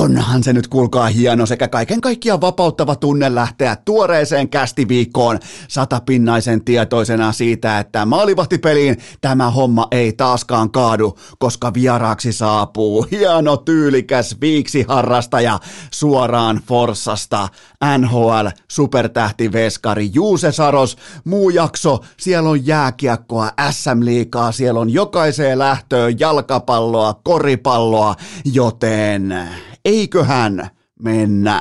Onhan se nyt kuulkaa hieno sekä kaiken kaikkiaan vapauttava tunne lähteä tuoreeseen kästiviikkoon 100-pinnaisen tietoisena siitä, että maalivahtipeliin tämä homma ei taaskaan kaadu, koska vieraaksi saapuu hieno tyylikäs viiksiharrastaja suoraan Forssasta, NHL supertähtiveskari Juuse Saros. Muu jakso, siellä on jääkiekkoa, SM-liigaa, siellä on jokaiseen lähtöön jalkapalloa, koripalloa, joten eiköhän mennä.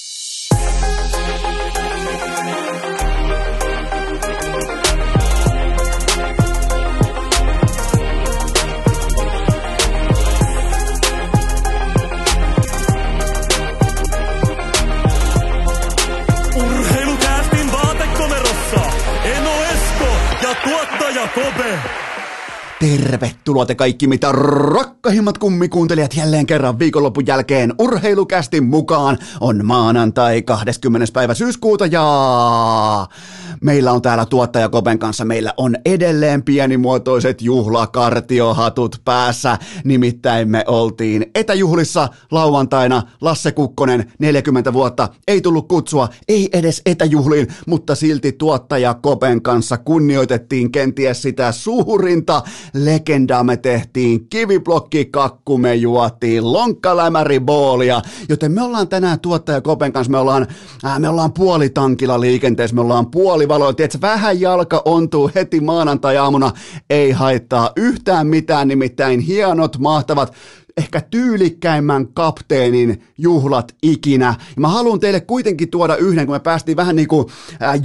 Urheilukästin vaatekomerossa Eno Esko ja tuottaja Kobe. Tervetuloa te kaikki mitä rakkahimmat kummikuuntelijat jälleen kerran viikonlopun jälkeen Urheilukästin mukaan. On maanantai 20. päivä syyskuuta ja meillä on täällä tuottaja Koben kanssa. Meillä on edelleen pienimuotoiset juhlakartiohatut päässä. Nimittäin me oltiin etäjuhlissa lauantaina. Lasse Kukkonen, 40 vuotta, ei tullut kutsua, ei edes etäjuhliin, mutta silti tuottaja Koben kanssa kunnioitettiin kenties sitä suurinta legendaa. Me tehtiin kiviblokkikakku, me juotiin lonkkalämäriboolia, joten me ollaan tänään tuottaja Koben kanssa, me ollaan puolitankilla liikenteessä, me ollaan puolivaloilla, tiedätkö, vähän jalka ontuu heti maanantai-aamuna, ei haittaa yhtään mitään, nimittäin hienot, mahtavat, ehkä tyylikkäimmän kapteenin juhlat ikinä. Ja mä haluan teille kuitenkin tuoda yhden, kun me päästiin vähän niin kuin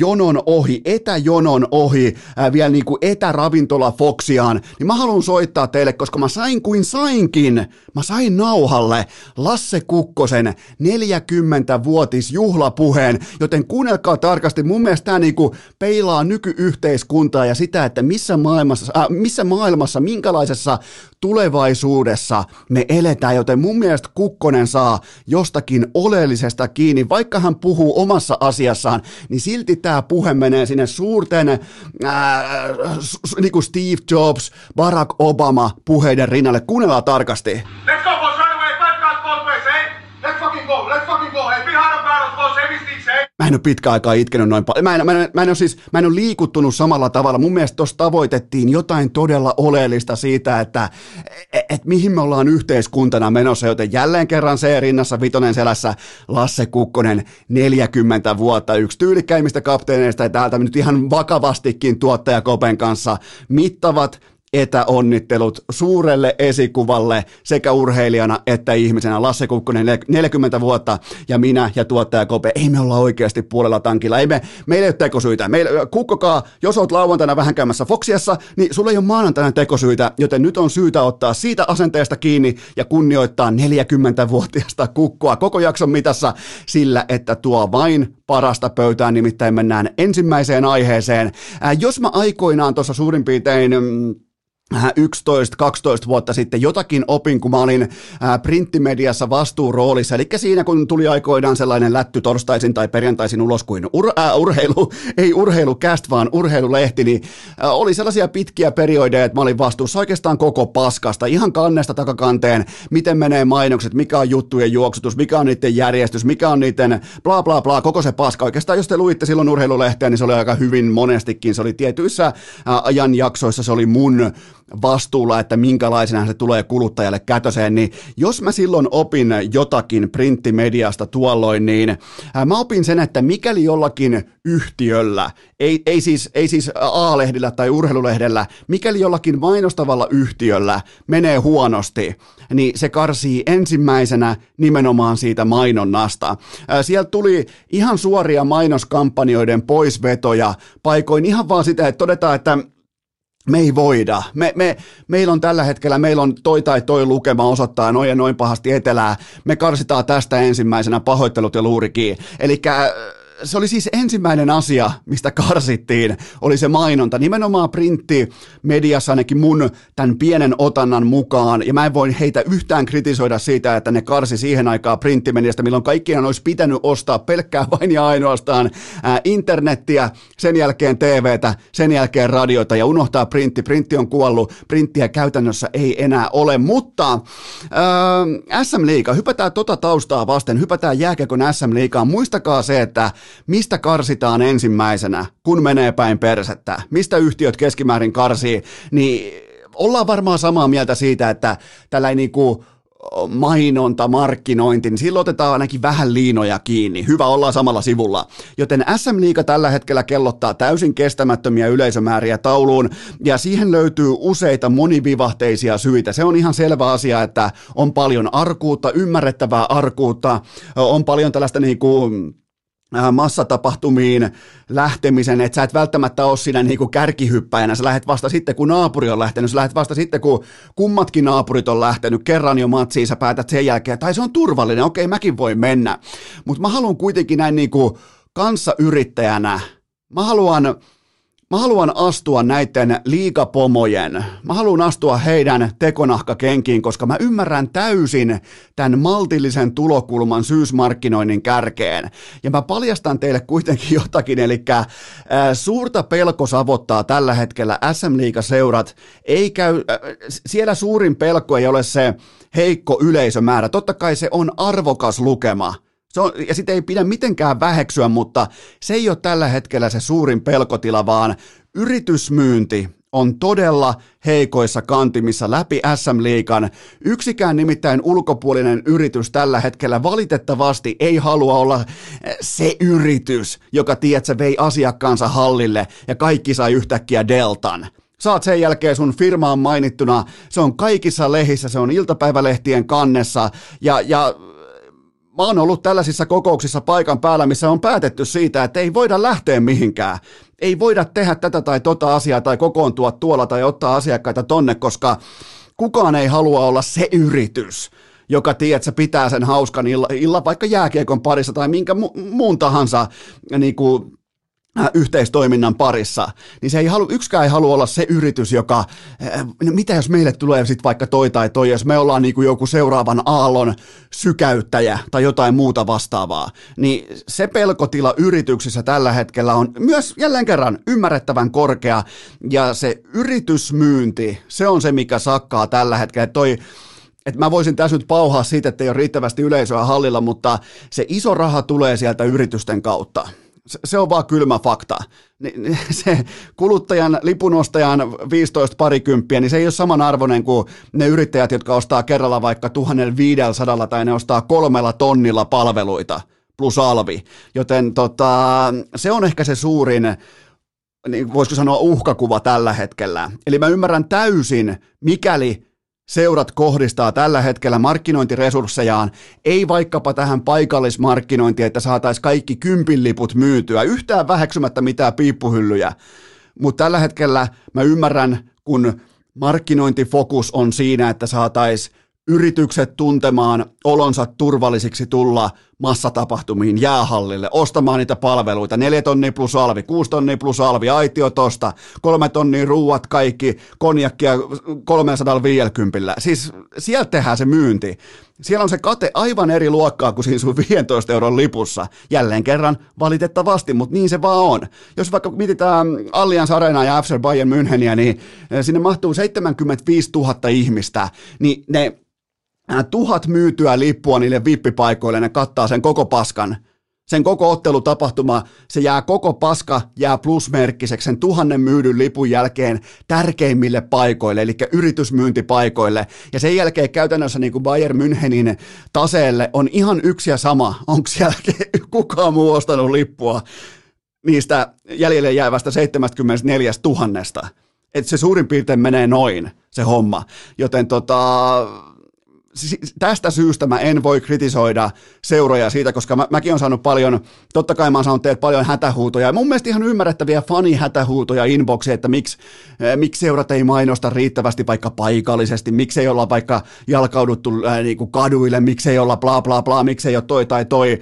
etäjonon ohi, vielä niin kuin etäravintola Foxiaan, niin mä haluan soittaa teille, koska mä sain kuin sainkin, mä sain nauhalle Lasse Kukkosen 40-vuotisjuhlapuheen, joten kuunnelkaa tarkasti, mun mielestä tää niin kuin peilaa nykyyhteiskuntaa ja sitä, että missä maailmassa, minkälaisessa tulevaisuudessa me eletään, joten mun mielestä Kukkonen saa jostakin oleellisesta kiinni, vaikka hän puhuu omassa asiassaan, niin silti tämä puhe menee sinne suurten niin kuin Steve Jobs, Barack Obama puheiden rinnalle. Kuunnellaan tarkasti. Let's go, boys, right away. Five guys both ways, eh? Let's fucking go. Hey, behind the barrels, boys, heavy sticks, eh? Mä en ole pitkä aikaa itkenyt noin paljon. Mä en ole liikuttunut samalla tavalla. Mun mielestä tuossa tavoitettiin jotain todella oleellista siitä, että mihin me ollaan yhteiskuntana menossa, joten jälleen kerran se rinnassa vitonen selässä Lasse Kukkonen, 40 vuotta, yksi tyylikkäimmistä kapteeneista ja täältä nyt ihan vakavastikin tuottaja Kopen kanssa mittavat etäonnittelut suurelle esikuvalle sekä urheilijana että ihmisenä. Lasse Kukkonen, 40 vuotta, ja minä ja tuottaja Kope, ei me olla oikeasti puolella tankilla. Meillä ei ole tekosyitä. Kukkokaa, jos oot lauantaina vähän käymässä Foxiassa, niin sulla ei ole maanantaina tekosyitä, joten nyt on syytä ottaa siitä asenteesta kiinni ja kunnioittaa 40-vuotiaasta Kukkoa koko jakson mitassa sillä, että tuo vain parasta pöytään, nimittäin mennään ensimmäiseen aiheeseen. Jos mä aikoinaan tuossa suurin piirtein 11-12 vuotta sitten jotakin opin, kun mä olin printtimediassa vastuuroolissa, eli siinä kun tuli aikoinaan sellainen lätty torstaisin tai perjantaisin ulos kuin ei urheilucast, vaan urheilulehti, niin oli sellaisia pitkiä perioideja, että mä olin vastuussa oikeastaan koko paskasta, ihan kannesta takakanteen, miten menee mainokset, mikä on juttujen juoksutus, mikä on niiden järjestys, mikä on niiden bla bla bla, koko se paska. Oikeastaan jos te luitte silloin urheilulehteä, niin se oli aika hyvin monestikin, se oli tietyissä ajanjaksoissa, se oli mun vastuulla, että minkälaisena se tulee kuluttajalle kätöseen, niin jos mä silloin opin jotakin printtimediasta tuolloin, niin mä opin sen, että mikäli jollakin yhtiöllä, ei siis A-lehdillä tai urheilulehdellä, mikäli jollakin mainostavalla yhtiöllä menee huonosti, niin se karsii ensimmäisenä nimenomaan siitä mainonnasta. Sieltä tuli ihan suoria mainoskampanjoiden poisvetoja paikoin ihan vaan sitä, että todetaan, että me ei voida. Meillä on tällä hetkellä, meillä on toi tai toi lukema osoittaa noin ja noin pahasti etelää. Me karsitaan tästä ensimmäisenä, pahoittelut ja luurikiin. Elikkä se oli siis ensimmäinen asia, mistä karsittiin, oli se mainonta. Nimenomaan printtimediassa ainakin mun tämän pienen otannan mukaan, ja mä en voi heitä yhtään kritisoida siitä, että ne karsi siihen aikaan printtimediasta, milloin kaikkien olisi pitänyt ostaa pelkkää vain ja ainoastaan internettiä, sen jälkeen TVtä, sen jälkeen radiota ja unohtaa printti. Printti on kuollut, printtiä käytännössä ei enää ole, mutta SM-liiga, hypätään tota taustaa vasten, hypätään jääkiekon SM-liigaan, muistakaa se, että mistä karsitaan ensimmäisenä, kun menee päin persettä, mistä yhtiöt keskimäärin karsii, niin ollaan varmaan samaa mieltä siitä, että tällainen niinku mainonta, markkinointi, niin silloin otetaan ainakin vähän liinoja kiinni. Hyvä, ollaan samalla sivulla. Joten SM-liiga tällä hetkellä kellottaa täysin kestämättömiä yleisömääriä tauluun, ja siihen löytyy useita monivivahteisia syitä. Se on ihan selvä asia, että on paljon arkuutta, ymmärrettävää arkuutta, on paljon tällaista niinku massatapahtumiin lähtemisen, että sä et välttämättä ole siinä niinku kärkihyppäjänä, sä lähdet vasta sitten, kun naapuri on lähtenyt, sä lähdet vasta sitten, kun kummatkin naapurit on lähtenyt, kerran jo matsiin, sä päätät sen jälkeen, tai se on turvallinen, okei, mäkin voin mennä, mutta mä haluan kuitenkin näin niinku kanssayrittäjänä, mä haluan astua näiden liigapomojen, mä haluan astua heidän tekonahkakenkiin, koska mä ymmärrän täysin tämän maltillisen tulokulman syysmarkkinoinnin kärkeen. Ja mä paljastan teille kuitenkin jotakin, eli suurta pelko savottaa tällä hetkellä SM-liigaseurat, siellä suurin pelko ei ole se heikko yleisömäärä, totta kai se on arvokas lukema. Ja sitä ei pidä mitenkään väheksyä, mutta se ei ole tällä hetkellä se suurin pelkotila, vaan yritysmyynti on todella heikoissa kantimissa läpi SM-liigan. Yksikään nimittäin ulkopuolinen yritys tällä hetkellä valitettavasti ei halua olla se yritys, joka tiedätkö, vei asiakkaansa hallille ja kaikki sai yhtäkkiä deltan. Saat sen jälkeen sun firmaan mainittuna, se on kaikissa lehissä, se on iltapäivälehtien kannessa ja mä oon ollut tällaisissa kokouksissa paikan päällä, missä on päätetty siitä, että ei voida lähteä mihinkään. Ei voida tehdä tätä tai tota asiaa tai kokoontua tuolla tai ottaa asiakkaita tonne, koska kukaan ei halua olla se yritys, joka tiedät, pitää sen hauskan illan vaikka jääkiekon parissa tai minkä muun tahansa niin kuin yhteistoiminnan parissa, niin yksikään ei halua olla se yritys, joka, mitä jos meille tulee sitten vaikka toi tai toi, jos me ollaan niin kuin joku seuraavan aallon sykäyttäjä tai jotain muuta vastaavaa, niin se pelkotila yrityksissä tällä hetkellä on myös jälleen kerran ymmärrettävän korkea, ja se yritysmyynti, se on se, mikä sakkaa tällä hetkellä, että mä voisin tässä nyt pauhaa siitä, että ei ole riittävästi yleisöä hallilla, mutta se iso raha tulee sieltä yritysten kautta. Se on vaan kylmä fakta. Se kuluttajan, lipunostajan 15 parikymppiä, niin se ei ole samanarvoinen kuin ne yrittäjät, jotka ostaa kerralla vaikka 1500 tai ne ostaa 3 tonnilla palveluita plus alvi. Joten se on ehkä se suurin, niin voisiko sanoa, uhkakuva tällä hetkellä. Eli mä ymmärrän täysin, mikäli seurat kohdistaa tällä hetkellä markkinointiresurssejaan, ei vaikkapa tähän paikallismarkkinointiin, että saataisiin kaikki 10 liput myytyä, yhtään väheksymättä mitään piippuhyllyjä. Mutta tällä hetkellä mä ymmärrän, kun markkinointifokus on siinä, että saataisiin yritykset tuntemaan olonsa turvallisiksi tulla massatapahtumiin, jäähallille, ostamaan niitä palveluita, 4 tonnia plus alvi, 6 tonnia plus alvi, aitio tosta, 3 tonnia ruuat kaikki, konjakkia 350. Siis sieltä tehdään se myynti. Siellä on se kate aivan eri luokkaa kuin siinä sun 15 euron lipussa. Jälleen kerran valitettavasti, mutta niin se vaan on. Jos vaikka mietitään Allianz Arenaa ja FC Bayern Müncheniä, niin sinne mahtuu 75 000 ihmistä, niin ne 1000 myytyä lippua niille vippipaikoille, ne kattaa sen koko paskan. Sen koko ottelutapahtuma, se jää koko paska, jää plusmerkkiseksi sen 1000 myydyn lipun jälkeen tärkeimmille paikoille, eli yritysmyyntipaikoille. Ja sen jälkeen käytännössä niin kuin Bayern Münchenin taseelle on ihan yksi ja sama, onko siellä kukaan muu ostanut lippua niistä jäljelle jäävästä 74 000. Että se suurin piirtein menee noin, se homma. Joten tästä syystä mä en voi kritisoida seuroja siitä, koska mäkin on saanut paljon, totta kai mä oon saanut teiltä paljon hätähuutoja, ja mun mielestä ihan ymmärrettäviä fanihätähuutoja inboxia, että miksi seurat ei mainosta riittävästi vaikka paikallisesti, miksi ei olla vaikka jalkauduttu niinku kaduille, miksi ei olla bla bla bla, miksi ei ole toi tai toi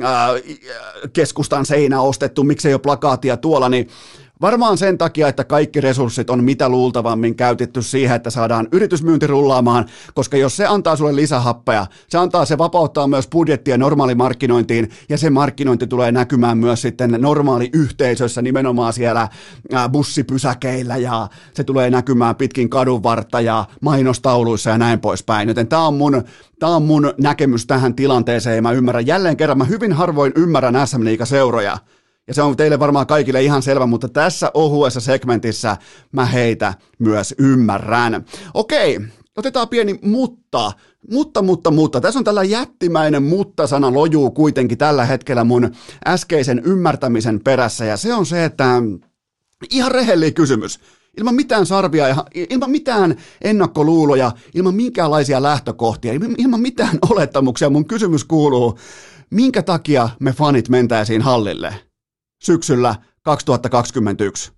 keskustan seinä ostettu, miksi ei ole plakaatia tuolla, niin varmaan sen takia, että kaikki resurssit on mitä luultavammin käytetty siihen, että saadaan yritysmyynti rullaamaan, koska jos se antaa sulle lisähappea, se vapauttaa myös budjettia normaalimarkkinointiin, ja se markkinointi tulee näkymään myös sitten normaali yhteisössä, nimenomaan siellä bussipysäkeillä, ja se tulee näkymään pitkin kadunvartta ja mainostauluissa ja näin poispäin, joten tämä on mun näkemys tähän tilanteeseen, ja mä ymmärrän jälleen kerran, mä hyvin harvoin ymmärrän SM-liigaseuroja, ja se on teille varmaan kaikille ihan selvä, mutta tässä ohuessa segmentissä mä heitä myös ymmärrän. Okei, otetaan pieni mutta. Tässä on tällä jättimäinen mutta-sana lojuu kuitenkin tällä hetkellä mun äskeisen ymmärtämisen perässä, ja se on se, että ihan rehellinen kysymys. Ilman mitään sarvia ja ilman mitään ennakkoluuloja, ilman minkäänlaisia lähtökohtia, ilman mitään olettamuksia mun kysymys kuuluu, minkä takia me fanit mentäisiin hallille syksyllä 2021?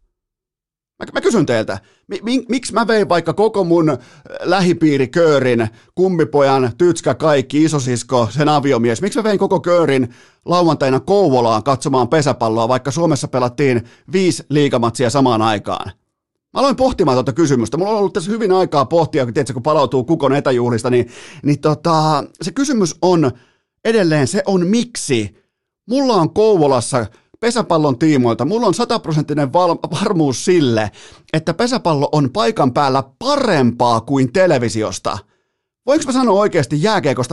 Mä kysyn teiltä, miksi mä vein vaikka koko mun lähipiiriköörin, kummipojan, tytskä, kaikki, isosisko, sen aviomies, miksi mä vein koko köörin lauantaina Kouvolaan katsomaan pesäpalloa, vaikka Suomessa pelattiin 5 liigamatsia samaan aikaan? Mä aloin pohtimaan tuota kysymystä. Mulla on ollut tässä hyvin aikaa pohtia, kun palautuu Kukon etäjuhlista, niin se kysymys on edelleen, se on miksi. Mulla on Kouvolassa pesäpallon tiimoilta, mulla on 100% varmuus sille, että pesäpallo on paikan päällä parempaa kuin televisiosta. Voinko mä sanoa oikeasti jääkiekosta?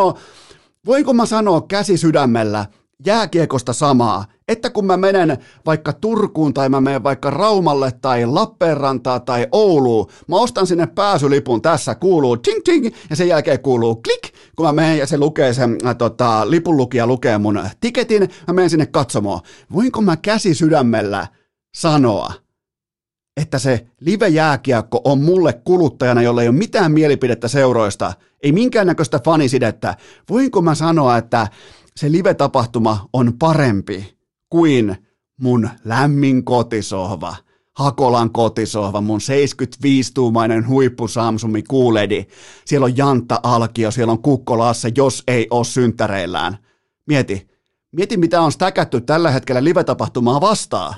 Voinko mä sanoa käsi sydämellä jääkiekosta samaa, että kun mä menen vaikka Turkuun tai mä menen vaikka Raumalle tai Lappeenrantaan tai Ouluun, mä ostan sinne pääsylipun, tässä kuuluu ting ting ja sen jälkeen kuuluu klik, kun mä menen ja se lukee sen lipunlukija lukee mun tiketin, mä menen sinne katsomaan. Voinko mä käsi sydämellä sanoa, että se live-jääkiekko on mulle kuluttajana, jolla ei ole mitään mielipidettä seuroista, ei minkäännäköistä fanisidettä, voinko mä sanoa, että se live-tapahtuma on parempi kuin mun lämmin kotisohva, Hakolan kotisohva, mun 75-tuumainen huippu Samsung QLED. Siellä on Jantta Alkio, siellä on Kukko Lasse, jos ei ole synttäreillään. Mieti mitä on stäkätty tällä hetkellä live-tapahtumaa vastaan.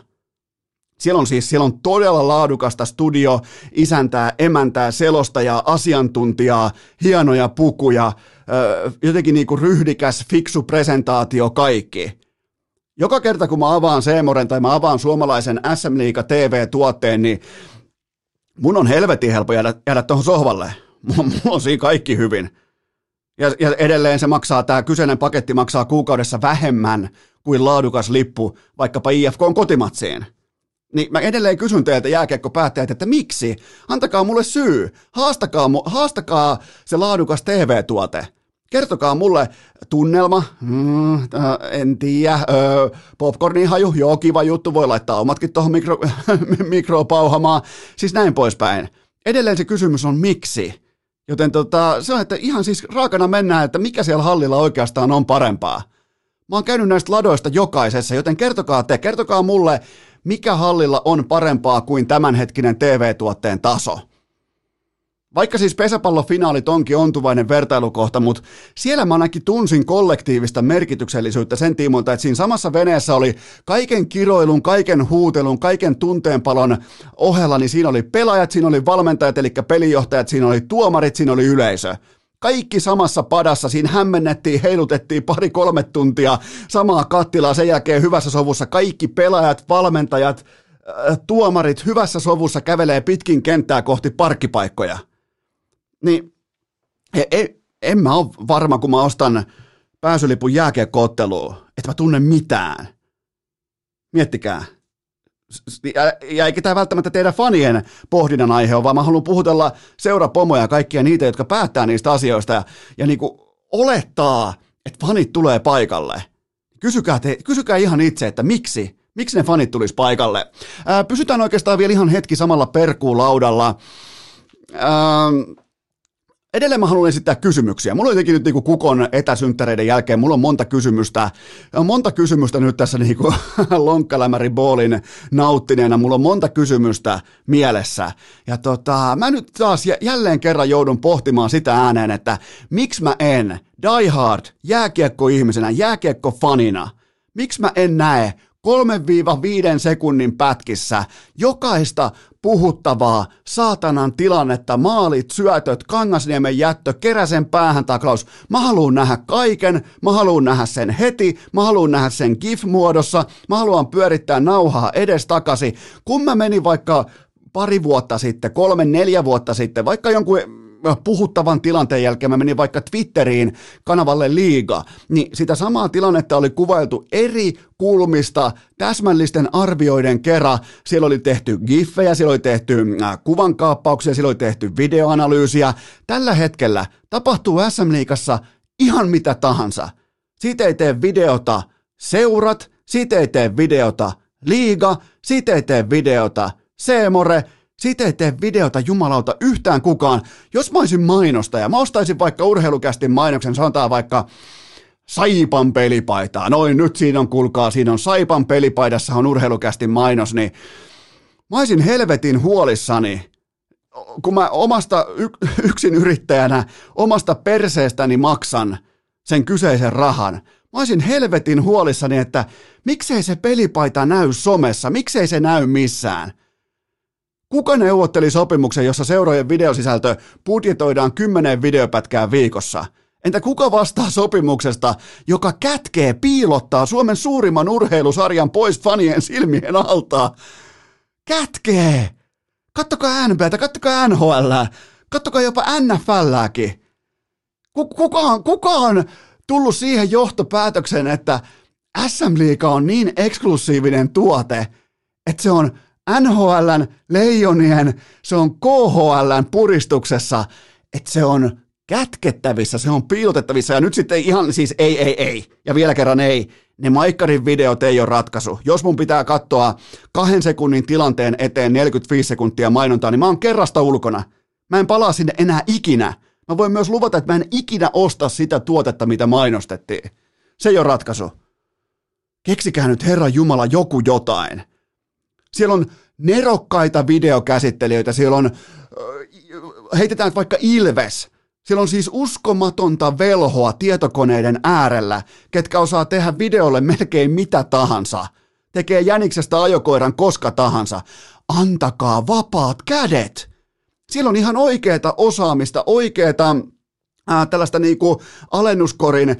Siellä on todella laadukasta studio, isäntää, emäntää, selostajaa, asiantuntijaa, hienoja pukuja, jotenkin niinku ryhdikäs, fiksu presentaatio, kaikki. Joka kerta kun mä avaan Seemoren tai mä avaan suomalaisen SM Liiga TV-tuotteen, niin mun on helvetin helppo jäädä tuohon sohvalle. Mulla on siinä kaikki hyvin. Ja edelleen se maksaa, tämä kyseinen paketti maksaa kuukaudessa vähemmän kuin laadukas lippu vaikkapa IFK:n kotimatsiin. Niin mä edelleen kysyn teiltä jääkiekkopäättäjät, että miksi? Antakaa mulle syy. Haastakaa se laadukas TV-tuote. Kertokaa mulle tunnelma, en tiedä, popcornin haju, joo kiva juttu, voi laittaa omatkin tuohon mikroon pauhamaan, siis näin poispäin. Edelleen se kysymys on miksi, joten se on, että ihan siis raakana mennään, että mikä siellä hallilla oikeastaan on parempaa. Mä oon käynyt näistä ladoista jokaisessa, joten kertokaa mulle, mikä hallilla on parempaa kuin tämänhetkinen TV-tuotteen taso. Vaikka siis pesäpallofinaalit onkin ontuvainen vertailukohta, mutta siellä mä ainakin tunsin kollektiivista merkityksellisyyttä sen tiimoilta, että siinä samassa veneessä oli kaiken kiroilun, kaiken huutelun, kaiken tunteenpalon ohella, niin siinä oli pelaajat, siinä oli valmentajat, eli pelijohtajat, siinä oli tuomarit, siinä oli yleisö. Kaikki samassa padassa, siinä hämmennettiin, heilutettiin 2-3 tuntia samaa kattilaa, sen jälkeen hyvässä sovussa kaikki pelaajat, valmentajat, tuomarit hyvässä sovussa kävelee pitkin kenttää kohti parkkipaikkoja. Niin en mä ole varma, kun mä ostan pääsylipun jääkiekko-otteluun, että mä tunnen mitään. Miettikää. Ja eikä tämä välttämättä teidän fanien pohdinnan aihe ole, vaan mä haluan puhutella seurapomoja ja kaikkia niitä, jotka päättää niistä asioista ja niin kuin olettaa, että fanit tulee paikalle. Kysykää ihan itse, että miksi ne fanit tulisi paikalle. Pysytään oikeastaan vielä ihan hetki samalla perkuulaudalla. Edelleen mä haluan esittää kysymyksiä. Mulla on jotenkin nyt niinku Kukon etäsynttäreiden jälkeen, mulla on monta kysymystä nyt tässä niinku lonkkalämäriboolin nauttineena, mulla on monta kysymystä mielessä. Ja mä nyt taas jälleen kerran joudun pohtimaan sitä ääneen, että miksi mä en diehard jääkiekko-ihmisenä, jääkiekko-fanina, miksi mä en näe 3-5 sekunnin pätkissä jokaista puhuttavaa saatanan tilannetta, maalit, syötöt, Kangasniemen jättö, Keräsen päähän taklaus. Mä haluun nähdä kaiken, mä haluun nähdä sen heti, mä haluun nähdä sen GIF-muodossa, mä haluan pyörittää nauhaa edestakaisin. Kun mä menin vaikka 2 vuotta sitten, 3-4 vuotta sitten, vaikka jonkun puhuttavan tilanteen jälkeen mä menin vaikka Twitteriin kanavalle Liiga, niin sitä samaa tilannetta oli kuvailtu eri kulmista täsmällisten arvioiden kerran. Siellä oli tehty giffejä, siellä oli tehty kuvankaappauksia, siellä oli tehty videoanalyysiä. Tällä hetkellä tapahtuu SM-liigassa ihan mitä tahansa. Siitä ei tee videota seurat, siitä ei tee videota Liiga, siitä ei tee videota C-more, siitä ei tee videota jumalauta yhtään kukaan. Jos mä olisin mainostaja, mä ostaisin vaikka Urheilukästin mainoksen, sanotaan vaikka Saipan pelipaitaa. Noin, nyt siinä on, kuulkaa, siinä on Saipan pelipaidassa on Urheilukästin mainos, niin mä olisin helvetin huolissani, kun mä omasta yksin yrittäjänä omasta perseestäni maksan sen kyseisen rahan. Mä olisin helvetin huolissani, että miksei se pelipaita näy somessa, miksei se näy missään. Kuka neuvotteli sopimuksen, jossa seurojen videosisältö budjetoidaan 10 videopätkää viikossa? Entä kuka vastaa sopimuksesta, joka kätkee, piilottaa Suomen suurimman urheilusarjan pois fanien silmien alta? Kätkee! Kattokaa NBA:tä, kattokaa NHL:ää, kattokaa jopa NFL:ääkin. Kuka on tullut siihen johtopäätökseen, että SM-liiga on niin eksklusiivinen tuote, että se on NHL:n, Leijonien, se on KHL:n puristuksessa, että se on kätkettävissä, se on piilotettavissa ja nyt sitten ihan siis ei. Ja vielä kerran ei, ne Maikkarin videot ei ole ratkaisu. Jos mun pitää katsoa 2 sekunnin tilanteen eteen 45 sekuntia mainontaa, niin mä oon kerrasta ulkona. Mä en palaa sinne enää ikinä. Mä voin myös luvata, että mä en ikinä osta sitä tuotetta, mitä mainostettiin. Se ei ole ratkaisu. Keksikää nyt Herran Jumala joku jotain. Siellä on nerokkaita videokäsittelijöitä, siellä on, heitetään vaikka Ilves, siellä on siis uskomatonta velhoa tietokoneiden äärellä, ketkä osaa tehdä videolle melkein mitä tahansa, tekee jäniksestä ajokoiran koska tahansa. Antakaa vapaat kädet. Siellä on ihan oikeaa osaamista, oikeaa tällaista niinku alennuskorin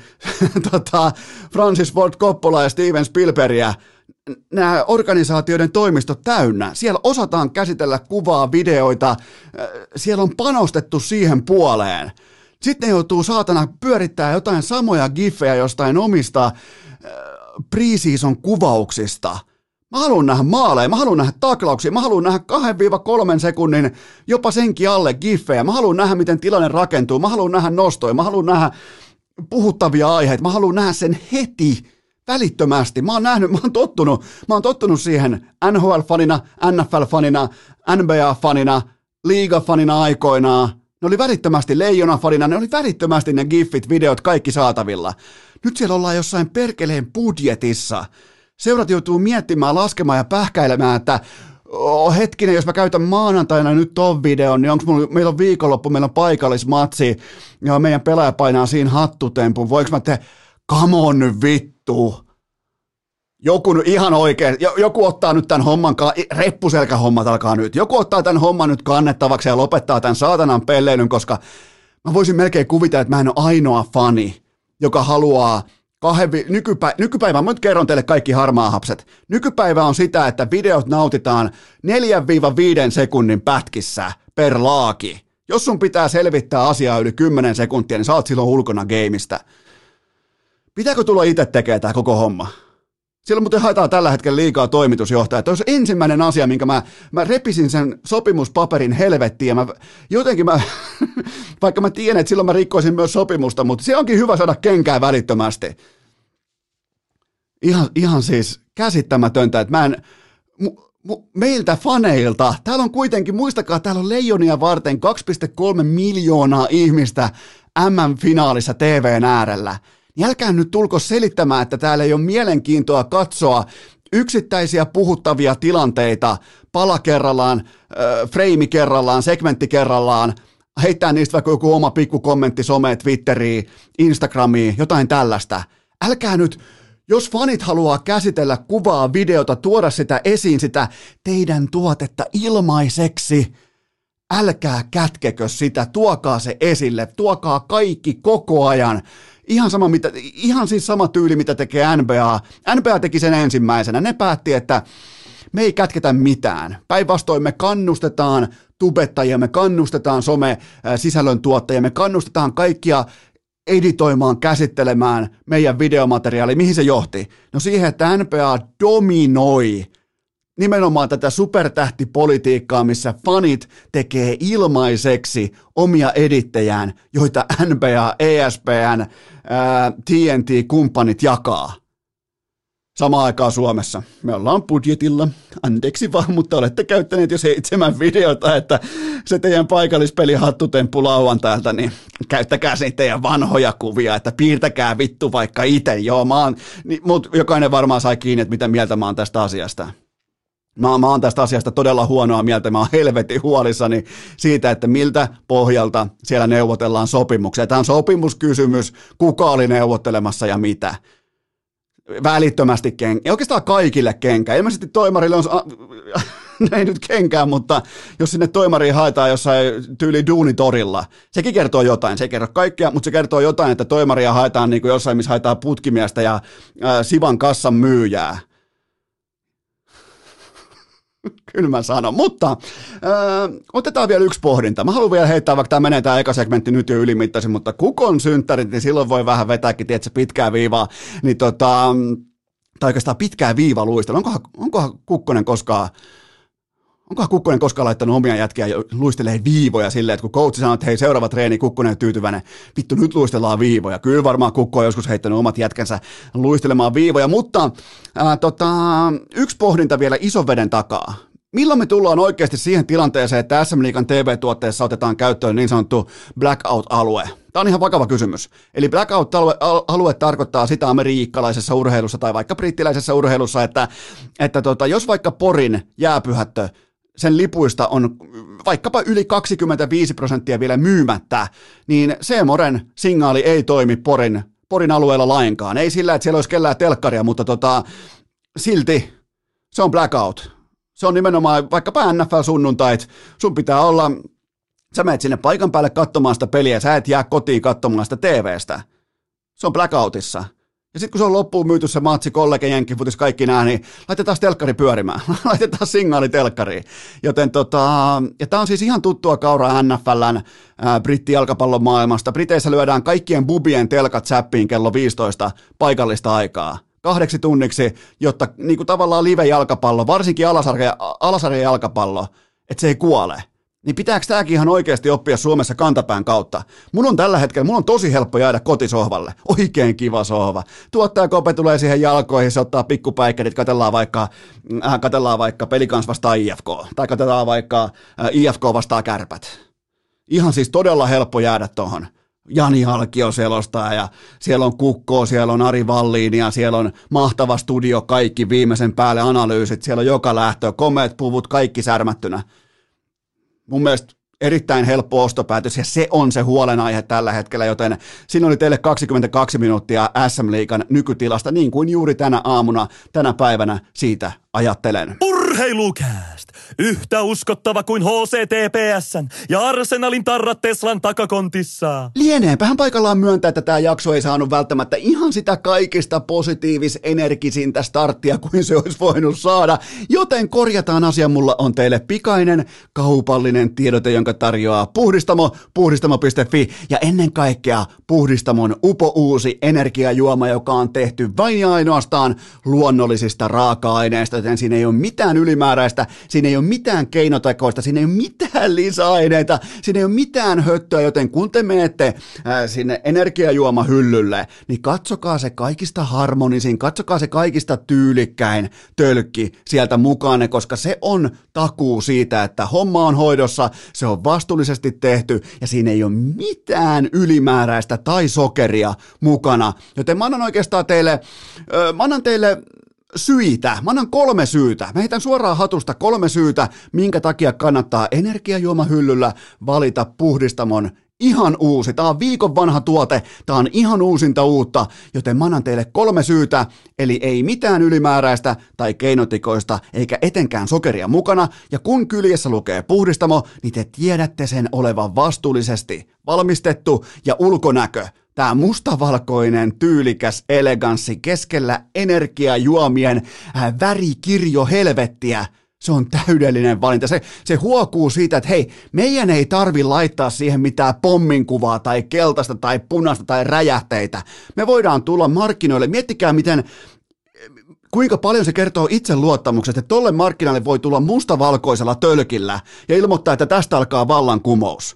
Francis Ford Coppola ja Steven Spielbergia, nämä organisaatioiden toimistot täynnä. Siellä osataan käsitellä kuvaa, videoita, siellä on panostettu siihen puoleen. Sitten ne joutuu saatana pyörittää jotain samoja giffejä jostain omista pre-season kuvauksista. Mä haluan nähdä maaleja, mä haluan nähdä taklauksia, mä haluan nähdä 2-3 sekunnin, jopa senkin alle giffejä. Mä haluan nähdä, miten tilanne rakentuu, mä haluan nähdä nostoja, mä haluan nähdä puhuttavia aiheita, mä haluan nähdä sen heti, välittömästi. Mä oon tottunut siihen NHL-fanina, NFL-fanina, NBA-fanina, Liiga-fanina aikoinaan. Ne oli välittömästi Leijona-fanina, ne oli välittömästi ne giffit, videot, kaikki saatavilla. Nyt siellä ollaan jossain perkeleen budjetissa. Seurat joutuu miettimään, laskemaan ja pähkäilemään, että hetkinen, jos mä käytän maanantaina nyt ton videon, niin meillä on viikonloppu, meillä on paikallismatsi, ja meidän pelaaja painaa siinä hattutempun. Voinko mä come on nyt vittu. Joku ihan oikein, joku ottaa nyt tämän homman, reppuselkähommat alkaa nyt. Joku ottaa tämän homman nyt kannettavaksi ja lopettaa tämän saatanan pelleilyn, koska mä voisin melkein kuvitella, että mä en ole ainoa fani, joka haluaa nykypäivä, mä nyt kerron teille kaikki harmaahapset. Nykypäivä on sitä, että videot nautitaan 4-5 sekunnin pätkissä per laaki. Jos sun pitää selvittää asiaa yli 10 sekuntia, niin sä oot silloin ulkona gameista. Pitääkö tulla itse tekemään tämä koko homma? Siellä muuten haetaan tällä hetkellä liikaa toimitusjohtaja. Tämä on ensimmäinen asia, minkä mä repisin sen sopimuspaperin helvettiin. Ja vaikka mä tiedän, että silloin mä rikkoisin myös sopimusta, mutta se onkin hyvä saada kenkää välittömästi. Ihan siis käsittämätöntä, että meiltä faneilta. Täällä on kuitenkin, muistakaa, täällä on Leijonia varten 2,3 miljoonaa ihmistä MM-finaalissa TVn äärellä. Niin älkää nyt tulko selittämään, että täällä ei ole mielenkiintoa katsoa yksittäisiä puhuttavia tilanteita pala kerrallaan, freimi kerrallaan, segmentti kerrallaan, heittää niistä vaikka joku oma pikku kommentti someen, Twitteriin, Instagramiin, jotain tällaista. Älkää nyt, jos fanit haluaa käsitellä kuvaa, videota, tuoda sitä esiin, sitä teidän tuotetta ilmaiseksi, älkää kätkekö sitä, tuokaa se esille, tuokaa kaikki koko ajan. Ihan siis sama tyyli, mitä tekee NBA. NBA teki sen ensimmäisenä. Ne päätti, että me ei kätketä mitään. Päinvastoin me kannustetaan tubettajia, me kannustetaan some-sisällöntuottajia, me kannustetaan kaikkia editoimaan, käsittelemään meidän videomateriaalia. Mihin se johti? No siihen, että NBA dominoi nimenomaan tätä supertähtipolitiikkaa, missä fanit tekee ilmaiseksi omia edittejään, joita NBA, ESPN, TNT-kumppanit jakaa. Samaan aikaan Suomessa. Me ollaan budjetilla, anteeksi vaan, mutta olette käyttäneet jo 7 videota, että se teidän paikallispelihattutemppu lauantailta, niin käyttäkää se teidän vanhoja kuvia, että piirtäkää vittu vaikka itse. Joo, mut jokainen varmaan sai kiinni, että mitä mieltä mä oon tästä asiasta. Mä oon tästä asiasta todella huonoa mieltä, mä oon helvetin huolissani siitä, että miltä pohjalta siellä neuvotellaan sopimuksia. Tämä on sopimuskysymys, kuka oli neuvottelemassa ja mitä. Välittömästi kenkä, oikeastaan kaikille kenkä. Ilmeisesti toimarille on, ei nyt kenkään, mutta jos sinne toimariin haetaan jossain tyyli duunitorilla, sekin kertoo jotain. Se ei kerro kaikkea, mutta se kertoo jotain, että toimaria haetaan niin kuin jossain, missä haetaan putkimiestä ja Sivan kassan myyjää. Kyllä mä sanon, mutta otetaan vielä yksi pohdinta. Mä haluan vielä heittää, vaikka tämä menee tämä eka segmentti nyt jo ylimittaisin, mutta Kukon synttärit, niin silloin voi vähän vetääkin, tiedätkö, pitkää viivaa, niin tai oikeastaan pitkää viivaluistelu. Onkohan Kukkonen koskaan laittanut omia jätkiä luistelee viivoja silleen, että kun coachi sanoo, että hei, seuraava treeni, Kukkonen on tyytyväinen, vittu nyt luistellaan viivoja. Kyllä varmaan Kukko on joskus heittänyt omat jätkänsä luistelemaan viivoja, mutta yksi pohdinta vielä ison veden takaa. Milloin me tullaan oikeasti siihen tilanteeseen, että SM Liigan TV-tuotteessa otetaan käyttöön niin sanottu blackout-alue? Tämä on ihan vakava kysymys. Eli blackout-alue tarkoittaa sitä amerikkalaisessa urheilussa tai vaikka brittiläisessä urheilussa, että jos vaikka Porin jääpyhättö, sen lipuista on vaikkapa yli 25% vielä myymättä, niin Seemoren signaali ei toimi Porin alueella lainkaan. Ei sillä, että siellä olisi kellään telkkaria, mutta silti se on blackout. Se on nimenomaan vaikkapa NFL-sunnuntait, sun pitää olla, sä menet sinne paikan päälle katsomaan sitä peliä, sä et jää kotiin katsomaan sitä TVstä. Se on blackoutissa. Ja sitten kun se on loppuun myyty se matsi, kollege, jenkkifutis, kaikki nää, niin laitetaan telkkari pyörimään. Laitetaan signaali telkkariin. Joten ja tää on siis ihan tuttua kauraa NFLn brittijalkapallon maailmasta. Briteissä lyödään kaikkien bubien telkat säppiin kello 15 paikallista aikaa. 2 tunniksi, jotta niin kuin tavallaan live-jalkapallo, varsinkin alasarjan jalkapallo, että se ei kuole. Niin pitääkö tämäkin ihan oikeasti oppia Suomessa kantapään kautta? Mun on tosi helppo jäädä kotisohvalle. Oikein kiva sohva. Tuottaja Kope tulee siihen jalkoihin, se ottaa pikkupäikkerit, katellaan vaikka Pelikans vastaan IFK. Tai katellaan vaikka IFK vastaan Kärpät. Ihan siis todella helppo jäädä tohon. Jani Alkio selostaa ja siellä on Kukko, siellä on Ari Valliin ja siellä on mahtava studio, kaikki viimeisen päälle analyysit, siellä on joka lähtö, komeat puvut, kaikki särmättynä. Mun mielestä erittäin helppo ostopäätös ja se on se huolenaihe tällä hetkellä, joten siinä oli teille 22 minuuttia SM Liigan nykytilasta, niin kuin juuri tänä aamuna, tänä päivänä siitä ajattelen. Urheilukääst! Yhtä uskottava kuin HCTPS:n ja Arsenalin tarrat Teslan takakontissa. Lieneepähän paikallaan myöntää, että tämä jakso ei saanut välttämättä ihan sitä kaikista positiivis-energisintä starttia kuin se olisi voinut saada, joten korjataan asia. Mulla on teille pikainen kaupallinen tiedote, jonka tarjoaa Puhdistamo, puhdistamo.fi ja ennen kaikkea Puhdistamon upouusi energiajuoma, joka on tehty vain ja ainoastaan luonnollisista raaka-aineista, joten siinä ei ole mitään ylimääräistä, siinä ei ole ole mitään keinotekoista, siinä ei ole mitään lisäaineita, siinä ei ole mitään höttöä, joten kun te menette sinne energiajuomahyllylle, niin katsokaa se kaikista harmonisin, katsokaa se kaikista tyylikkäin tölkki sieltä mukaan, koska se on takuu siitä, että homma on hoidossa, se on vastuullisesti tehty ja siinä ei ole mitään ylimääräistä tai sokeria mukana, joten mä annan oikeastaan teille, syitä. Mä annan 3 syytä. Mä heitän suoraan hatusta 3 syytä, minkä takia kannattaa energiajuomahyllyllä valita Puhdistamon ihan uusi. Tää on viikon vanha tuote, tää on ihan uusinta uutta, joten mä annan teille 3 syytä, eli ei mitään ylimääräistä tai keinotikoista, eikä etenkään sokeria mukana, ja kun kyljessä lukee Puhdistamo, niin te tiedätte sen olevan vastuullisesti valmistettu ja ulkonäkö. Tämä mustavalkoinen, tyylikäs eleganssi keskellä energiajuomien värikirjo helvettiä. Se on täydellinen valinta. Se huokuu siitä, että hei, meidän ei tarvi laittaa siihen mitään pomminkuvaa tai keltaista tai punaista tai räjähteitä. Me voidaan tulla markkinoille. Miettikää, kuinka paljon se kertoo itseluottamuksesta, että tolle markkinalle voi tulla mustavalkoisella tölkillä ja ilmoittaa, että tästä alkaa vallankumous.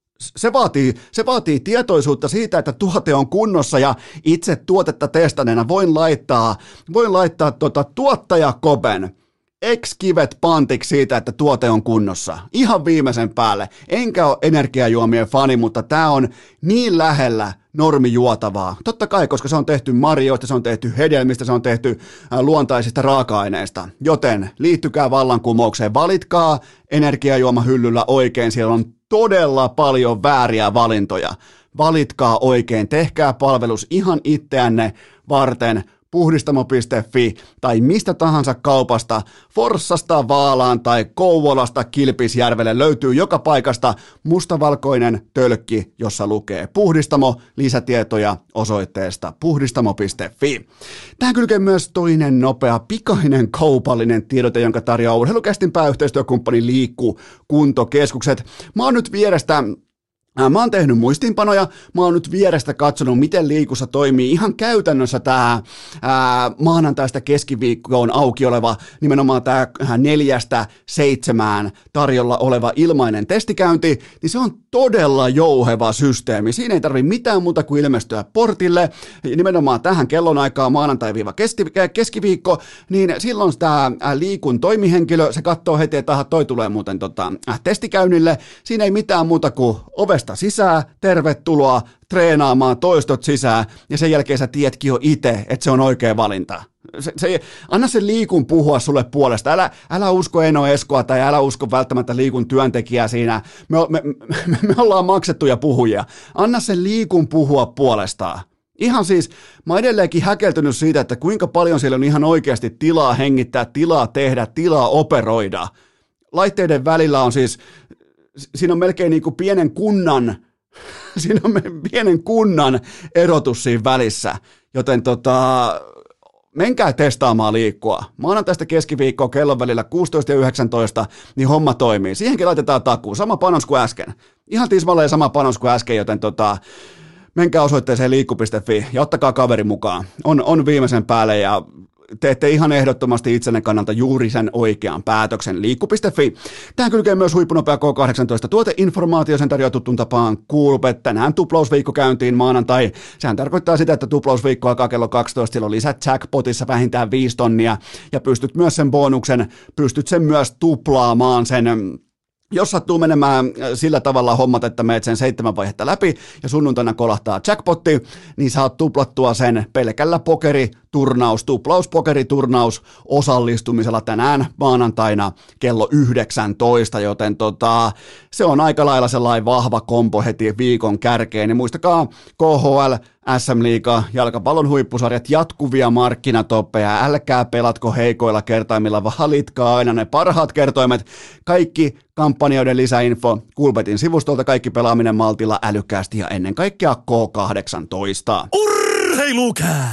Se vaatii tietoisuutta siitä, että tuote on kunnossa ja itse tuotetta testanneena voin laittaa tuottajakopen X-kivet pantiksi siitä, että tuote on kunnossa. Ihan viimeisen päälle. Enkä ole energiajuomien fani, mutta tämä on niin lähellä normijuotavaa. Totta kai, koska se on tehty marjoista, se on tehty hedelmistä, se on tehty luontaisista raaka-aineista. Joten liittykää vallankumoukseen. Valitkaa energiajuomahyllyllä oikein. Siellä on todella paljon vääriä valintoja. Valitkaa oikein. Tehkää palvelus ihan itseänne varten. Puhdistamo.fi tai mistä tahansa kaupasta, Forssasta Vaalaan tai Kouvolasta Kilpisjärvelle löytyy joka paikasta mustavalkoinen tölkki, jossa lukee Puhdistamo, lisätietoja osoitteesta puhdistamo.fi. Tähän kylkee myös toinen nopea, pikainen kaupallinen tiedote, jonka tarjoaa Urheilukästin pääyhteistyökumppani Liikku Kuntokeskukset. Mä oon tehnyt muistiinpanoja, mä oon nyt vierestä katsonut, miten Liikussa toimii ihan käytännössä tämä maanantaista keskiviikkoon auki oleva, nimenomaan tämä 4-7 tarjolla oleva ilmainen testikäynti, niin se on todella jouheva systeemi. Siinä ei tarvitse mitään muuta kuin ilmestyä portille, nimenomaan tähän kellonaikaan maanantai-keskiviikko, niin silloin tämä Liikun toimihenkilö, se katsoo heti, että toi tulee muuten testikäynnille, siinä ei mitään muuta kuin ovesta sisään, tervetuloa treenaamaan toistot sisään, ja sen jälkeen sä tiedätkin jo itse, että se on oikea valinta. Anna sen Liikun puhua sulle puolesta. Älä usko Eno Eskoa tai älä usko välttämättä Liikun työntekijää siinä. Me ollaan maksettuja puhujia. Anna sen Liikun puhua puolestaan. Ihan siis, mä oon edelleenkin häkeltynyt siitä, että kuinka paljon siellä on ihan oikeasti tilaa hengittää, tilaa tehdä, tilaa operoida. Laitteiden välillä on siis, siinä on melkein niin kuin pienen kunnan erotus siinä välissä, joten menkää testaamaan Liikkua. Maanantaista keskiviikkoa kellon välillä 16 ja 19, niin homma toimii. Siihenkin laitetaan takuu. Sama panos kuin äsken. Ihan tismalleen sama panos kuin äsken, joten menkää osoitteeseen liikku.fi ja ottakaa kaveri mukaan. On viimeisen päälle ja teette ihan ehdottomasti itsenne kannalta juuri sen oikean päätöksen. Liikku.fi. Tähän kylkee myös huippunopea K18 tuoteinformaatio, sen tarjoaa tuttuun tapaan Coolbet. Tänään tuplausviikko käyntiin maanantai. Sehän tarkoittaa sitä, että tuplausviikko alkaa kello 12, silloin lisät jackpotissa vähintään 5 tonnia ja pystyt myös sen bonuksen, pystyt sen myös tuplaamaan sen. Jos sattuu menemään sillä tavalla hommat, että meet sen 7 vaihetta läpi ja sunnuntaina kolahtaa jackpotti, niin saat tuplattua sen pelkällä tuplauspokeriturnaus osallistumisella tänään maanantaina kello 19, joten se on aika lailla sellainen vahva kompo heti viikon kärkeen. Niin muistakaa KHL, SM-liiga, jalkapallon huippusarjat, jatkuvia markkinatoppeja, älkää pelatko heikoilla kertaimilla, valitkaa aina ne parhaat kertoimet, kaikki kampanjoiden lisäinfo Coolbetin sivustolta, kaikki pelaaminen maltilla, älykkäästi ja ennen kaikkea K18. Urheilukääst!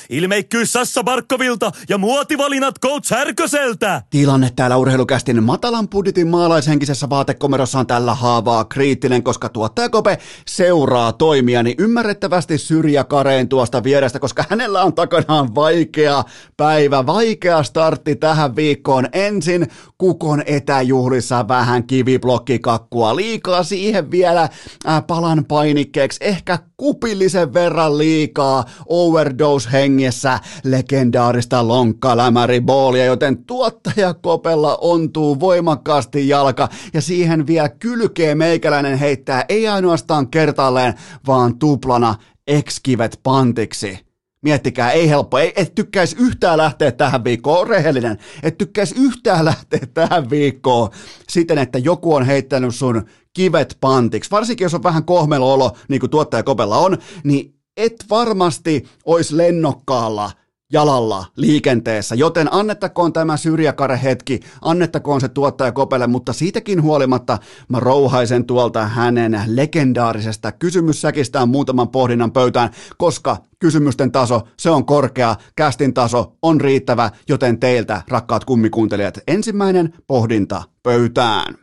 ilmeikkyys Sassa Barkovilta ja muotivalinnat Coach Härköseltä. Tilanne täällä Urheilukästin matalan budjetin maalaishenkisessä vaatekomerossa on tällä haavaa kriittinen, koska tuottaja Kope seuraa toimia, niin ymmärrettävästi Syrjä Kareen tuosta vierestä, koska hänellä on takanaan vaikea päivä, vaikea startti tähän viikkoon. Ensin Kukon etäjuhlissa vähän kiviblokkikakkua, liikaa siihen vielä palan painikkeeksi, ehkä kupillisen verran liikaa overdose-hengessä legendaarista lonkkalämäriboolia, joten tuottaja Kopella ontuu voimakkaasti jalka ja siihen vielä kylkee meikäläinen heittää ei ainoastaan kertaalleen, vaan tuplana X-kivet pantiksi. Miettikää, ei helppo, et tykkäisi yhtään lähteä tähän viikkoon, on rehellinen, et tykkäisi yhtään lähteä tähän viikkoon siten, että joku on heittänyt sun kivet pantiksi. Varsinkin jos on vähän kohmelo olo, niin kuin tuottaja Kopella on, niin et varmasti olisi lennokkaalla jalalla liikenteessä, joten annettakoon tämä Syrjäkare hetki, annettakoon se tuottaja Kopelle, mutta siitäkin huolimatta mä rouhaisen tuolta hänen legendaarisesta kysymyssäkistään muutaman pohdinnan pöytään, koska kysymysten taso, se on korkea, kästin taso on riittävä, joten teiltä, rakkaat kummikuuntelijat, ensimmäinen pohdinta pöytään.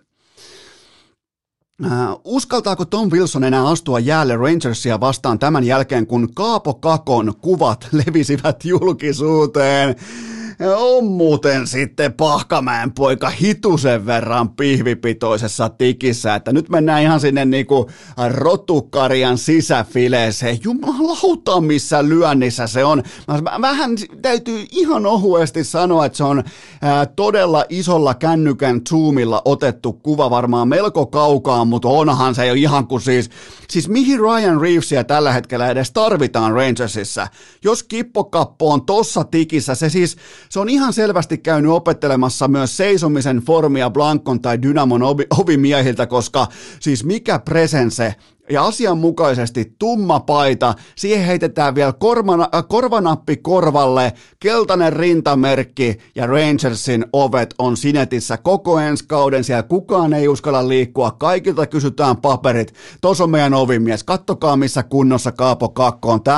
Uskaltaako Tom Wilson enää astua jäälle Rangersia vastaan tämän jälkeen, kun Kaapo Kakon kuvat levisivät julkisuuteen? On muuten sitten Pahkamäen poika hitusen verran pihvipitoisessa tikissä, että nyt mennään ihan sinne niinku rotukarjan sisäfileeseen. Jumalauta, missä lyönnissä se on. Vähän täytyy ihan ohuesti sanoa, että se on todella isolla kännykän zoomilla otettu kuva, varmaan melko kaukaa, mutta onhan se jo ihan kuin siis mihin Ryan Reevesia tällä hetkellä edes tarvitaan Rangersissa. Jos kippokappo on tossa tikissä, se on ihan selvästi käynyt opettelemassa myös seisomisen formia Blancon tai Dynamon ovimiehiltä, koska siis mikä presense ja asianmukaisesti tumma paita, siihen heitetään vielä korvanappi korvalle, keltainen rintamerkki ja Rangersin ovet on sinetissä koko ensi kauden, siellä kukaan ei uskalla liikkua, kaikilta kysytään paperit, tuossa on meidän ovimies, kattokaa missä kunnossa Kaapo Kakko on,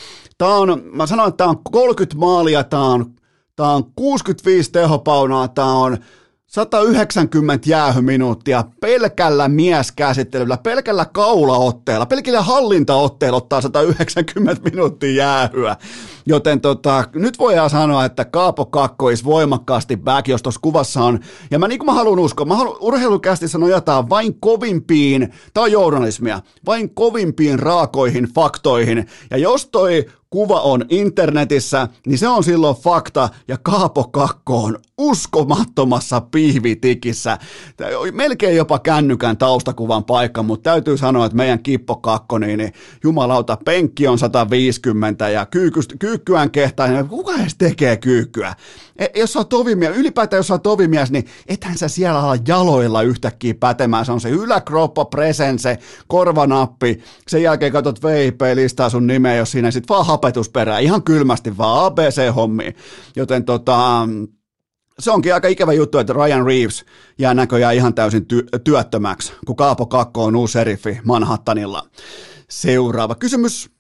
mä sanoin, että tää on 30 maalia, tää on 65 tehopaunaa, tää on 190 jäähyminuuttia pelkällä mieskäsittelyllä, pelkällä kaulaotteella, pelkällä hallintaotteella ottaa 190 minuuttia jäähyä. Joten nyt voidaan sanoa, että Kaapo Kakko olisi voimakkaasti back, jos tuossa kuvassa on. Ja mä haluan uskoa, urheilukästissä nojataan vain kovimpiin, tää on journalismia, vain kovimpiin raakoihin faktoihin. Ja jos toi kuva on internetissä, niin se on silloin fakta, ja Kaapo Kakko on uskomattomassa pihvitikissä. Melkein jopa kännykän taustakuvan paikka, mutta täytyy sanoa, että meidän Kippo Kakko, niin jumalauta, penkki on 150 ja kyykkyään kehtaa, niin kuka edes tekee kyykkyä? Jos sä oot tovimies, ylipäätään jos sä oot tovimies, niin ethän sä siellä ala jaloilla yhtäkkiä pätemään. Se on se yläkroppa, presense, korvanappi. Sen jälkeen katsot VIP, listaa sun nimeä, jos siinä sit vaan hapetusperää. Ihan kylmästi vaan ABC-hommiin. Joten se onkin aika ikävä juttu, että Ryan Reeves jää näköjään ihan täysin työttömäksi, kun Kaapo Kakko on uusi seriffi Manhattanilla. Seuraava kysymys.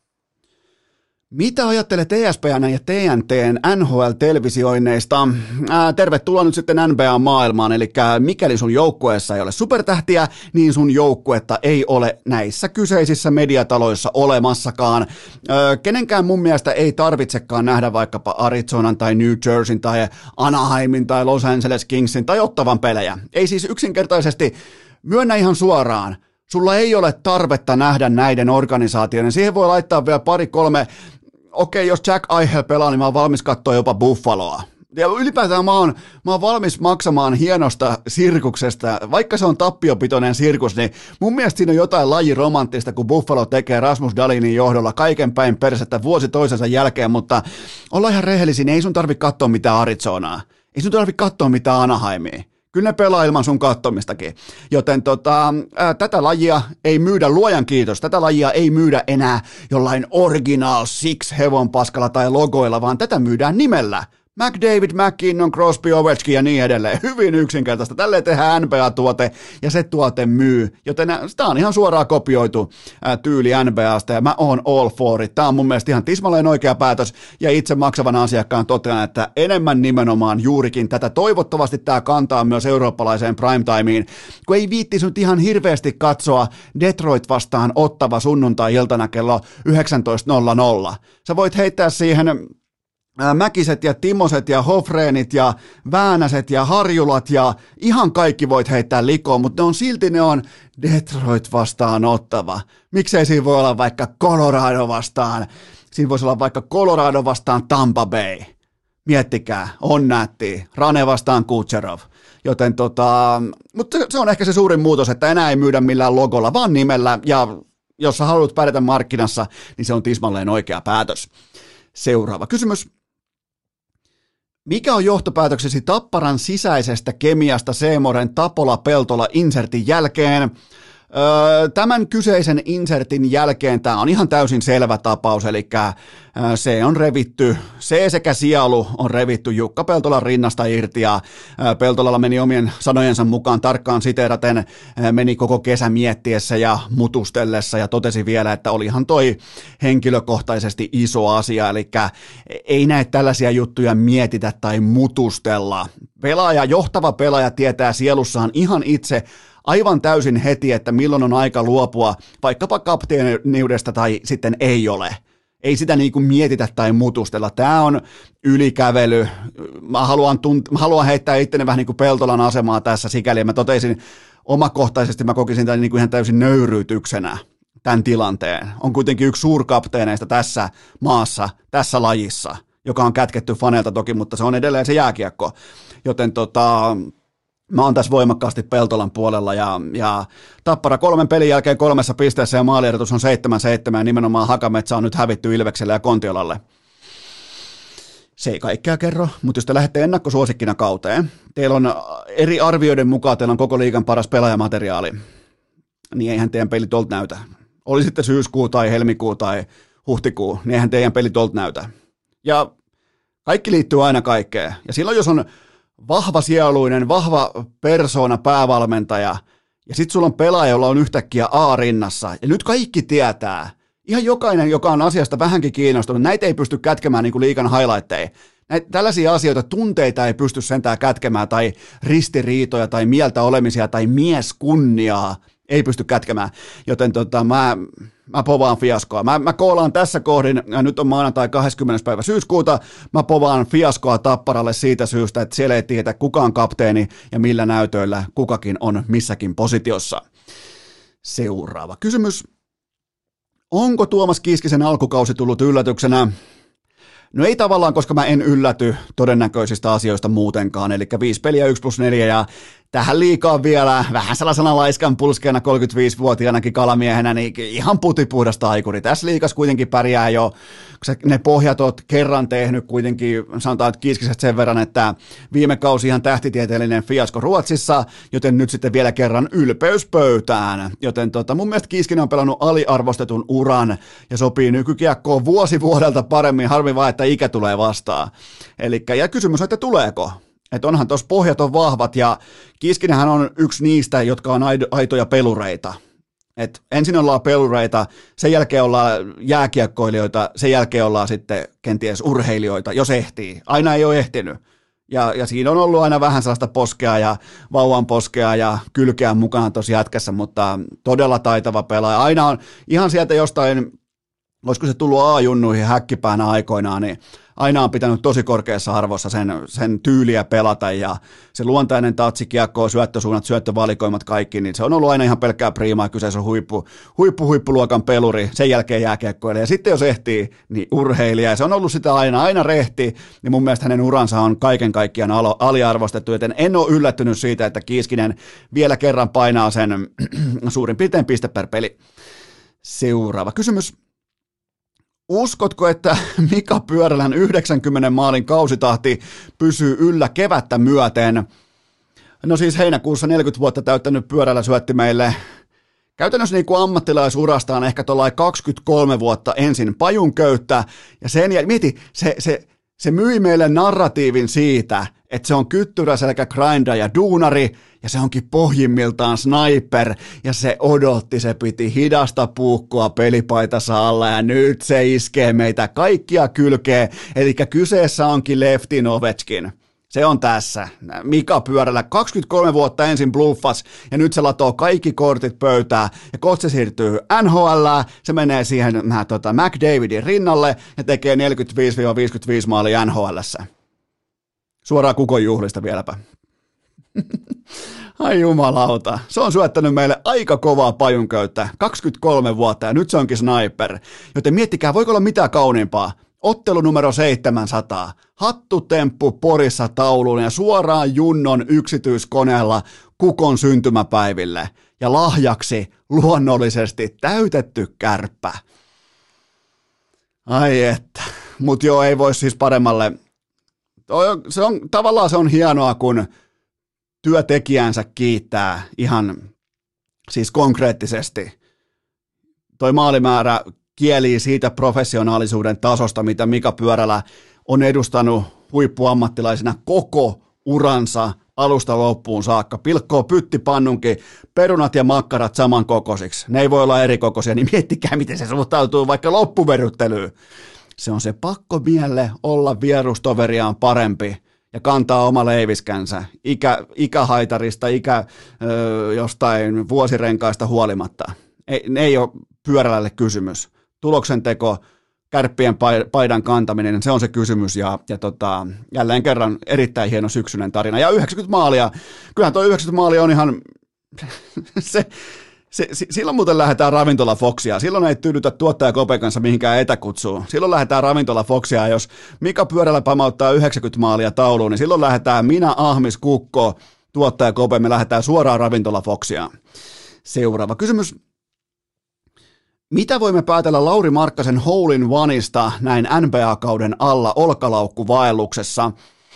Mitä ajattelet ESPN ja TNTn NHL-televisioinneista? Tervetuloa nyt sitten NBA-maailmaan, eli mikäli sun joukkueessa ei ole supertähtiä, niin sun joukkuetta ei ole näissä kyseisissä mediataloissa olemassakaan. Kenenkään mun mielestä ei tarvitsekaan nähdä vaikkapa Arizonan tai New Jerseyn tai Anaheimin tai Los Angeles Kingsin tai Ottavan pelejä. Ei siis yksinkertaisesti myönnä ihan suoraan. Sulla ei ole tarvetta nähdä näiden organisaatioiden. Siihen voi laittaa vielä 2-3. Okei, jos Jack Eichel pelaa, niin mä oon valmis katsoa jopa Buffaloa. Ja ylipäätään mä oon valmis maksamaan hienosta sirkuksesta, vaikka se on tappiopitoinen sirkus, niin mun mielestä siinä on jotain lajiromanttista, kun Buffalo tekee Rasmus Dalinin johdolla kaiken päin persettä vuosi toisensa jälkeen, mutta ollaan ihan rehellisiä, niin ei sun tarvitse katsoa mitään Arizonaa, ei sun tarvitse katsoa mitään Anaheimia. Kyllä ne pelaa ilman sun kattomistakin, joten tätä lajia ei myydä, luojan kiitos, tätä lajia ei myydä enää jollain Original Six hevonpaskalla tai logoilla, vaan tätä myydään nimellä. McDavid, McKinnon, Crosby, Ovechkin ja niin edelleen. Hyvin yksinkertaista. Tälleen tehdään NBA-tuote ja se tuote myy. Joten sitä on ihan suoraan kopioitu tyyli NBAsta ja mä oon all for it. Tää on mun mielestä ihan tismalleen oikea päätös ja itse maksavana asiakkaan totean, että enemmän nimenomaan juurikin tätä. Toivottavasti tää kantaa myös eurooppalaiseen primetimeen, kun ei viittisi nyt ihan hirveästi katsoa Detroit vastaan Ottava sunnuntai-iltana kello 19.00. Sä voit heittää siihen Mäkiset ja Timoset ja Hofreenit ja Väänäset ja Harjulat ja ihan kaikki voit heittää likoon, mutta ne on Detroit vastaan Ottava. Miksei siinä voi olla vaikka Colorado vastaan? Siinä voisi olla vaikka Colorado vastaan Tampa Bay. Miettikää, on nättiä. Rane vastaan Kucherov. Joten mutta se on ehkä se suurin muutos, että enää ei myydä millään logolla, vaan nimellä. Ja jos sä haluat pärjätä markkinassa, niin se on tismalleen oikea päätös. Seuraava kysymys. Mikä on johtopäätöksesi Tapparan sisäisestä kemiasta Seemoren Tapola-Peltola-insertin jälkeen? Tämän kyseisen insertin jälkeen tämä on ihan täysin selvä tapaus, eli se on revitty, se sekä sielu on revitty Jukka Peltolan rinnasta irti ja Peltolalla meni omien sanojensa mukaan tarkkaan siteeraten, meni koko kesä miettiessä ja mutustellessa ja totesi vielä, että olihan toi henkilökohtaisesti iso asia, eli ei näitä tällaisia juttuja mietitä tai mutustella. Johtava pelaaja tietää sielussaan ihan itse aivan täysin heti, että milloin on aika luopua vaikkapa kapteeniudesta tai sitten ei ole. Ei sitä niin kuin mietitä tai mutustella. Tämä on ylikävely. Mä haluan heittää itteni vähän niin kuin Peltolan asemaa tässä sikäli. Mä totesin omakohtaisesti, mä kokisin tämän niin kuin ihan täysin nöyryytyksenä tämän tilanteen. On kuitenkin yksi suurkapteeneista tässä maassa, tässä lajissa, joka on kätketty faneilta toki, mutta se on edelleen se jääkiekko. Joten mä oon tässä voimakkaasti Peltolan puolella ja Tappara 3 pelin jälkeen 3 pisteessä ja maalierotus on 7-7 ja nimenomaan Hakametsä on nyt hävitty Ilvekselle ja Kontiolalle. Se ei kaikkea kerro, mutta jos te lähdette ennakkosuosikkina kauteen, teillä on eri arvioiden mukaan, teillä on koko liigan paras pelaajamateriaali, niin eihän teidän peli tolta näytä. Oli sitten syyskuu tai helmikuu tai huhtikuu, niin eihän teidän peli tolta näytä. Ja kaikki liittyy aina kaikkeen. Ja silloin jos on vahva sieluinen, vahva persoona, päävalmentaja, ja sitten sulla on pelaaja, jolla on yhtäkkiä A rinnassa, ja nyt kaikki tietää, ihan jokainen, joka on asiasta vähänkin kiinnostunut, näitä ei pysty kätkemään niin kuin liigan highlightteja. Tällaisia asioita, tunteita ei pysty sentään kätkemään, tai ristiriitoja, tai mieltä olemisia, tai mieskunniaa ei pysty kätkemään, joten mä povaan fiaskoa. Mä koolaan tässä kohdin, ja nyt on maanantai 20. päivä syyskuuta, mä povaan fiaskoa Tapparalle siitä syystä, että siellä ei tiedä kuka on kapteeni ja millä näytöillä kukakin on missäkin positiossa. Seuraava kysymys. Onko Tuomas Kiskisen alkukausi tullut yllätyksenä? No ei tavallaan, koska mä en ylläty todennäköisistä asioista muutenkaan, eli 5 peliä 1+4 ja tähän liikaa vielä vähän sellaisena laiskan pulskeena 35-vuotiaanakin kalamiehenä, niin ihan putipuhdasta taikuri. Tässä liikas kuitenkin pärjää jo, kun ne pohjat oot kerran tehnyt kuitenkin, sanotaan että Kiskisestä sen verran, että viime kausi ihan tähtitieteellinen fiasko Ruotsissa, joten nyt sitten vielä kerran ylpeys pöytään. Joten mun mielestä Kiskinen on pelannut aliarvostetun uran ja sopii nykykiekkoon vuosi vuodelta paremmin, harmi vaan, että ikä tulee vastaan. Ja kysymys on, että tuleeko? Että onhan tuossa pohjat on vahvat ja Kiskinenhän on yksi niistä, jotka on aitoja pelureita. Et ensin ollaan pelureita, sen jälkeen ollaan jääkiekkoilijoita, sen jälkeen ollaan sitten kenties urheilijoita, jos ehtii. Aina ei ole ehtinyt. Ja siinä on ollut aina vähän sellaista poskea ja vauvan poskea ja kylkeä mukana tosi jätkässä, mutta todella taitava pelaaja. Aina on ihan sieltä jostain, olisiko se tullut A-junnuihin häkkipäänä aikoinaan, niin aina on pitänyt tosi korkeassa arvossa sen tyyliä pelata ja se luontainen tatsi, kiekko, syöttösuunnat, syöttövalikoimat, kaikki, niin se on ollut aina ihan pelkkää priimaa, kyseessä on huippuluokan peluri, sen jälkeen jääkiekkoilija ja sitten jos ehtii, niin urheilija ja se on ollut sitä aina rehti, niin mun mielestä hänen uransa on kaiken kaikkiaan aliarvostettu, joten en ole yllättynyt siitä, että Kiiskinen vielä kerran painaa sen suurin piirtein piste per peli. Seuraava kysymys. Uskotko, että Mika Pyörälän 90 maalin kausitahti pysyy yllä kevättä myöten? No siis heinäkuussa 40 vuotta täyttänyt Pyörälä syötti meille käytännössä niin kuin ammattilaisurastaan ehkä tuollain 23 vuotta ensin pajunköyttä ja sen jälkeen, mieti, Se myi meille narratiivin siitä, että se on kyttyräselkä, grinda ja duunari, ja se onkin pohjimmiltaan sniper, ja se odotti, se piti hidasta puukkoa pelipaitansa alla, ja nyt se iskee meitä kaikkia kylkeen, eli kyseessä onkin Lefty Ovechkin. Se on tässä. Mika Pyörällä 23 vuotta ensin bluffas ja nyt se latoo kaikki kortit pöytään ja kohta se siirtyy NHL, se menee siihen McDavidin rinnalle ja tekee 45-55 maalia NHL:ssä. Suoraan Kukon juhlista vieläpä. Ai jumalauta. Se on syöttänyt meille aika kovaa pajunköyttä. 23 vuotta ja nyt se onkin sniper. Joten miettikää, voiko olla mitään kauniimpaa? Ottelu numero 700. Hattutemppu Porissa tauluun ja suoraan Junnon yksityiskoneella Kukon syntymäpäiville. Ja lahjaksi luonnollisesti täytetty kärppä. Ai että. Mut joo, ei voi siis paremmalle. Tavallaan se on hienoa, kun työtekijänsä kiittää ihan siis konkreettisesti. Toi maalimäärä kielii siitä professionaalisuuden tasosta, mitä Mika Pyörälä on edustanut huippuammattilaisena koko uransa alusta loppuun saakka. Pilkkoo pyttipannunkin perunat ja makkarat samankokoisiksi. Ne ei voi olla eri kokoisia, niin miettikää, miten se suhtautuu vaikka loppuveryttelyyn. Se on se pakko mielle olla vierustoveriaan parempi ja kantaa oma leiviskänsä ikähaitarista, jostain vuosirenkaista huolimatta. Ei ole Pyörälälle kysymys. Tuloksenteko, kärppien paidan kantaminen, se on se kysymys ja jälleen kerran erittäin hieno syksyinen tarina. Ja 90 maalia, kyllähän tuo 90 maalia on ihan, silloin muuten lähdetään Ravintola Foxia, silloin ei tyydytä tuottaja Kopen kanssa mihinkään etäkutsuun. Silloin lähdetään Ravintola Foxia, jos Mika Pyörälä pamauttaa 90 maalia tauluun, niin silloin lähdetään minä, Ahmis, Kukko, tuottaja Kopen, me lähdetään suoraan Ravintola Foxia. Seuraava kysymys. Mitä voimme päätellä Lauri Markkasen hole in oneista näin NBA-kauden alla olkalaukkuvaelluksessa?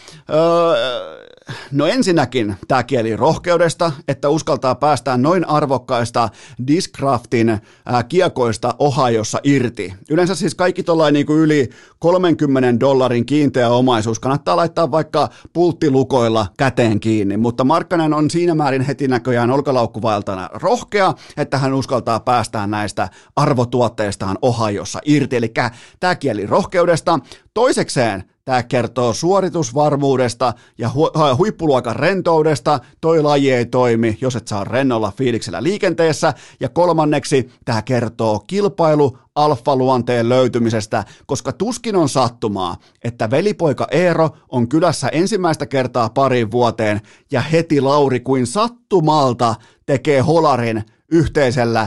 No ensinnäkin tämä kieli rohkeudesta, että uskaltaa päästää noin arvokkaista Discraftin kiekoista Ohiossa irti. Yleensä siis kaikki tollain niin kuin yli $30 kiinteä omaisuus kannattaa laittaa vaikka pulttilukoilla käteen kiinni, mutta Markkanen on siinä määrin heti näköjään olkalaukkuvaeltana rohkea, että hän uskaltaa päästää näistä arvotuotteistaan Ohiossa irti, eli tämä kieli rohkeudesta. Toisekseen tämä kertoo suoritusvarmuudesta ja huippuluokan rentoudesta. Toi laji ei toimi, jos et saa rennolla fiiliksellä liikenteessä. Ja kolmanneksi tämä kertoo kilpailu alfaluonteen löytymisestä, koska tuskin on sattumaa, että velipoika Eero on kylässä ensimmäistä kertaa pariin vuoteen ja heti Lauri kuin sattumalta tekee holarin yhteisellä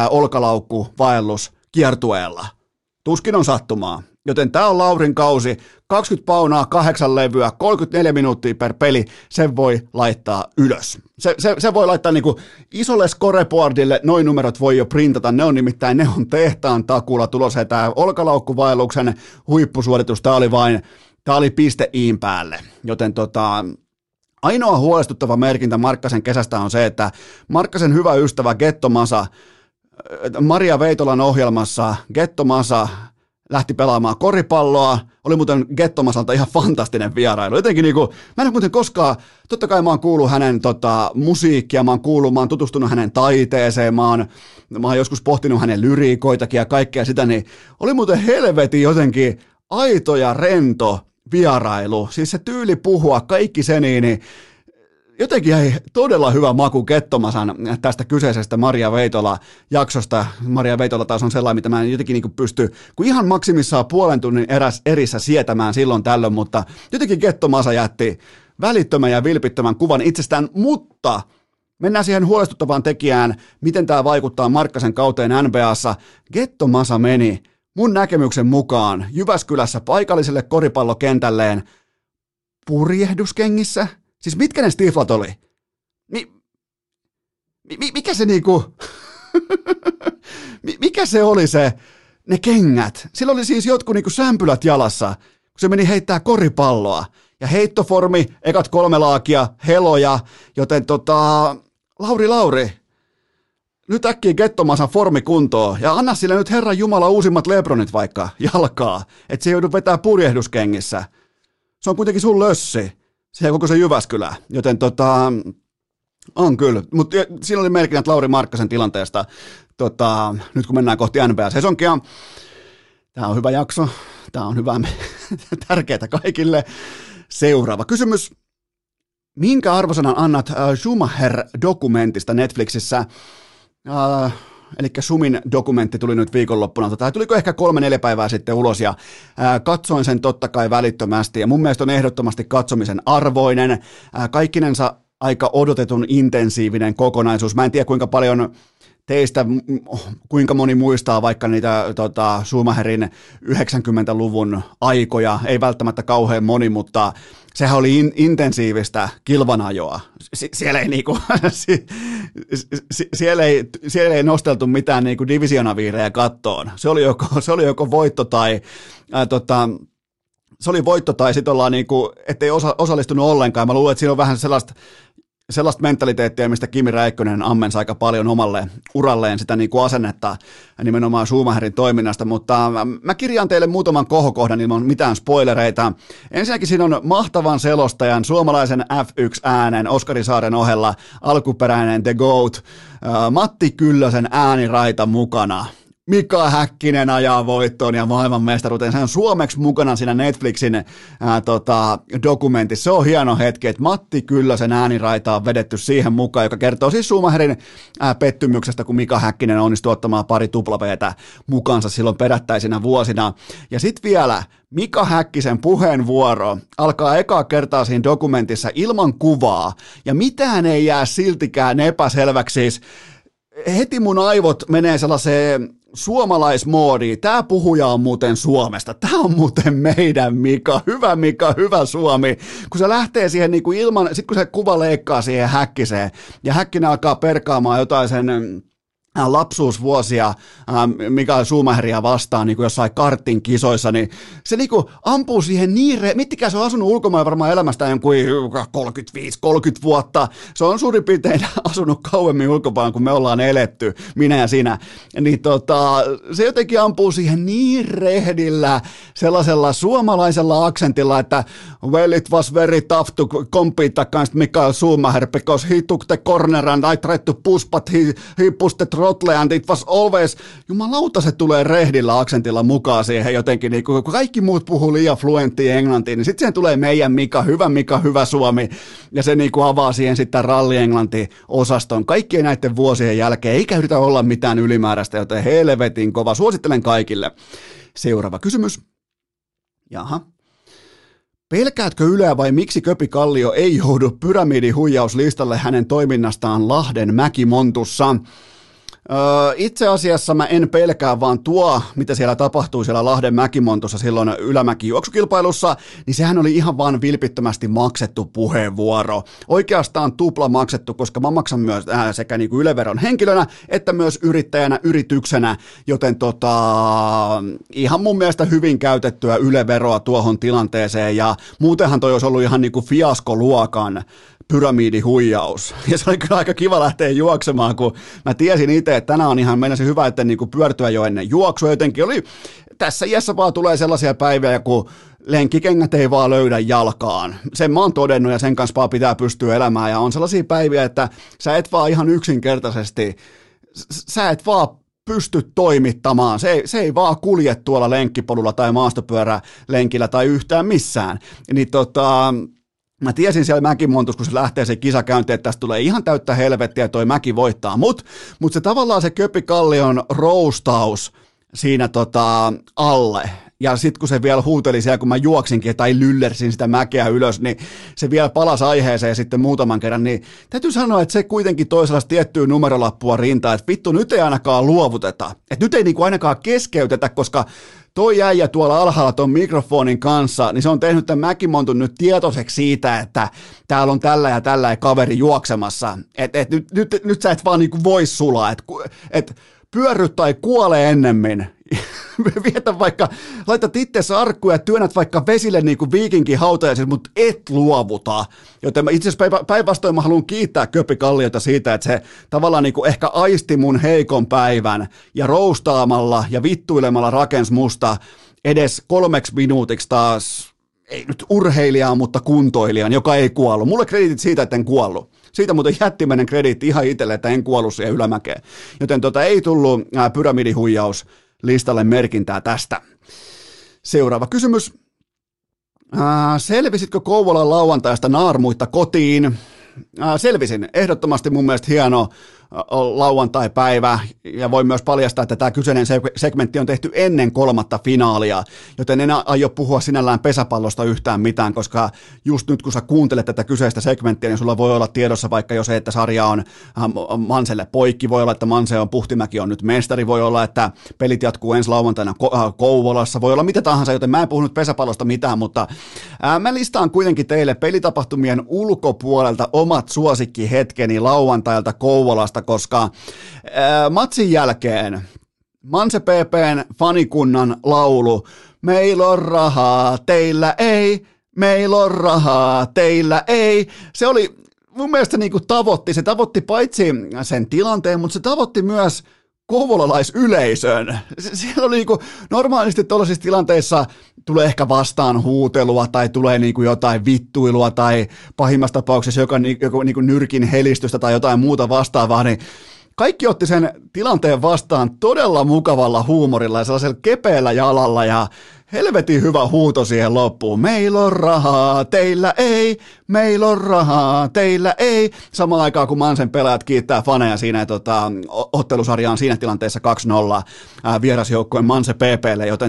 olkalaukkuvaelluskiertueella. Tuskin on sattumaa. Joten tämä on Laurin kausi, 20 paunaa, 8 levyä, 34 minuuttia per peli, sen voi laittaa ylös. Se voi laittaa niinku isolle scoreboardille, noin numerot voi jo printata, ne on tehtaan takuulla tulossa, tämä olkalaukkuvaelluksen huippusuoritus, tämä oli piste iin päälle, joten ainoa huolestuttava merkintä Markkasen kesästä on se, että Markkasen hyvä ystävä Getto Masa, Maria Veitolan ohjelmassa Getto Masa lähti pelaamaan koripalloa, oli muuten Gettomasalta ihan fantastinen vierailu. Jotenkin niinku, mä en ole muuten koskaan, totta kai mä oon kuullut hänen musiikkia, mä oon tutustunut hänen taiteeseen, mä oon joskus pohtinut hänen lyriikoitakin ja kaikkea sitä, niin oli muuten helvetin jotenkin aito ja rento vierailu. Siis se tyyli puhua, kaikki se niin jotenkin jäi todella hyvä maku Gettomasan tästä kyseisestä Maria Veitola-jaksosta. Maria Veitola taas on sellainen, mitä mä en jotenkin niin pysty, kun ihan maksimissaan puolen tunnin erissä sietämään silloin tällöin, mutta jotenkin Gettomasa jätti välittömän ja vilpittömän kuvan itsestään, mutta mennään siihen huolestuttavaan tekijään, miten tämä vaikuttaa Markkasen kauteen NBAssa. Gettomasa meni mun näkemyksen mukaan Jyväskylässä paikalliselle koripallokentälleen purjehduskengissä. Siis mitkä ne stiflat oli? Mikä se niinku, mikä se oli ne kengät? Sillä oli siis jotkut niinku sämpylät jalassa, kun se meni heittää koripalloa. Ja heittoformi, ekat 3 laakia, heloja, joten Lauri, nyt äkkiä Gettomasan formi kuntoon ja anna sille nyt Herran Jumala uusimmat Lebronit vaikka jalkaa, että se joudu vetää purjehduskengissä. Se on kuitenkin sun lössi, se koko se Jyväskylä, joten on kyllä, mutta siinä oli merkinnät Lauri Markkasen tilanteesta, nyt kun mennään kohti NBA-sesonkia. Tämä on hyvä jakso, tämä on hyvä, tärkeää kaikille. Seuraava kysymys. Minkä arvosanan annat Schumacher-dokumentista Netflixissä? Eli Sumin dokumentti tuli nyt viikonloppuna, tai tuliko ehkä 3-4 päivää sitten ulos, ja katsoin sen totta kai välittömästi, ja mun mielestä on ehdottomasti katsomisen arvoinen, kaikkinensa aika odotetun intensiivinen kokonaisuus. Mä en tiedä kuinka paljon teistä, kuinka moni muistaa vaikka niitä Schumacherin 90-luvun aikoja, ei välttämättä kauhean moni, mutta sehän oli intensiivistä kilvanajoa. Siellä ei, niinku, siellä ei nosteltu mitään niinku divisionaviirejä kattoon. Se oli joko voitto tai se oli voitto tai sitten ollaan niinku, ettei osallistunut ollenkaan. Mä luulen, että siinä on vähän sellaista mentaliteettia, mistä Kimi Räikkönen ammensi aika paljon omalle uralleen sitä niin kuin asennetta nimenomaan Schumacherin toiminnasta, mutta mä kirjaan teille muutaman kohokohdan ilman mitään spoilereita. Ensinnäkin siinä on mahtavan selostajan, suomalaisen F1-äänen, Oskari Saaren ohella alkuperäinen The GOAT, Matti Kyllösen ääniraita mukana. Mika Häkkinen ajaa voittoon ja maailmanmestaruuteen. Se on suomeksi mukana siinä Netflixin dokumentissa. Se on hieno hetki, että Matti Kyllösen ääniraita on vedetty siihen mukaan, joka kertoo siis Schumacherin pettymyksestä, kun Mika Häkkinen onnistui ottamaan pari tuplaveetä mukansa silloin perättäisinä vuosina. Ja sitten vielä Mika Häkkisen puheenvuoro alkaa ekaa kertaa siinä dokumentissa ilman kuvaa, ja mitään ei jää siltikään epäselväksi. Siis heti mun aivot menee sellaiseen suomalaismoodiin. Tämä puhuja on muuten Suomesta. Tämä on muuten meidän Mika, hyvä Suomi. Kun se lähtee siihen niin kuin ilman, sitten kun se kuva leikkaa siihen Häkkiseen, ja Häkkinen alkaa perkaamaan jotain sen lapsuusvuosia Mikael Schumacheria vastaan niin kuin jossain kartin kisoissa, niin se niin kuin ampuu siihen mittikään se on asunut ulkomailla varmaan elämästään jonkun 35-30 vuotta. Se on suurin piirtein asunut kauemmin ulkomailla kuin me ollaan eletty, minä ja sinä. Niin se jotenkin ampuu siihen niin rehdillä, sellaisella suomalaisella aksentilla, että well it was very tough to compete against Mikael Schumacher because he took the corner and I tried to push but he pushed the throttle and it was always, jumalauta se tulee rehdillä aksentilla mukaan siihen jotenkin, niin kun kaikki muut puhuu liian fluenttia englantia, niin sitten siihen tulee meidän Mika, hyvä Suomi, ja se niin kuin avaa siihen sitten ralli-englanti-osaston kaikkien näiden vuosien jälkeen, eikä yritä olla mitään ylimääräistä, joten helvetin kova, suosittelen kaikille. Seuraava kysymys. Jaha. Pelkäätkö Yleä vai miksi Köpi Kallio ei joudu pyramidihuijauslistalle hänen toiminnastaan Lahden Mäkimontussa? Itse asiassa mä en pelkää, vaan mitä siellä tapahtui siellä Lahden Mäkimontussa silloin ylämäkijuoksukilpailussa, niin sehän oli ihan vaan vilpittömästi maksettu puheenvuoro. Oikeastaan tupla maksettu, koska mä maksan myös sekä niin kuin Yle-veron henkilönä, että myös yrittäjänä, yrityksenä, joten ihan mun mielestä hyvin käytettyä Yle-veroa tuohon tilanteeseen, ja muutenhan toi olisi ollut ihan niin kuin fiaskoluokan pyramidihuijaus. Ja se oli kyllä aika kiva lähteä juoksemaan, kun mä tiesin itse, että tänään on ihan mennä se hyvä, että niin kuin pyörtyä jo ennen juoksua. Jotenkin oli, tässä iässä vaan tulee sellaisia päiviä, kun lenkkikengät ei vaan löydä jalkaan. Sen mä oon todennut ja sen kanssa vaan pitää pystyä elämään. Ja on sellaisia päiviä, että sä et vaan ihan yksinkertaisesti, sä et vaan pysty toimittamaan. Se ei vaan kulje tuolla lenkkipolulla tai maastopyörälenkillä tai yhtään missään. Niin mä tiesin siellä Mäkimontussa, kun se lähtee se kisa käyntiin, että tästä tulee ihan täyttä helvettiä ja toi Mäki voittaa, mut se tavallaan se Köpi Kallion roustaus siinä alle, ja sitten kun se vielä huuteli siellä, kun mä juoksinkin tai lyllersin sitä mäkeä ylös, niin se vielä palasi aiheeseen sitten muutaman kerran, niin täytyy sanoa, että se kuitenkin toi sellaista tiettyä numerolappua rintaan, että vittu nyt ei ainakaan luovuteta, että nyt ei niinku ainakaan keskeytetä, koska toi äijä tuolla alhaalla ton mikrofonin kanssa, niin se on tehnyt tämän Mäkimontun nyt tietoiseksi siitä, että täällä on tällä ja tällä kaveri juoksemassa. Nyt sä et vaan niinku voi sulaa, että pyörry tai kuole ennemmin. Vietä vaikka, laitat itse arkkuja ja työnnät vaikka vesille niin kuin viikinkin hautajaisissa, mutta et luovuta. Joten mä itse asiassa päinvastoin mä haluan kiittää Köpi Kalliota siitä, että se tavallaan niin kuin ehkä aisti mun heikon päivän ja roustaamalla ja vittuilemalla rakensi musta edes 3 minuutiksi taas ei nyt urheilijaa, mutta kuntoilijan, joka ei kuollut. Mulle krediitit siitä, että en kuollut. Siitä muuten jättimäinen krediitti ihan itselle, että en kuollut siihen ylämäkeen. Joten ei tullut pyramidihuijaus listalle merkintää tästä. Seuraava kysymys. Selvisitkö Kouvolan lauantaista naarmuitta kotiin? Selvisin. Ehdottomasti mun mielestä hieno lauantai-päivä, ja voin myös paljastaa, että tämä kyseinen segmentti on tehty ennen 3. finaalia, joten en aio puhua sinällään pesäpallosta yhtään mitään, koska just nyt kun sä kuuntelet tätä kyseistä segmenttiä, niin sulla voi olla tiedossa vaikka jo se, että sarja on Manselle poikki, voi olla, että Manse on Puhtimäki on nyt mestari, voi olla, että pelit jatkuu ensi lauantaina Kouvolassa, voi olla mitä tahansa, joten mä en puhunut pesäpallosta mitään, mutta mä listaan kuitenkin teille pelitapahtumien ulkopuolelta omat suosikkihetkeni lauantailta Kouvolasta, koska matsin jälkeen Manse PP:n fanikunnan laulu "Meillä on rahaa, teillä ei, meillä on rahaa, teillä ei", se oli mun mielestä niin kuin se tavoitti paitsi sen tilanteen, mutta se tavoitti myös kouvolalaisyleisön. Siellä oli niin kuin, normaalisti tuollaisissa tilanteissa tulee ehkä vastaan huutelua tai tulee niin kuin jotain vittuilua tai pahimmassa tapauksessa joku niin kuin nyrkin helistystä tai jotain muuta vastaavaa, niin kaikki otti sen tilanteen vastaan todella mukavalla huumorilla ja sellaisella kepeällä jalalla ja helvetin hyvä huuto siihen loppuun. Meillä on rahaa, teillä ei, meillä on rahaa, teillä ei. Samaan aikaan kun Mansen pelaajat kiittää faneja siinä, ottelusarja on siinä tilanteessa 2-0 vierasjoukkueen Manse PP:lle, joten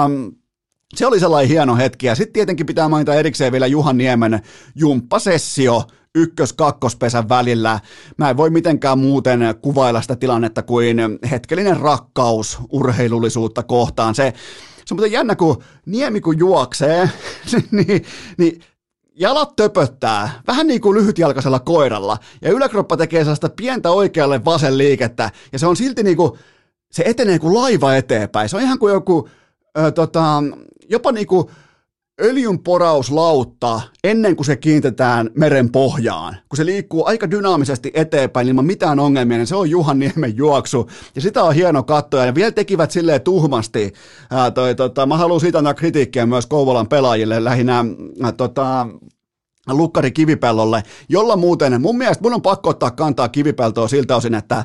se oli sellainen hieno hetki. Ja sitten tietenkin pitää mainita erikseen vielä Juhan Niemen jumppasessio ykkös-kakkospesän välillä. Mä en voi mitenkään muuten kuvailla sitä tilannetta kuin hetkellinen rakkaus urheilullisuutta kohtaan. Se on muuten jännä, kun Niemi kun juoksee, niin jalat töpöttää, vähän niin kuin lyhytjalkaisella koiralla, ja yläkroppa tekee sellaista pientä oikealle vasen liikettä, ja se on silti niin kuin, se etenee kuin laiva eteenpäin. Se on ihan kuin joku, jopa niin kuin öljynporauslautta ennen kuin se kiinnitetään meren pohjaan. Kun se liikkuu aika dynaamisesti eteenpäin ilman mitään ongelmia, niin se on Juhan Niemen juoksu. Ja sitä on hieno katsoa. Ja vielä tekivät silleen tuhmasti. Mä haluan siitä antaa kritiikkiä myös Kouvolan pelaajille, lähinnä Lukkari Kivipellolle, jolla muuten, mun mielestä mun on pakko ottaa kantaa Kivipeltoa siltä osin, että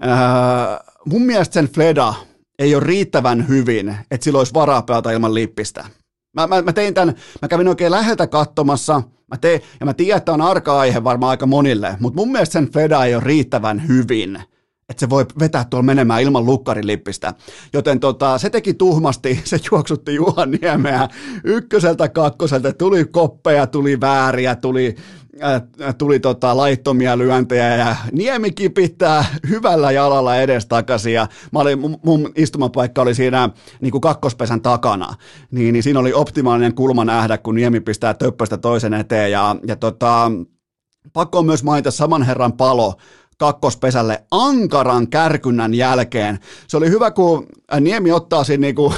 mun mielestä sen Fleda ei ole riittävän hyvin, että sillä olisi varaa pelata ilman lippistä. Mä tein tämän, mä kävin oikein läheltä katsomassa, ja mä tiedän, että on arka aihe varmaan aika monille, mutta mun mielestä sen Fleda ei ole riittävän hyvin, että se voi vetää tuolla menemään ilman lukkarilippistä. Joten se teki tuhmasti, se juoksutti Juhan Niemeä ykköseltä, kakkoselta, tuli koppeja, tuli vääriä, tuli laittomia lyöntejä ja Niemi kipittää hyvällä jalalla edestakaisin ja mun istumapaikka oli siinä niin kuin kakkospesän takana, niin siinä oli optimaalinen kulma nähdä, kun Niemi pistää töppöstä toisen eteen ja pakko on myös mainita saman herran Palo kakkospesälle ankaran kärkynnän jälkeen. Se oli hyvä, kun Niemi ottaa siinä niinku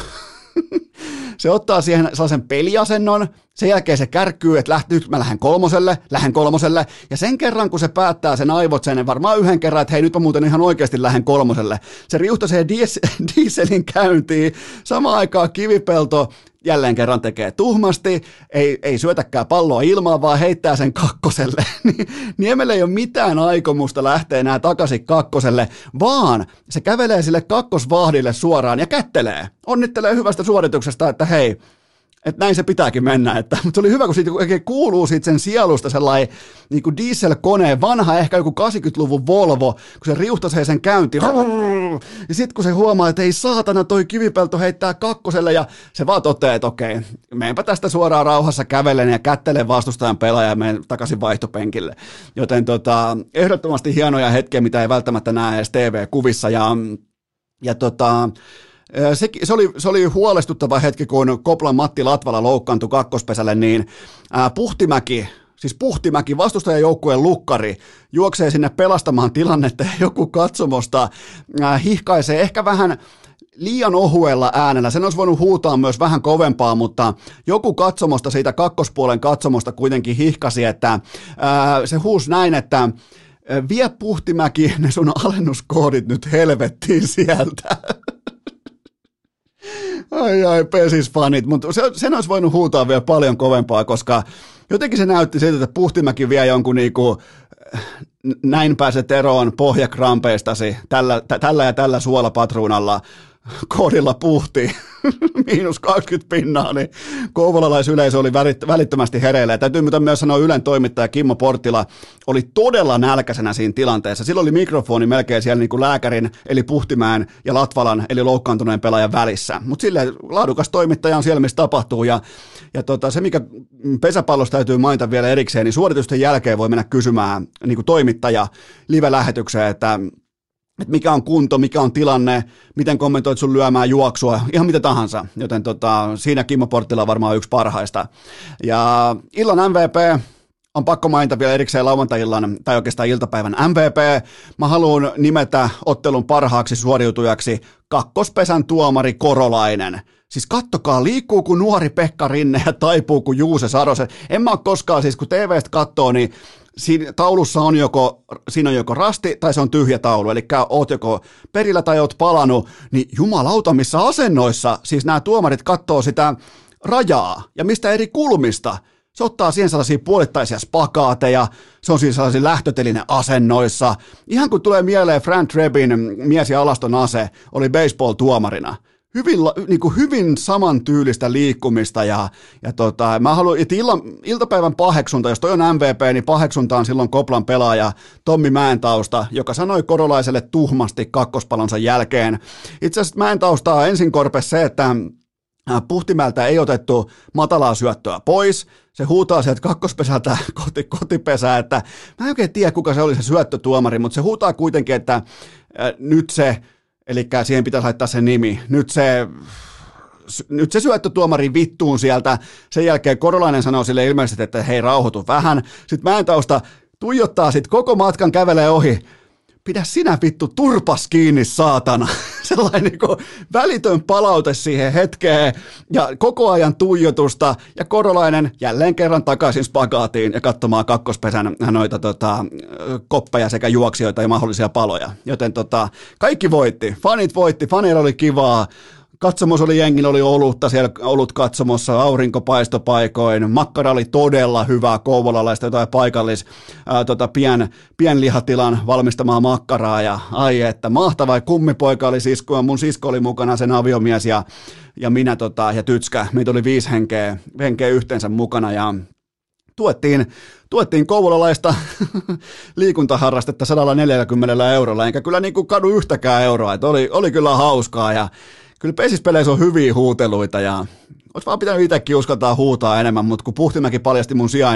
se ottaa siihen sellaisen peliasennon, sen jälkeen se kärkkyy, että nyt mä lähden kolmoselle, ja sen kerran, kun se päättää sen aivot sen, varmaan yhden kerran, että hei, nyt mä muuten ihan oikeasti lähden kolmoselle. Se riuhtaisee dieselin käyntiin, samaan aikaan Kivipelto jälleen kerran tekee tuhmasti, ei syötäkään palloa ilmaan, vaan heittää sen kakkoselle. Niemelle ei ole mitään aikomusta lähteä enää takaisin kakkoselle, vaan se kävelee sille kakkosvahdille suoraan ja kättelee. Onnittelee hyvästä suorituksesta, että hei, että näin se pitääkin mennä. Mutta se oli hyvä, kun siitä oikein kuuluu siitä sen sielusta sellainen niin kuin dieselkoneen, vanha ehkä joku 80-luvun Volvo, kun se riuhtaisee sen käyntiin. Ja sitten kun se huomaa, että ei saatana, toi Kivipelto heittää kakkoselle ja se vaan toteaa, että okei, meenpä tästä suoraan rauhassa kävelen ja kättelen vastustajan pelaajan ja menen takaisin vaihtopenkille. Joten ehdottomasti hienoja hetkiä, mitä ei välttämättä näe edes TV-kuvissa se oli huolestuttava hetki, kun Koplan Matti Latvala loukkaantui kakkospesälle, niin Puhtimäki, vastustajajoukkueen lukkari, juoksee sinne pelastamaan tilannetta ja joku katsomosta hihkaisee ehkä vähän liian ohuella äänellä. Sen olisi voinut huutaa myös vähän kovempaa, mutta joku katsomosta siitä kakkospuolen katsomosta kuitenkin hihkasi, että se huusi näin, että vie Puhtimäki ne sun alennuskoodit nyt helvettiin sieltä. Ai, pesisfanit, mutta sen olisi voinut huutaa vielä paljon kovempaa, koska jotenkin se näytti siltä, että Puhtimäki vie jonkun niinku, näin pääset eroon pohjakrampeistasi tällä ja tällä suolapatruunalla koodilla Puhti, -20 niin kouvolalaisyleisö oli välittömästi hereillä. Ja täytyy myös sanoa, Ylen toimittaja Kimmo Porttila oli todella nälkäisenä siinä tilanteessa. Silloin oli mikrofoni melkein siellä niin kuin lääkärin, eli Puhtimäen ja Latvalan, eli loukkaantuneen pelaajan välissä. Mutta silleen laadukas toimittaja on siellä, missä tapahtuu. Ja se, mikä pesäpallossa täytyy mainita vielä erikseen, niin suoritusten jälkeen voi mennä kysymään niin kuin toimittaja live-lähetykseen, että mikä on kunto, mikä on tilanne, miten kommentoit sun lyömään juoksua, ihan mitä tahansa. Joten siinä Kimmo Porttila on varmaan yksi parhaista. Ja illan MVP on pakko mainita vielä erikseen lauantai-illan, tai oikeastaan iltapäivän MVP. Mä haluan nimetä ottelun parhaaksi suoriutujaksi kakkospesän tuomari Korolainen. Siis kattokaa, liikkuu kuin nuori Pekka Rinne ja taipuu kuin Juuse Sarosen. En mä ole koskaan, siis kun TV:stä katsoo, niin siinä taulussa on siinä on joko rasti tai se on tyhjä taulu, eli oot joko perillä tai oot palannut, niin jumalauta missä asennoissa, siis nämä tuomarit katsoo sitä rajaa ja mistä eri kulmista. Se ottaa siihen sellaisia puolittaisia spakaateja, se on siis sellaisia lähtötelinen asennoissa. Ihan kun tulee mieleen Frank Drebin mies ja alaston ase, oli baseball-tuomarina. Hyvin samantyylistä liikkumista ja mä haluan, että iltapäivän paheksunta, jos toi on MVP, niin paheksunta on silloin Koplan pelaaja Tommi Mäentausta, joka sanoi Korolaiselle tuhmasti kakkospalonsa jälkeen. Itse asiassa Mäentaustaa ensin korpesi se, että Puhtimäeltä ei otettu matalaa syöttöä pois. Se huutaa sieltä kakkospesältä kotipesää, että mä en oikein tiedä, kuka se oli se syöttötuomari, mutta se huutaa kuitenkin, että nyt se, eli siihen pitäisi laittaa se nimi, nyt se syöttötuomari vittuun sieltä. Sen jälkeen Korolainen sanoo sille ilmeisesti, että hei, rauhoitu vähän. Sitten Mäentausta tuijottaa, sitten koko matkan kävelee ohi. Pidä sinä vittu turpas kiinni, saatana. Sellainen niin kuin välitön palaute siihen hetkeen ja koko ajan tuijotusta. Ja Korolainen jälleen kerran takaisin spagaatiin ja katsomaan kakkospesän noita koppeja sekä juoksijoita ja mahdollisia paloja. Joten kaikki voitti. Fanit voitti, faneilla oli kivaa. Katsomus oli, jengillä oli olutta siellä olutkatsomossa, aurinko paistoi paikoin, makkara oli todella hyvää kouvolalaista, jotain paikallis pienlihatilan valmistamaa makkaraa ja ai että mahtava, kummipoika oli sisko ja mun sisko oli mukana, sen aviomies ja minä ja Tytskä, meitä oli 5 henkeä yhteensä mukana ja tuettiin kouvolalaista liikuntaharrastetta 140 eurolla, enkä kyllä niin kuin kadu yhtäkään euroa, että oli kyllä hauskaa ja kyllä pesispeleissä on hyviä huuteluita ja olisi vaan pitänyt itsekin uskaltaa huutaa enemmän, mutta kun Puhtimäki paljasti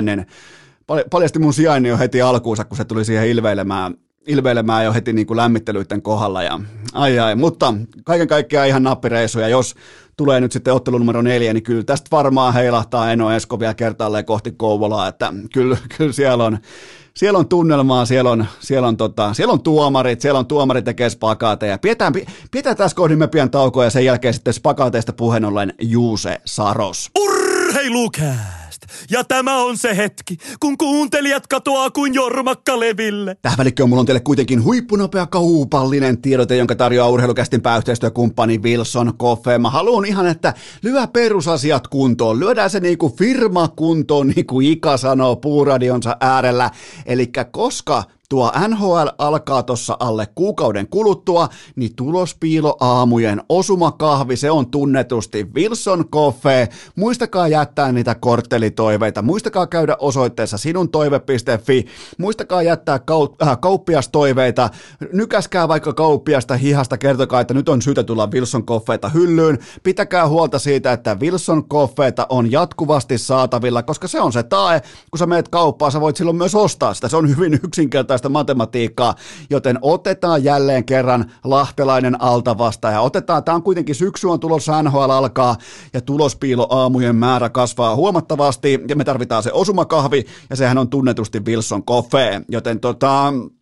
mun sijainnin jo heti alkuunsa, kun se tuli siihen ilveilemään jo heti niin kuin lämmittelyiden kohdalla ja ai, mutta kaiken kaikkiaan ihan nappireissu ja jos tulee nyt sitten ottelu numero 4, niin kyllä tästä varmaan heilahtaa Eno Esko vielä kertaalleen kohti Kouvolaa, että kyllä siellä on tunnelmaa, siellä on tuomarit tekee spakaateja. Pidetään tässä kohdin me pian taukoa ja sen jälkeen sitten spakaateista puheen ollen Juuse Saros. Urheilukääst! Ja tämä on se hetki, kun kuuntelijat katoaa kuin jormakka leville. Tähän välikköön mulla on teille kuitenkin huippunopea kaupallinen tiedote, jonka tarjoaa Urheilukästin pääyhteistyökumppani Wilson Coffee. Mä haluan ihan, että lyö perusasiat kuntoon. Lyödään se niinku firma kuntoon, niin kuin Ika sanoo puuradionsa äärellä. Elikkä koska tuo NHL alkaa tuossa alle kuukauden kuluttua, niin tulospiilo aamujen osumakahvi, se on tunnetusti Wilson Coffee. Muistakaa jättää niitä korttelitoiveita, muistakaa käydä osoitteessa sinuntoive.fi, muistakaa jättää kauppiastoiveita, nykäskää vaikka kauppiasta hihasta, kertokaa, että nyt on syytä tulla Wilson Coffeeta hyllyyn. Pitäkää huolta siitä, että Wilson Coffeeta on jatkuvasti saatavilla, koska se on se tae, kun sä meet kauppaan, sä voit silloin myös ostaa sitä, se on hyvin yksinkertaista matematiikkaa, joten otetaan jälleen kerran lahtelainen altavastaaja. Tämä on kuitenkin syksy on tulossa, NHL alkaa ja tulospiilo aamujen määrä kasvaa huomattavasti ja me tarvitaan se osumakahvi ja sehän on tunnetusti Wilson Coffee, joten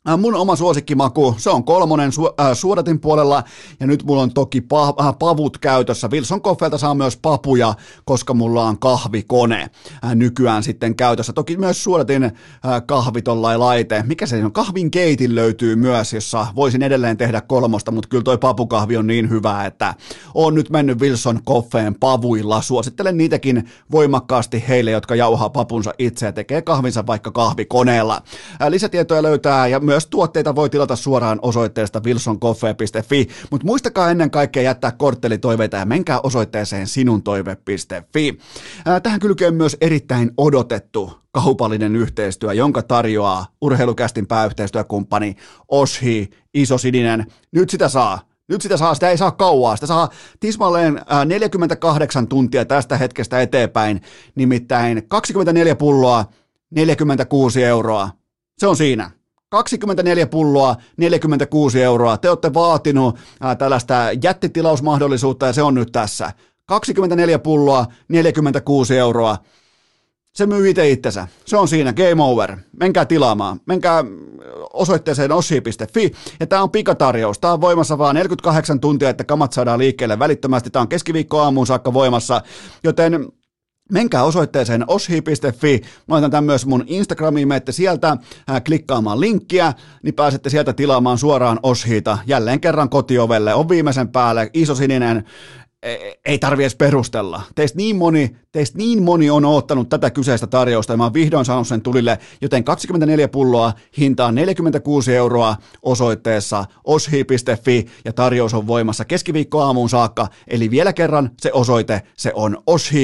Mun oma suosikkimaku, se on 3 suodatin puolella, ja nyt mulla on toki pavut käytössä. Wilson Coffeelta saa myös papuja, koska mulla on kahvikone nykyään sitten käytössä. Toki myös suodatin kahvi tollain laite. Mikä se on? Kahvin keitin löytyy myös, jossa voisin edelleen tehdä 3, mutta kyllä toi papukahvi on niin hyvä, että oon nyt mennyt Wilson Coffeen pavuilla. Suosittelen niitäkin voimakkaasti heille, jotka jauhaa papunsa itse ja tekee kahvinsa vaikka kahvikoneella. Lisätietoja löytää ja myös tuotteita voi tilata suoraan osoitteesta wilsoncoffee.fi, mutta muistakaa ennen kaikkea jättää korttelitoiveita ja menkää osoitteeseen sinuntoive.fi. Tähän kylkee myös erittäin odotettu kaupallinen yhteistyö, jonka tarjoaa Urheilukästin pääyhteistyökumppani Oshi, Iso Sininen. Nyt sitä saa, sitä ei saa kauaa, sitä saa tismalleen 48 tuntia tästä hetkestä eteenpäin, nimittäin 24 pulloa, 46 euroa. Se on siinä. 24 pulloa, 46 euroa. Te olette vaatinut tällaista jättitilausmahdollisuutta ja se on nyt tässä. 24 pulloa, 46 euroa. Se myy itsensä. Se on siinä, game over. Menkää tilaamaan. Menkää osoitteeseen oshi.fi. Ja tämä on pikatarjous. Tämä on voimassa vaan 48 tuntia, että kamat saadaan liikkeelle välittömästi. Tämä on keskiviikko aamuun saakka voimassa, joten menkää osoitteeseen oshi.fi. Mä laitan tämän myös mun Instagramiin, menette sieltä klikkaamaan linkkiä, niin pääsette sieltä tilaamaan suoraan Oshita. Jälleen kerran kotiovelle, on viimeisen päälle, Iso Sininen, ei tarvi edes perustella. Teistä niin moni on odottanut tätä kyseistä tarjousta ja mä oon vihdoin saanut sen tulille, joten 24 pulloa, hintaan 46 euroa osoitteessa oshi.fi ja tarjous on voimassa keskiviikkoaamuun saakka, eli vielä kerran se osoite, se on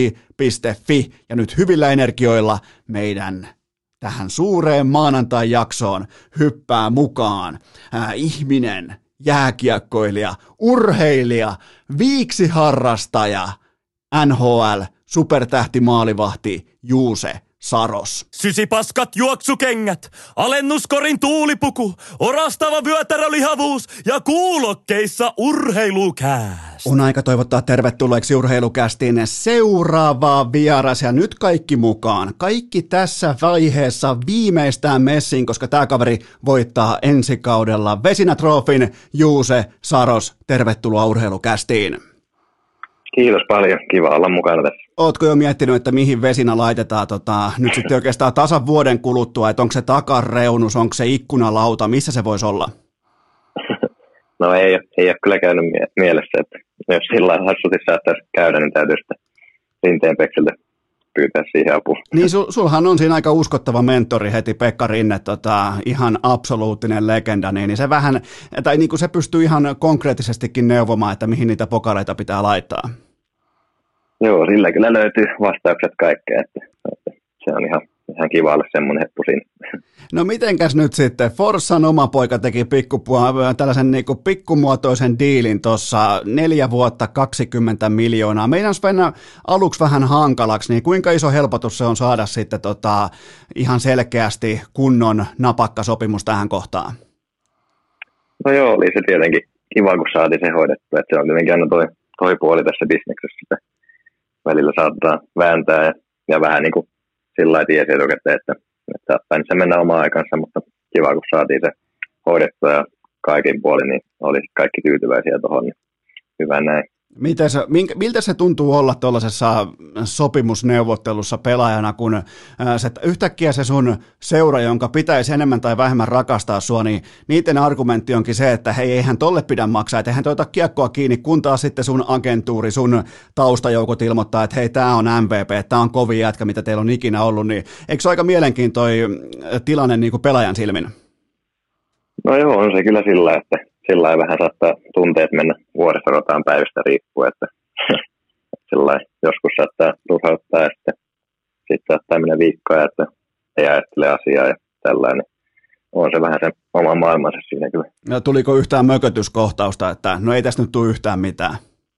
oshi.fi ja nyt hyvillä energioilla meidän tähän suureen maanantai-jaksoon hyppää mukaan ihminen, jääkiekkoilija, urheilija, viiksiharrastaja, NHL, supertähti maalivahti Juuse Saros. Sysipaskat juoksukengät, alennuskorin tuulipuku, orastava vyötärölihavuus ja kuulokkeissa urheilukääst. On aika toivottaa tervetulleeksi Urheilukästin seuraava vieras ja nyt kaikki mukaan. Kaikki tässä vaiheessa viimeistään messiin, koska tämä kaveri voittaa ensi kaudella Vesina-trofin. Juuse Saros, tervetuloa Urheilukästiin. Kiitos paljon, kiva olla mukana tässä. Ootko jo miettinyt, että mihin Vesina laitetaan nyt sitten oikeastaan tasan vuoden kuluttua, että onko se takareunus, onko se ikkunalauta, missä se voisi olla? No ei ole kyllä käynyt mielessä, että jos sillä hassusti saattaisi käydä, niin täytyy sitten Rinteen Peksiltä pyytää siihen apua. Niin sulhan on siinä aika uskottava mentori heti, Pekka Rinne, ihan absoluuttinen legenda, niin se vähän, tai niin kuin se pystyy ihan konkreettisestikin neuvomaan, että mihin niitä pokareita pitää laittaa. Joo, sillä kyllä löytyy vastaukset kaikkeen, että se on ihan kiva olla semmoinen heppu siinä. No mitenkäs nyt sitten, Forssan oma poika teki tällaisen niin kuin pikkumuotoisen diilin tuossa 4 vuotta 20 miljoonaa. Meidän mennä aluksi vähän hankalaksi, niin kuinka iso helpotus se on saada sitten ihan selkeästi kunnon napakkasopimus tähän kohtaan? No joo, oli se tietenkin kiva, kun saatiin se hoidettua, että se on tietenkin aina toi puoli tässä bisneksessä, että välillä saattaa vääntää ja vähän niin kuin sillä lailla tiesi etukäteen, että saattaa se mennä omaan aikansa, mutta kiva, kun saatiin se hoidettua ja kaikin puolin, niin oli kaikki tyytyväisiä tuohon, niin hyvä näin. Miltä se tuntuu olla tuollaisessa sopimusneuvottelussa pelaajana, kun yhtäkkiä se sun seura, jonka pitäisi enemmän tai vähemmän rakastaa sua, niin niiden argumentti onkin se, että hei, eihän tolle pidä maksaa, että eihän toi ota kiekkoa kiinni, kun taas sitten sun agentuuri, sun taustajoukot ilmoittaa, että hei, tää on MVP, tää on kovin jätkä, mitä teillä on ikinä ollut, niin eikö se aika mielenkiintoinen tilanne niin kuin pelaajan silmin? No joo, on se kyllä sillä, että sillä vähän saattaa tunteet mennä vuodesta rotaan päivästä riippuen, että sillä joskus saattaa turhauttaa ja sitten saattaa mennä viikkoja, että ei ajattele asiaa ja tällainen. On se vähän se oma maailmansa siinä kyllä. Ja tuliko yhtään mökötyskohtausta, että no ei tässä nyt tule yhtään mitään?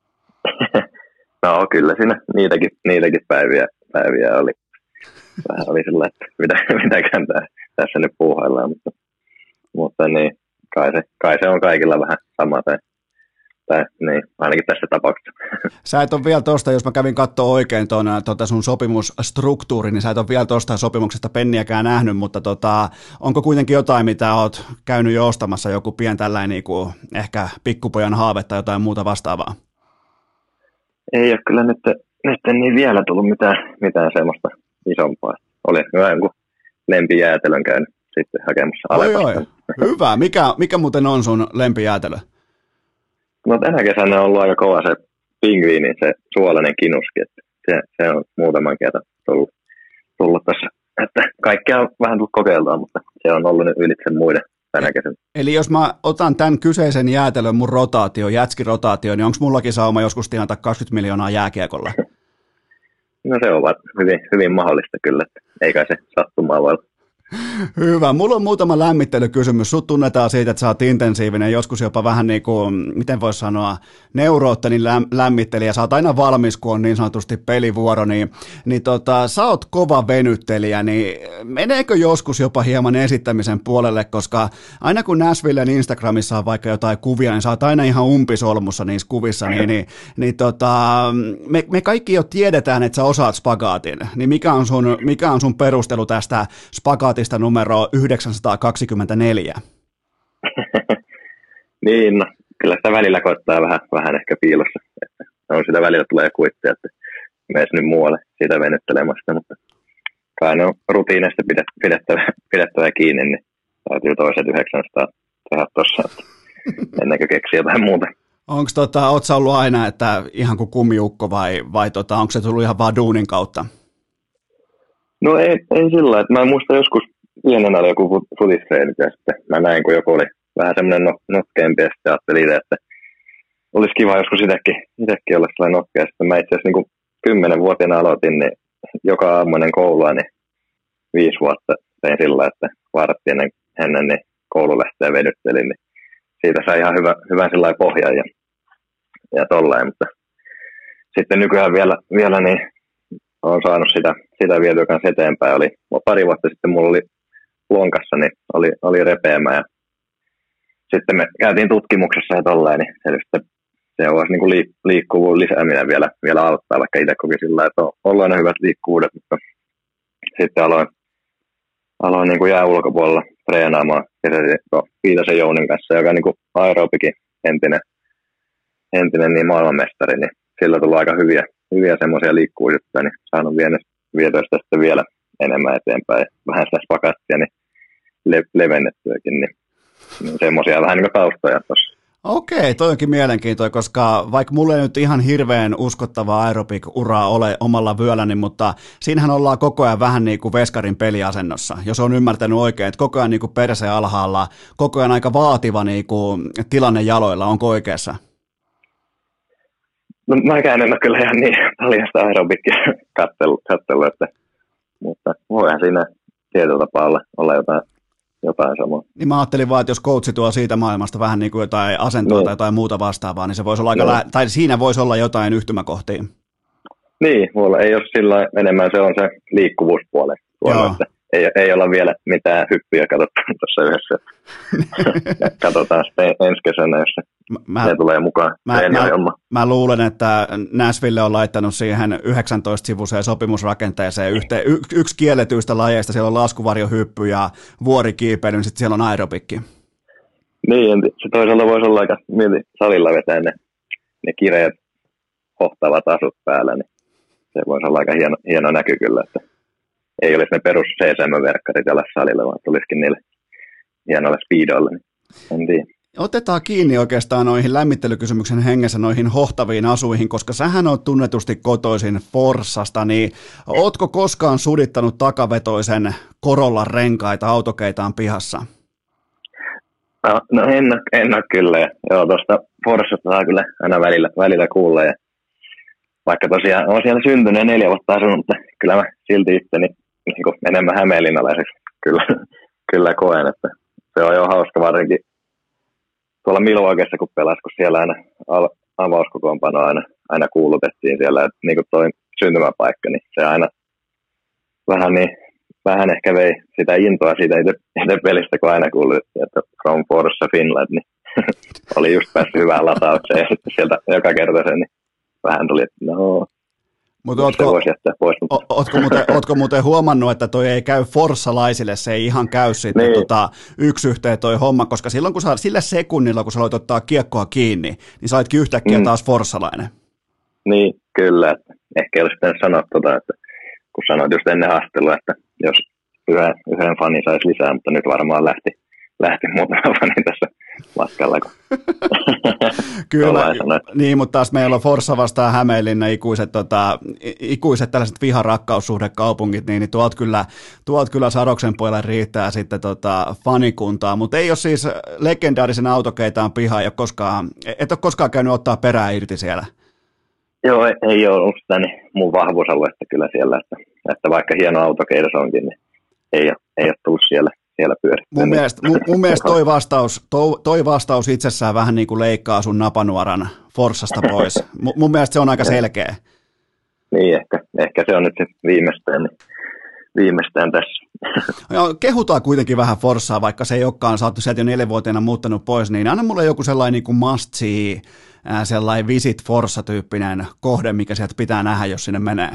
No kyllä siinä niitäkin päiviä oli. Vähän oli sillä, että mitäkään tässä nyt puuhaillaan, mutta niin. Kai se on kaikilla vähän sama niin, ainakin tässä tapauksessa. Sä et ole vielä tuosta, jos mä kävin katsoa oikein sun sopimusstruktuuri, niin sä et ole vielä tuosta sopimuksesta penniäkään nähnyt, mutta onko kuitenkin jotain, mitä oot käynyt jo ostamassa, joku pien tällainen niin kuin ehkä pikkupojan haave tai jotain muuta vastaavaa? Ei ole kyllä nyt niin vielä tullut mitään semmoista isompaa. Oli hyvä jonkun lempijäätelön käynyt sitten hakemassa Alepasta. Hyvä. Mikä muuten on sun lempijäätelö? No tänä kesänä on ollut aika kova se pingviinin, se suolainen kinuski. Että se on muutaman kerran tullut tässä. Että kaikkea on vähän tullut kokeiltua, mutta se on ollut nyt ylitse muiden tänä kesänä. Eli jos mä otan tämän kyseisen jäätelön mun jätskirotaatio, niin onko mullakin sauma joskus tienata 20 miljoonaa jääkiekolla? No se on hyvin, hyvin mahdollista kyllä, että ei kai se sattumaa voi olla. Hyvä. Mulla on muutama lämmittelykysymys. Sut tunnetaan siitä, että sä oot intensiivinen, joskus jopa vähän niin kuin, miten voisi sanoa, neuroottinen lämmittelijä. Sä oot aina valmis, kun on niin sanotusti pelivuoro, niin sä oot kova venyttelijä, niin meneekö joskus jopa hieman esittämisen puolelle, koska aina kun Nashvillen Instagramissa on vaikka jotain kuvia, niin sä oot aina ihan umpisolmussa niissä kuvissa, me kaikki jo tiedetään, että sä osaat spagaatin, niin mikä on sun perustelu tästä spagaatista numero 924? Niin, no, kyllä sitä välillä koittaa vähän ehkä piilossa. Että on sitä välillä tulee kuitteja, että menes nyt muualle siitä venyttelemästä, mutta kai ne on rutiineista pidettävä kiinni, niin täytyy toiset 900 tehdä tuossa, ennen kuin keksii jotain muuta. Oot sä ollut aina, että ihan kuin kumiukko vai onko se tullut ihan vaan duunin kautta? No ei sillä, että mä muistan joskus pienenä oli joku futistreenit ja sitten mä näin, kun joku oli vähän semmoinen notkeampi ja sitten ajattelin itse, että olisi kiva joskus itsekin olla sellainen notkea. Sitten mä itse asiassa niin 10-vuotiaana aloitin, niin joka aamuinen koulua, niin 5 vuotta tein sillä, että vartti ennen niin koululähtöä venyttelin, niin siitä sai ihan hyvän sellainen pohjan ja tollain, mutta sitten nykyään vielä niin olen saanut sitä vietyä kanssa eteenpäin. Pari vuotta sitten mulla oli lonkassa, niin oli repeämä ja sitten me käytiin tutkimuksessa ja tolleen, niin se olisi niin kuin liikkuvuuden lisääminen vielä auttaa, vaikka itse kokin sillä, että on aina hyvät liikkuvuudet, mutta sitten aloin niin kuin jää ulkopuolella treenaamaan Viitasen Jounin kanssa, joka on niin kuin aerobikin entinen niin maailmanmestari, niin sillä tullut aika hyviä semmoisia liikkuvuuksia, niin saanut vietyä sitä sitten vielä enemmän eteenpäin. Vähän sitä spakattia, niin levennettyäkin, niin semmoisia vähän niin kuin taustoja tuossa. Okei, toi onkin mielenkiintoinen, koska vaikka mulla ei nyt ihan hirveän uskottavaa aerobik-uraa ole omalla vyölläni, mutta siinähän ollaan koko ajan vähän niin kuin veskarin peliasennossa, jos on ymmärtänyt oikein, että koko ajan niin kuin perse alhaalla, koko ajan aika vaativa niin kuin tilanne jaloilla, onko oikeassa? No mäkään en ole kyllä ihan niin paljon sitä aerobikkia katsellut, mutta voihan siinä tietyllä tapaa olla jotain samaa. Niin mä ajattelin vaan, että jos coachi tuo siitä maailmasta vähän niin kuin jotain asentoa tai jotain muuta vastaavaa, niin se voisi olla tai siinä voisi olla jotain yhtymäkohtia. Niin, mulla ei ole sillä enemmän, se on se liikkuvuuspuoli. Että ei olla vielä mitään hyppyjä katsottu tuossa yhdessä. Katsotaan sitten ensi kesänä, jos se tulee mukaan. Mä luulen, että Nashville on laittanut siihen 19-sivuiseen sopimusrakenteeseen yksi kielletyistä lajeista. Siellä on laskuvarjohyppy ja vuorikiipeily, niin sitten siellä on aerobikki. Niin, se toisaalta voisi olla aika salilla vetää ne kireet hohtavat asut päällä, niin se voisi olla aika hieno näky kyllä, että ei olisi ne perus CSM-verkkarit jalas salilla, vaan tulisikin niille hienoille speedoille, niin en tiedä. Otetaan kiinni oikeastaan noihin lämmittelykysymyksen hengessä noihin hohtaviin asuihin, koska sähän on tunnetusti kotoisin Forssasta, niin ootko koskaan sudittanut takavetoisen Corollan renkaita autokeitaan pihassa? No en ole kyllä. Joo, tuosta Forssasta saa kyllä aina välillä kuulla. Ja vaikka tosiaan olen siellä syntynyt 4 vuotta asunut, mutta kyllä mä silti itteni niin enemmän hämeenlinnalaiseksi kyllä koen, että se on jo hauska varsinkin tuolla Milwaukeessa, kun pelasi, kun siellä aina avauskokoonpano aina kuulutettiin siellä, että niin kuin toi syntymäpaikka, niin se aina vähän ehkä vei sitä intoa siitä itse pelistä, kun aina kuulutettiin, että From Forssa Finland, niin oli just päässyt hyvään lataukseen ja sitten sieltä joka kerta sen, niin vähän tuli, että no, Mutta se voisi jättää pois. ootko muuten huomannut, että toi ei käy forssalaisille, se ei ihan käy sitten Niin. yksi yhteen toi homma, koska silloin kun sillä sekunnilla, kun sä aloit ottaa kiekkoa kiinni, niin sä oletkin yhtäkkiä taas forssalainen. Niin, kyllä. Että ehkä ei olisi pitänyt sanoa että kun sanoit just ennen haastattelua, että jos yhden fanin saisi lisää, mutta nyt varmaan lähti muutama fani tässä matkalla. Kyllä, niin, mutta taas meillä on Forssa vastaan Hämeenlinna ikuiset tällaiset viharakkaussuhdekaupungit, niin tuolta kyllä Sadoksen puolelle riittää sitten fanikuntaa, mutta ei ole siis legendaarisen autokeitaan piha, et ole koskaan käynyt ottaa perää irti siellä. Joo, ei ole ollut sitä niin mun vahvuusaluetta kyllä siellä, että vaikka hieno autokeitos onkin, niin ei ole tullut siellä pyörittää. Mun mielestä toi vastaus itsessään vähän niin kuin leikkaa sun napanuoran Forssasta pois. Mun mielestä se on aika selkeä. Niin, ehkä se on nyt viimeistään tässä. Kehutaan kuitenkin vähän Forssaa, vaikka se ei olekaan, sä oot sieltä jo 4-vuotiaana muuttanut pois, niin anna mulle joku sellainen niin kuin must see, sellainen visit Forssa-tyyppinen kohde, mikä sieltä pitää nähdä, jos sinne menee.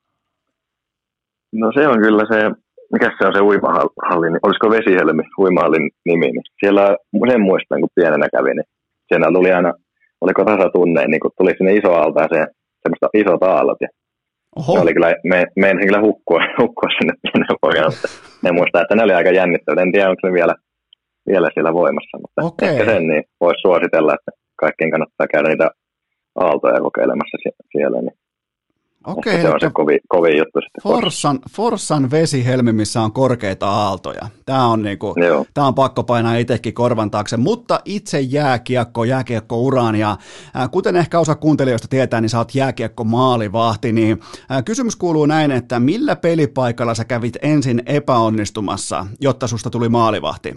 No se on kyllä se, mikä se on se uimahallin, olisiko Vesihelmi uimahallin nimi, niin siellä sen muistan, kun pienenä kävin, niin siellä tuli aina, oliko tasatunne, niin kun tuli sinne iso altaaseen semmoista isot aallot, ja se oli kyllä, meinasin kyllä hukkua sinne pienen pojan, mutta en muista, että ne oli aika jännittävät, en tiedä, onko ne vielä siellä voimassa, mutta ehkä sen niin voisi suositella, että kaikkien kannattaa käydä niitä aaltoja kokeilemassa siellä, niin se on se kovin juttu sitten. Forssan Vesihelmi, missä on korkeita aaltoja. Tämä on pakko painaa itsekin korvan taakse, mutta itse jääkiekko-uraan, ja kuten ehkä osa kuuntelijoista tietää, niin sä oot jääkiekko-maalivahti, niin kysymys kuuluu näin, että millä pelipaikalla sä kävit ensin epäonnistumassa, jotta susta tuli maalivahti?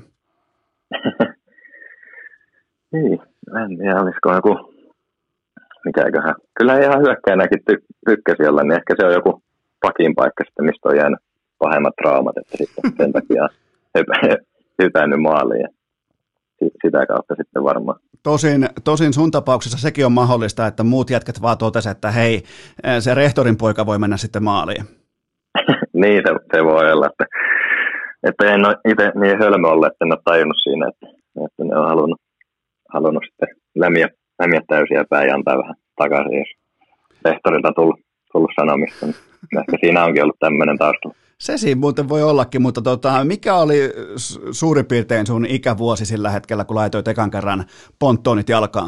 Niin, en tiedä, olisiko joku... Mikäköhän. Kyllä ihan hyökkäänäkin tykkäsi olla, niin ehkä se on joku pakin paikka sitten, mistä on jäänyt pahemmat traumat, että sitten sen takia hypännyt maaliin ja sitä kautta sitten varmaan. Tosin sun tapauksessa sekin on mahdollista, että muut jätkät vaan totesivat, että hei, se rehtorin poika voi mennä sitten maaliin. Niin, se voi olla, että en ole itse niin hölmö ollut, että en ole tajunnut siinä, että ne on halunnut sitten lämmiä täysiä päin ja antaa vähän takaisin, jos rehtorilta tullut sanomista. Niin ehkä siinä onkin ollut tämmöinen taustalla. Se siinä muuten voi ollakin, mutta mikä oli suurin piirtein sun ikävuosi sillä hetkellä, kun laitoit ekan kerran ponttoonit jalkaan?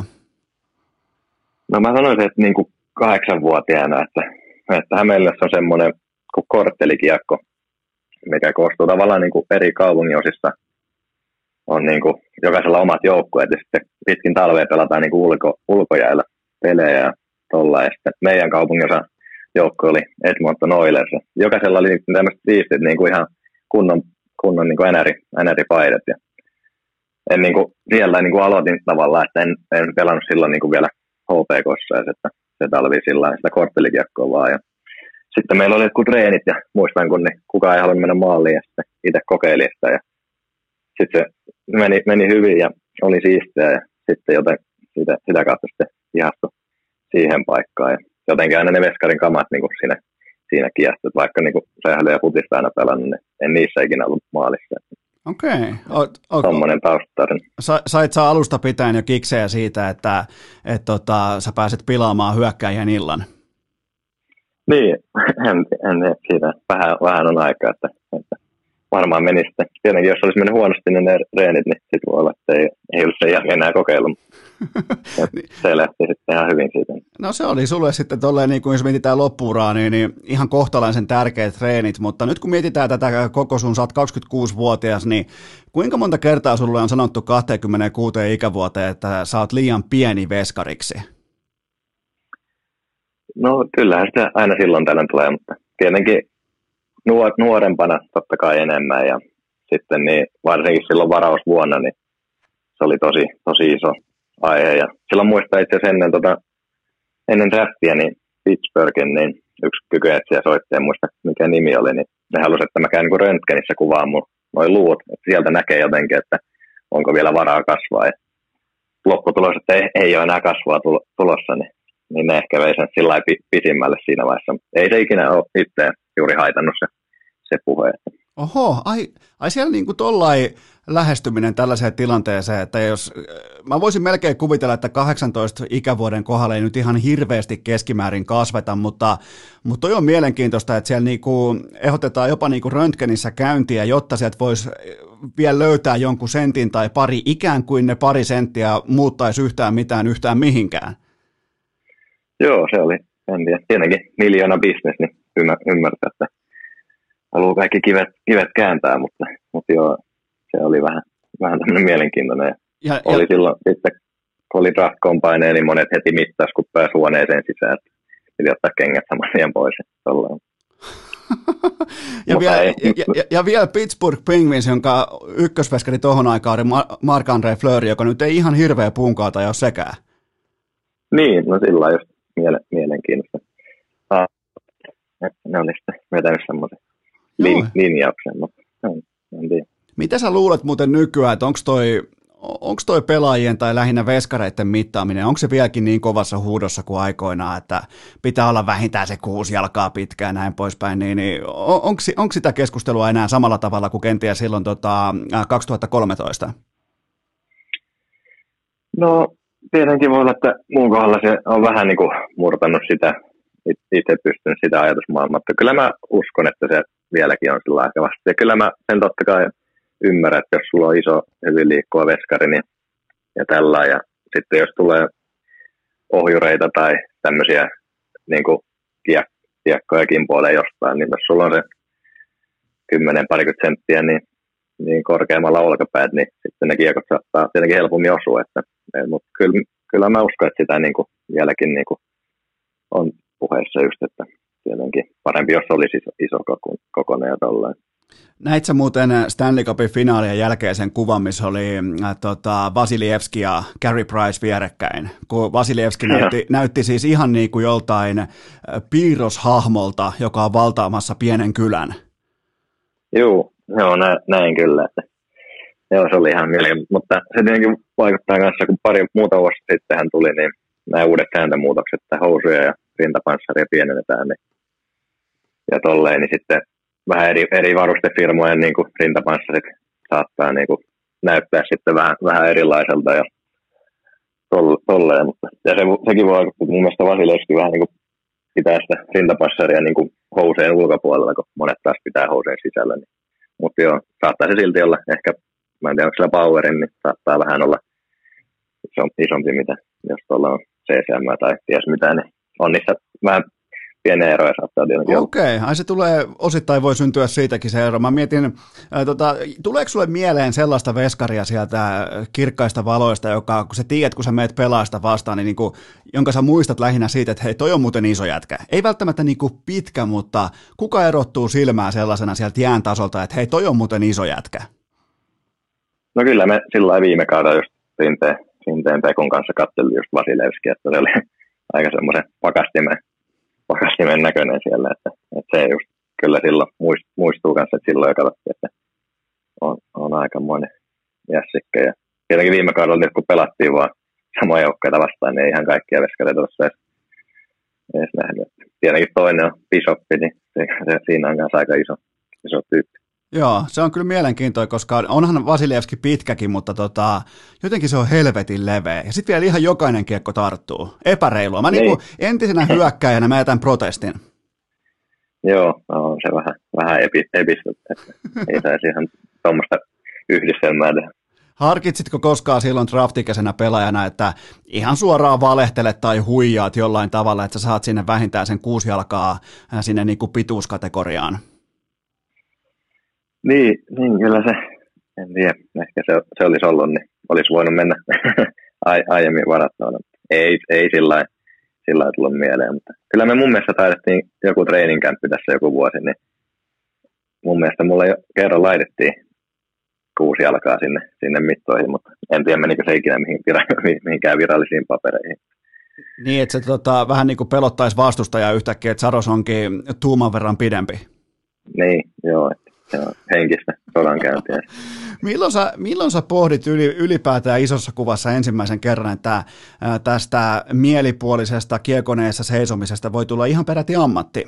No mä sanoisin, että niin kuin 8-vuotiaana, että Hämeenlinnassa on semmoinen kuin korttelikiekko, mikä koostuu tavallaan niin kuin eri kaupunginosista. On niin kuin jokaisella omat joukkueet ja sitten pitkin talvea pelataan niin kuin ulkojäällä pelejä ja tolla. Ja sitten meidän kaupunginosa joukko oli Edmonton Oilers. Jokaisella oli tämmöiset siistit niin kuin ihan kunnon niin kuin NR-paidat. Ja en niin kuin, siellä niin kuin aloitin tavallaan, että en pelannut silloin niin kuin vielä HPK:ssa ja että se talvi sillä sitä korttelikiekkoa vaan. Ja sitten meillä oli jotkut treenit ja muistan, kun kukaan ei halunnut mennä maaliin ja sitten itse kokeili sitä. Ja sitten se meni hyvin ja oli siistiä ja sitten sitä kautta sitten ihastui siihen paikkaan. Ja jotenkin aina ne veskarin kamat niin siinä kiehtoi, vaikka niin sählyä ja futista aina pelannut, niin en niissä ikinä ollut maalissa. Okei. Tommoinen taustatarina. Sait sä alusta pitäen jo kiksejä siitä, että sä pääset pilaamaan hyökkäjän illan? Niin, en siitä vähän on aikaa, että varmaan meni sitten. Tietenkin, jos olisi mennyt huonosti ne reenit, niin sitten voi olla, että ei ollut sen jälkeen enää kokeillut. Se lähti sitten ihan hyvin siitä. No se oli sulle sitten tolleen, niin kuin jos mietitään loppuuraa, niin ihan kohtalaisen tärkeät treenit, mutta nyt kun mietitään tätä koko sun, sä oot 26-vuotias, niin kuinka monta kertaa sulle on sanottu 26 ikävuoteen, että sä oot liian pieni veskariksi? No kyllähän sitä aina silloin tällöin tulee, mutta tietenkin nuorempana totta kai enemmän ja sitten niin varsinkin silloin varausvuonna niin se oli tosi iso aihe ja silloin muistan itse asiassa ennen draftia niin Pittsburghin niin yksi kykyetsijä soitti, en muista mikä nimi oli, niin ne halusi, että mä käyn niin kuin röntgenissä kuvaan mun noin luut, että sieltä näkee jotenkin, että onko vielä varaa kasvaa ja lopputulos, että ei ole enää kasvua tulossa, niin ne ehkä vei sen sillä lailla pisimmälle siinä vaiheessa. Ei se ikinä ole itse juuri haitannut se puhe. Oho, ai siellä niin kuin tollain lähestyminen tällaiseen tilanteeseen, että jos, mä voisin melkein kuvitella, että 18 ikävuoden kohdalla ei nyt ihan hirveästi keskimäärin kasveta, mutta toi on mielenkiintoista, että siellä niin kuin ehdotetaan jopa niin kuin röntgenissä käyntiä, jotta sieltä voisi vielä löytää jonkun sentin tai pari, ikään kuin ne pari senttiä muuttaisi yhtään mitään yhtään mihinkään. Joo, se oli, en tiedä, tietenkin miljoona bisnes, niin ymmärtää, että haluaa kaikki kivet kääntää, mutta joo, se oli vähän tämmöinen mielenkiintoinen. Ja oli silloin sitten, kun oli draft combine, niin monet heti mittas, kun pääsi huoneeseen sisään, että piti ottaa kengät saman tien pois. ja vielä Pittsburgh Penguins, jonka ykkösveskari tohon aikaan oli Marc-Andre Fleury, joka nyt ei ihan hirveä punkaata ole sekään. Niin, no sillä on just mielenkiintoista. Ne oli sitten vetänyt semmoisen linjauksen, mutta en tiedä. Mitä sä luulet muuten nykyään, että onko toi pelaajien tai lähinnä veskareiden mittaaminen, onko se vieläkin niin kovassa huudossa kuin aikoinaan, että pitää olla vähintään se 6 jalkaa pitkään näin poispäin, niin onko sitä keskustelua enää samalla tavalla kuin kenties silloin 2013? No tietenkin voi olla, että muun kohdalla se on vähän niin kuin murtanut sitä, itse pystynyt sitä ajatusmaailmaa, mutta kyllä mä uskon, että se vieläkin on sillä aika vasta. Ja kyllä mä sen totta kai ymmärrän, että jos sulla on iso, hyvin liikkuva veskari niin, ja tällä, ja sitten jos tulee ohjureita tai tämmöisiä niin kuin kiekkoja kimpoilee jostain, niin jos sulla on se 10-20 senttiä niin korkeammalla olkapäät, niin sitten ne kiekot saattaa tietenkin helpommin osua. Mutta kyllä mä uskon, että sitä niin kuin vieläkin niin kuin on puheessa just, että tietenkin parempi, jos olisi iso kokoinen ja tollain. Näit sä muuten Stanley Cupin finaalien jälkeisen kuvan, missä oli Vasilevski ja Carey Price vierekkäin, kun Vasilevski näytti siis ihan niin kuin joltain piirroshahmolta, joka on valtaamassa pienen kylän. Joo, näin kyllä. Joo, se oli ihan mielenkiintoista, mutta se tietenkin vaikuttaa kanssa, kun pari muuta vuotta sittenhän tuli, niin nämä uudet sääntömuutokset, että housuja ja rintapanssaria pienennetään, ja tolleen, niin sitten vähän eri varustefirmojen niin kuin rintapanssarit saattaa niin kuin näyttää sitten vähän erilaiselta ja tolleen, mutta ja sekin voi vaikuttaa, että mun mielestä Vasilevski vähän niin kuin pitää sitä rintapanssaria niin kuin houseen ulkopuolella, kun monet taas pitää houseen sisällä, niin. Mutta joo, saattaa se silti olla ehkä, mä en tiedä, onko sillä Powerin, niin saattaa vähän olla isompi, mitä jos tuolla on CCM tai ties mitä, niin on niissä vähän pieniä eroja saattaa tietenkin. Okei, se tulee, osittain voi syntyä siitäkin se ero. Mä mietin, tuleeko sulle mieleen sellaista veskaria sieltä kirkkaista valoista, joka, kun sä tiedät, kun sä meet pelaasta vastaan, niin kuin, jonka sä muistat lähinnä siitä, että hei, toi on muuten iso jätkä. Ei välttämättä niin kuin pitkä, mutta kuka erottuu silmään sellaisena sieltä jään tasolta, että hei, toi on muuten iso jätkä? No kyllä me sillä viime kaudella just Rinteen Pekun kanssa katselin just Vasilevskiä, että se oli aika semmoisen pakastimen näköinen siellä, että se just kyllä silloin muistuu kanssa, että silloin jo katsottiin, että on aikamoinen jässikkä. Ja tietenkin viime kaudella nyt kun pelattiin vaan samoja joukkoja vastaan, niin ei ihan kaikkia veskareita tuossa edes nähnyt. Tietenkin toinen on Bishoppi, niin siinä on kanssa aika iso tyyppi. Joo, se on kyllä mielenkiintoinen, koska onhan Vasilevski pitkäkin, mutta jotenkin se on helvetin leveä. Ja sitten vielä ihan jokainen kiekko tarttuu. Epäreilua. Mä niin entisenä hyökkäjänä mä jätän protestin. Joo, on se vähän epistä, että ei saisi ihan tuommoista yhdistelmää tehdä. Harkitsitko koskaan silloin draftikäisenä pelaajana, että ihan suoraan valehtelet tai huijaat jollain tavalla, että sä saat sinne vähintään sen 6 jalkaa sinne niin kuin pituuskategoriaan? Niin, kyllä se, en tiedä, ehkä se olisi ollut, niin olisi voinut mennä aiemmin varattavana. Ei sillä lailla tullut mieleen, mutta kyllä me mun mielestä taidettiin joku treeninkämppy tässä joku vuosi, niin mun mielestä mulle jo kerran laitettiin 6 jalkaa sinne mittoihin, mutta en tiedä menikö se ikinä mihinkään virallisiin papereihin. Niin, että se vähän niin kuin pelottaisi vastustajaa yhtäkkiä, että Saros onkin tuuman verran pidempi. Niin, joo. Se on henkistä sodankäyntiä. Milloin sä pohdit ylipäätään isossa kuvassa ensimmäisen kerran, että tästä mielipuolisesta kiekoneessa seisomisesta voi tulla ihan peräti ammatti?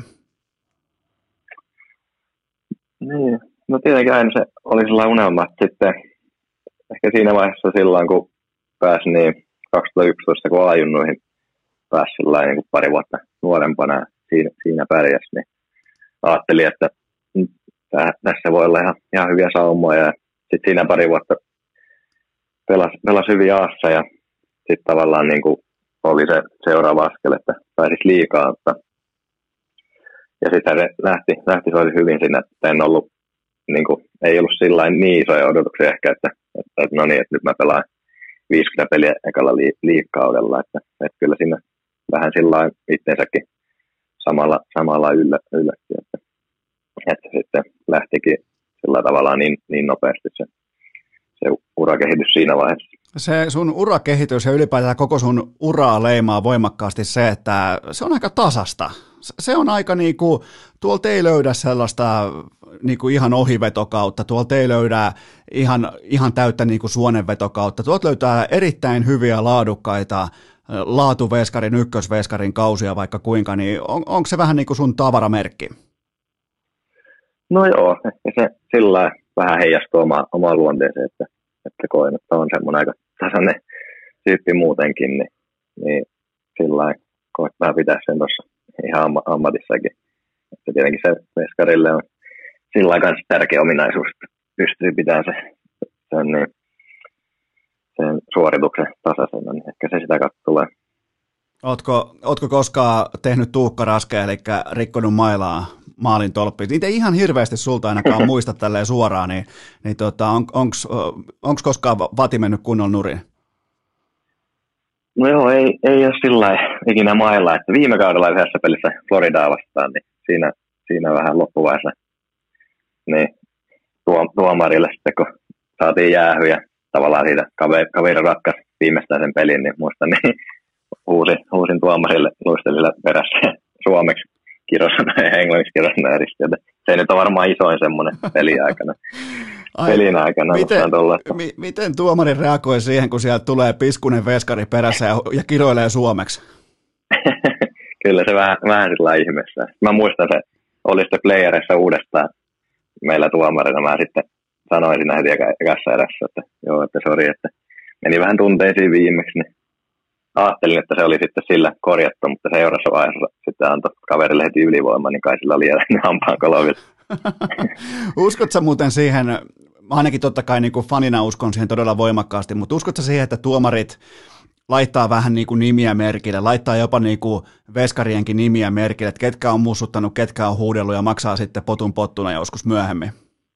Niin, no tietenkin aina se oli sellainen unelma, että sitten ehkä siinä vaiheessa silloin, kun pääsin niin 2011, kun A-junnuihin pääsi niin kuin pari vuotta nuorempana siinä pärjäs, niin ajattelin, että tässä voi olla ihan hyviä saumoja. Ja sitten siinä pari vuotta pelasi hyvin Aassa ja sitten tavallaan niin kuin oli se seuraava askel, että pääsisi liikaa. Ja sitten se lähti se oli hyvin siinä, että en ollut, niin kuin, ei ollut sillain niin isoja odotuksia ehkä, että no niin, että nyt mä pelaan 50 peliä ekalla liigakaudella, että kyllä siinä vähän sillain itsensäkin samalla yllätti, että sitten lähtikin sillä tavalla niin nopeasti se urakehitys siinä vaiheessa. Se sun urakehitys ja ylipäätään koko sun uraa leimaa voimakkaasti se, että se on aika tasasta. Se on aika niinku, tuolta ei löydä sellaista niinku ihan ohivetokautta, tuolta ei löydä ihan täyttä niinku suonenvetokautta, tuolta löytää erittäin hyviä laadukkaita laatuveskarin, ykkösveskarin kausia vaikka kuinka, niin onko se vähän niin kuin sun tavaramerkki? No joo, se sillä vähän heijastuu omaan luonteeseen, että koen, että on semmoinen aika tasainen tyyppi muutenkin, niin sillä koettaa pitää sen tuossa ihan ammatissakin. Että tietenkin se veskarille on sillä kanssa tärkeä ominaisuus, että pystyy pitämään sen suorituksen tasaisena, niin ehkä se sitä kautta tulee. Ootko koskaan tehnyt Tuukka Raskea, eli rikkonut mailaa maalin tolppiin? Niitä ei ihan hirveästi sulta ainakaan muista tälleen suoraan, niin onko koskaan vati mennyt kunnon nurin? No joo, ei ole sillä ikinä mailla, että viime kaudella yhdessä pelissä Floridaa vastaan, niin siinä vähän loppuvaiheessa niin tuomarille sitten, kun saatiin jäähyä, tavallaan siitä kaveri ratkaisi viimeistään sen pelin, niin muistan, niin huusin tuomarille luistelilla perässä suomeksi kirosana ja englanniksi kirosana eristäjätä. Se ei nyt ole varmaan isoin semmoinen pelin aikana. Miten tuomari reagoi siihen, kun sieltä tulee piskunen veskari perässä ja kiroilee suomeksi? Kyllä se vähän sillä ihmeessä. Mä muistan, se oli sitten playerissa uudestaan meillä tuomarina. Mä sitten sanoin siinä heti ekassa erässä, että joo, että sori, että meni vähän tunteisiin viimeksi, niin ajattelin, että se oli sitten sillä korjattu, mutta seuraavassa vaiheessa sitten antoi kaverille heti ylivoimaa, niin kai sillä oli jäänyt hampaan koloville. Uskotko sä muuten siihen, ainakin totta kai niin kuin fanina uskon siihen todella voimakkaasti, mutta uskotko sä siihen, että tuomarit laittaa vähän niin kuin nimiä merkille, laittaa jopa niin kuin veskarienkin nimiä merkille, että ketkä on mussuttanut, ketkä on huudellut ja maksaa sitten potun pottuna joskus myöhemmin?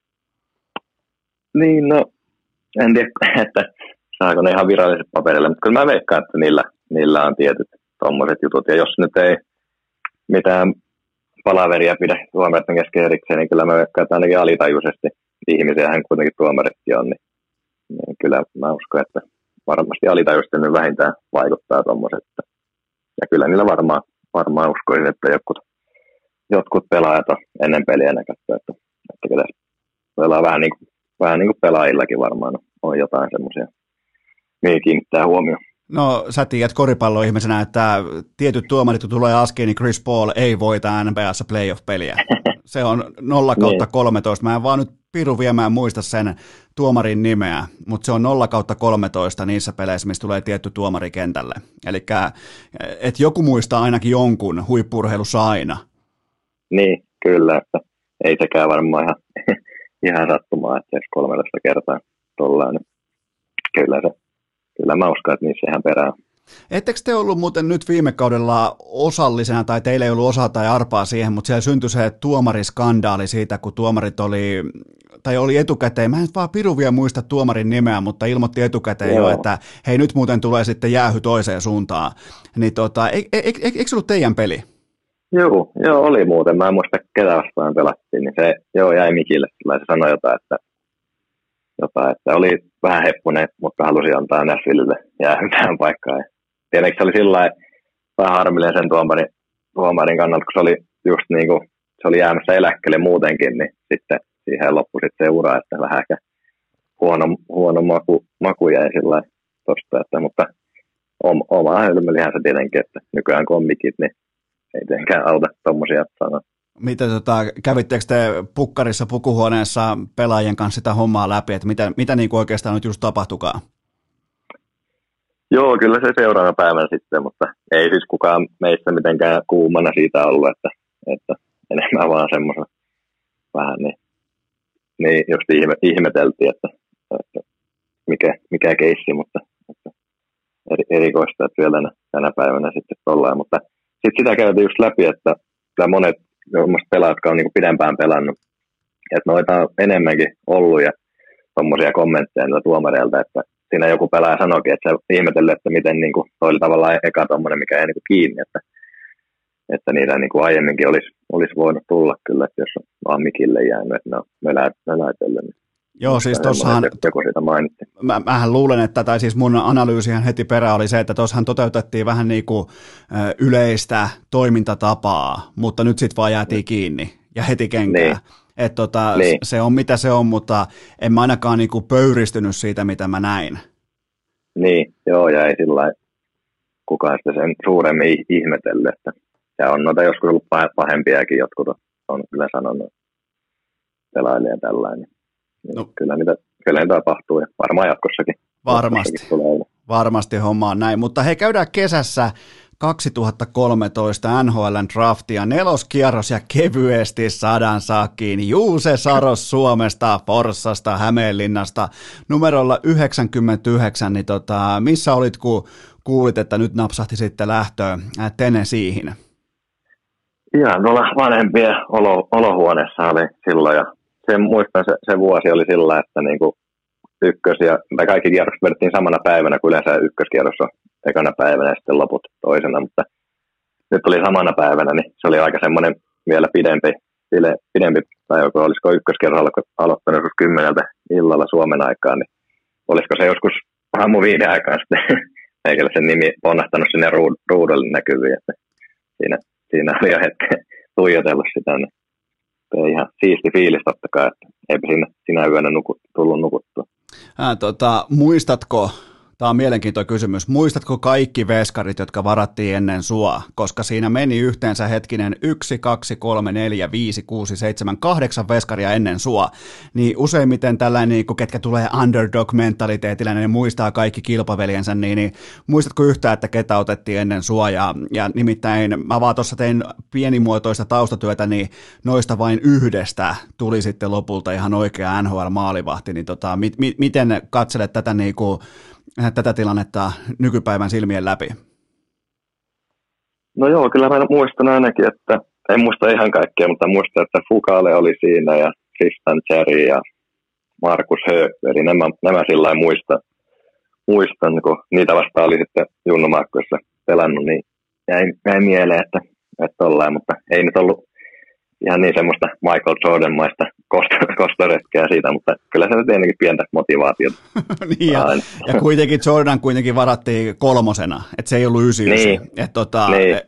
Niin, no en tiedä, että saako ne ihan viralliset paperille, mutta kyllä mä veikkaan, että niillä on tietyt tommoset jutut, ja jos nyt ei mitään palaveria pidä tuomareiden kesken erikseen, niin kyllä mä veikkaan, että ainakin alitajuisesti ihmisiähän kuitenkin tuomaritkin on, niin kyllä mä uskon, että varmasti alitajuisesti nyt vähintään vaikuttaa tommoset, ja kyllä niillä varmaan uskoisin, että jotkut pelaajat on ennen peliä näköistä, että pitäisi pelaa vähän niin kuin pelaajillakin varmaan on jotain semmoisia, mihin kiinnittää huomioon. No sä tiedät koripalloihmisenä, että tietyt tuomarit, kun tulee askiin, niin Chris Paul ei voita NBA:ssa playoff-peliä. Se on 0/13. Mä en vaan nyt piru viemään muista sen tuomarin nimeä, mutta se on 0/13 niissä peleissä, missä tulee tietty tuomari kentälle. Eli että joku muistaa ainakin jonkun huippu-urheilussa aina. Niin, kyllä, että ei sekään varmaan ihan sattumaa, että jos 13 kertaa tullaan, niin kyllä mä uskon, että niissä ihan perään. Ettekö te ollut muuten nyt viime kaudella osallisena, tai teillä ei ollut osaa tai arpaa siihen, mutta siellä syntyi se tuomariskandaali siitä, kun tuomarit oli etukäteen, mä en vaan piru vielä muista tuomarin nimeä, mutta ilmoitti etukäteen jo, että hei nyt muuten tulee sitten jäähy toiseen suuntaan. Niin eikö se ollut teidän peli? Joo, oli muuten. Mä en muista ketä vastaan pelattiin, niin se jäi Mikille. Se sanoi jotain, että oli vähän heppunen, mutta halusi antaa Nashvillelle jäähy tähän paikkaan. Ja tietenkin se oli sillä vähän harmillinen sen tuomarin kannalta, kun se oli just niin kuin, se oli jäämässä eläkkeelle muutenkin, niin sitten siihen loppui sitten se ura, että vähän ehkä huono maku jäi sillä tosta, että, mutta oma hölmölihän se tietenkin, että nykyään kun on mikit, niin ei tietenkään auta tommosia sanoa. Mitä kävittekö te pukkarissa pukuhuoneessa pelaajien kanssa sitä hommaa läpi, että mitä niin kuin oikeastaan nyt just tapahtukaan? Joo, kyllä se seuraava päivän sitten, mutta ei siis kukaan meistä mitenkään kuumana siitä ollut, että enemmän vaan semmoisen vähän niin just ihmeteltiin, että mikä keissi, mutta erikoista, että vielä tänä päivänä sitten ollaan, mutta sitten sitä käytiin just läpi, että monet pelaajat, jotka on niin pidempään pelannut, että noita on enemmänkin ollut ja tommosia kommentteja niiltä tuomareilta, että siinä joku pelaaja sanoikin, että se ihmetellyt, että miten niin kuin, toi oli tavallaan eka tommonen, mikä ei niin kuin kiinni, että niitä niin kuin aiemminkin olisi voinut tulla kyllä, että jos on vaan mikille jäänyt, että ne on möläytellyt. Niin joo, siis tossahan, joku siitä mainitsi. Mähän luulen, että, tai siis mun analyysihän heti perään oli se, että tossahan toteutettiin vähän niin kuin yleistä toimintatapaa, mutta nyt sitten vaan jäätiin kiinni ja heti kenkään. Niin. Että niin. Se on mitä se on, mutta en mä ainakaan niin kuin pöyristynyt siitä, mitä mä näin. Niin, joo, ja ei sillä lailla kukaan sitä sen suuremmin ihmetellyt, että ja on noita joskus ollut pahempiakin, jotkut on kyllä sanonut pelailija tällainen. No. Kyllä niitä tapahtuu ja varmaan jatkossakin. Varmasti homma on näin, mutta hei, käydään kesässä 2013 NHL:n draftia, 4. kierros ja kevyesti 100 sakkiin. Juuse Saros Suomesta, Forssasta, Hämeenlinnasta, numerolla 99, niin missä olit, kun kuulit, että nyt napsahti sitten lähtöön Tennesseeihin? Ihan tuolla vanhempien olohuoneessa oli silloin ja muistan se vuosi oli sillä, että niinku kaikki kierrokset vedettiin samana päivänä, kun yleensä ykköskierros on ekana päivänä ja sitten loput toisena, mutta nyt oli samana päivänä, niin se oli aika semmoinen vielä pidempi tai olisiko ykköskierros aloittanut joskus 10 illalla Suomen aikaan, niin olisiko se joskus aamu 5 aikaan sitten eikä sen nimi ponnahtanut sinne ruudulle näkyviin, että siinä oli jo hetken tuijotellut sitä, niin ihan siisti fiilis totta kai, että eipä sinä yönä tullut nukuttua. Muistatko, tämä on mielenkiintoinen kysymys, muistatko kaikki veskarit, jotka varattiin ennen sua? Koska siinä meni yhteensä 1, 2, 3, 4, 5, 6, 7, 8 veskaria ennen sua. Niin useimmiten tällainen, ketkä tulee underdog-mentaliteetillä, ne muistaa kaikki kilpaveljensä, niin muistatko yhtään, että ketä otettiin ennen sua? Ja nimittäin mä vaan tuossa tein pienimuotoista taustatyötä, niin noista vain yhdestä tuli sitten lopulta ihan oikea NHL-maalivahti. Niin miten katselet tätä tätä tilannetta nykypäivän silmien läpi? No joo, kyllä mä muistan ainakin, että en muista ihan kaikkea, mutta muistan, että Fugale oli siinä ja Tristan Cherry ja Markus Högberg, nämä sillä lailla muistan, kun niitä vastaan oli sitten junnumaakkoissa pelannut, niin jäi mieleen, että ollaan, mutta ei nyt ollut ihan niin semmoista Michael Jordan-maista kostoretkeä siitä, mutta kyllä se on tietenkin pientä motivaatiota. Niin ja kuitenkin Jordan varattiin 3, että se ei ollut 99.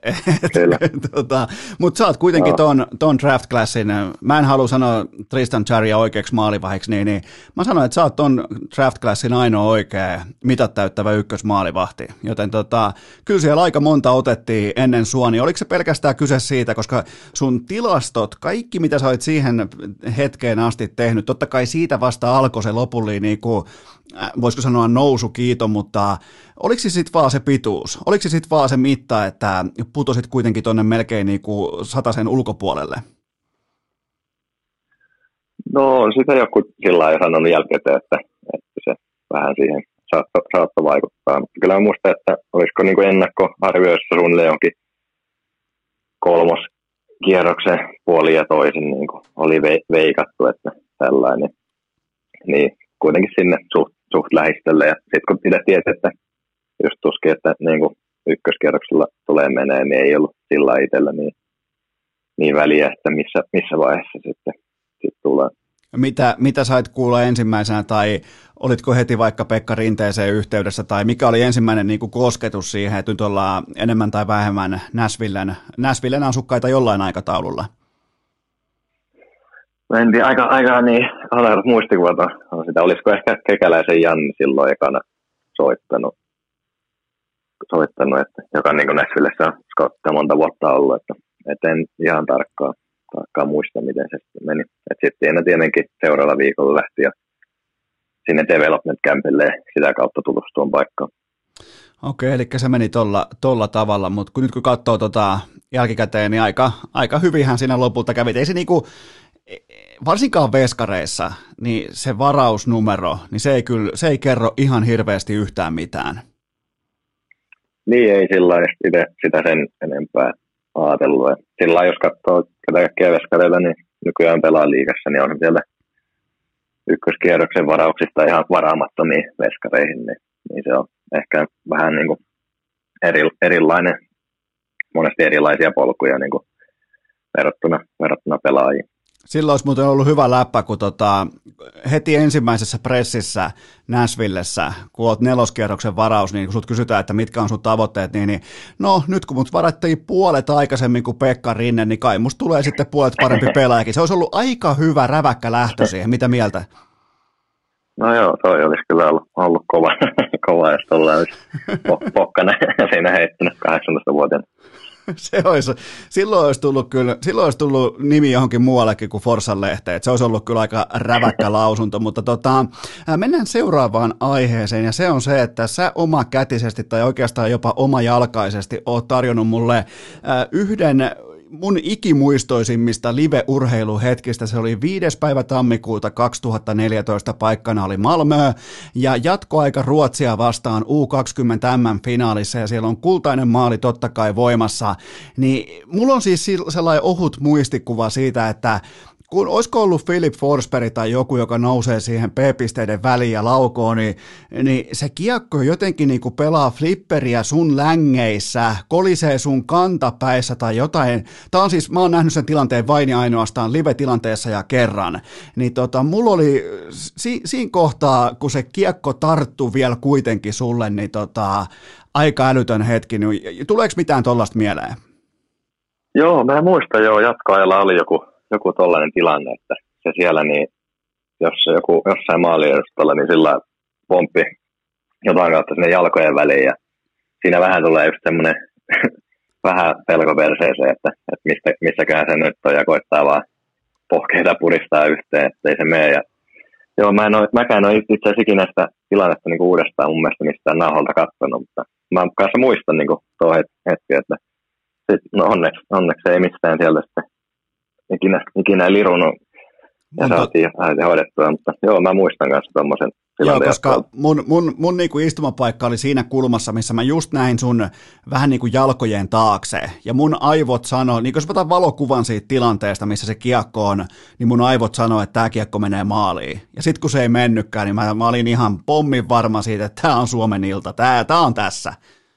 Mutta sä oot kuitenkin ton draft classin, mä en halua sanoa Tristan Cherrya oikeaksi maalivahiksi, niin mä sanoin, että sä oot ton draft classin ainoa oikea mitat täyttävä ykkösmaalivahti, joten kyllä siellä aika monta otettiin ennen sua, niin oliko se pelkästään kyse siitä, koska sun tilastot, kaikki mitä sä olit siihen hetkeen asti tehnyt, totta kai siitä vasta alkoi se lopullinen, niin kuin, voisiko sanoa nousukiito, mutta oliko se sitten vaan se pituus? Oliko se sitten vaan se mitta, että putosit kuitenkin tuonne melkein niin kuin 100 ulkopuolelle? No sitä joku sillä lailla sanonut jälkikäteen, että se vähän siihen saattoi vaikuttaa. Mutta kyllä mä muistan, että olisiko niin kuin ennakkoarvioissa suunnilleen jonkin 3. kierroksen puolin ja toisin niin kuin oli veikattu, että tällainen, niin kuitenkin sinne suht lähistölle. Ja sitten kun itse tiesi, että just tuskin, että niin kuin ykköskierroksella tulee menee, niin ei ollut sillä itsellä niin väliä, että missä vaiheessa sitten tulee. Mitä sait kuulla ensimmäisenä, tai olitko heti vaikka Pekka Rinteeseen yhteydessä, tai mikä oli ensimmäinen niin kuin kosketus siihen, että nyt ollaan enemmän tai vähemmän Nashvillen asukkaita jollain aikataululla? En tiedä, aika niin hankalat muistikuvat on sitä. Olisiko ehkä Kekäläisen Janni silloin ekana soittanut että, joka niin kuin Nashvillessä on Scottia monta vuotta ollut, että en ihan tarkkaan muista, miten se sitten meni. Sitten tietenkin seuraavalla viikolla lähti ja sinne development campille sitä kautta tutustuun paikkaan. Okei, eli se meni tolla tavalla, mutta nyt kun katsoo jälkikäteen, niin aika hyvinhän siinä lopulta kävi. Ei se niinku, varsinkaan veskareissa, niin se varausnumero, niin se ei kerro ihan hirveästi yhtään mitään. Niin, ei sillä itse sitä sen enempää ajatellut. Sillä jos katsoo ketä kaikkia veskareita, niin nykyään pelaa liigassa, niin on siellä ykköskierroksen varauksista ihan varaamattomiin veskareihin, niin se on ehkä vähän niin kuin erilainen, monesti erilaisia polkuja niin kuin verrattuna pelaajiin. Silloin olisi muuten ollut hyvä läppä, kun heti ensimmäisessä pressissä Nashvillessä, kun olet neloskierroksen varaus, niin kun sut kysytään, että mitkä on sun tavoitteet, niin no nyt kun mut varattiin puolet aikaisemmin kuin Pekka Rinne, niin kai musta tulee sitten puolet parempi pelaajakin. Se olisi ollut aika hyvä räväkkä lähtö siihen. Mitä mieltä? No joo, toi olisi kyllä ollut kova jos tuolla olisi Pokkanen siinä heittänyt 18-vuotiaana. Silloin olisi tullut nimi johonkin muuallekin kuin Forssan lehteen. Se olisi ollut kyllä aika räväkkä lausunto, mutta mennään seuraavaan aiheeseen, ja se on se, että sä omakätisesti tai oikeastaan jopa omajalkaisesti oot tarjonnut mulle yhden mun ikimuistoisimmista live-urheiluhetkistä. Se oli 5. päivä tammikuuta 2014, paikkana oli Malmö, ja jatkoaika Ruotsia vastaan U20 MM-finaalissa, ja siellä on kultainen maali totta kai voimassa, niin mulla on siis sellainen ohut muistikuva siitä, että kun olisiko ollut Philip Forsberg tai joku, joka nousee siihen P-pisteiden väliin ja laukoo, niin se kiekko jotenkin niin kuin pelaa flipperiä sun längeissä, kolisee sun kantapäissä tai jotain. Tämä on siis, mä oon nähnyt sen tilanteen vain ja ainoastaan live-tilanteessa ja kerran. Niin mulla oli siinä kohtaa, kun se kiekko tarttui vielä kuitenkin sulle, niin aika älytön hetki. Niin tuleeko mitään tollaista mieleen? Joo, mä muistan jatkoajalla oli joku tollainen tilanne, että se siellä, niin jos jossain maaliedustalla, niin sillä pomppi jotain kautta sinne jalkojen väliin, ja siinä vähän tulee just semmoinen vähän pelkoperseeseen, että missäkään se nyt on, ja koittaa vaan pohkeita puristaa yhteen, ettei se mene. Ja joo, mäkään ole itse asiassa ikinä sitä tilannetta niin uudestaan mun mielestä mistään nauholta katsonut, mutta mä kanssa muistan niin tuo hetki, että no onneksi ei mistään sieltä sitten ikinä lirunut ja saatiin hoidettua, mutta joo, mä muistan kanssa tommosen tilanteen. Joo, koska mun niinku istumapaikka oli siinä kulmassa, missä mä just näin sun vähän niinku jalkojen taakse, ja mun aivot sanoi, niin jos mä otan valokuvan siitä tilanteesta, missä se kiekko on, niin mun aivot sanoi, että tää kiekko menee maaliin. Ja sit kun se ei mennytkään, niin mä olin ihan pommin varma siitä, että tää on Suomen ilta, tää on tässä.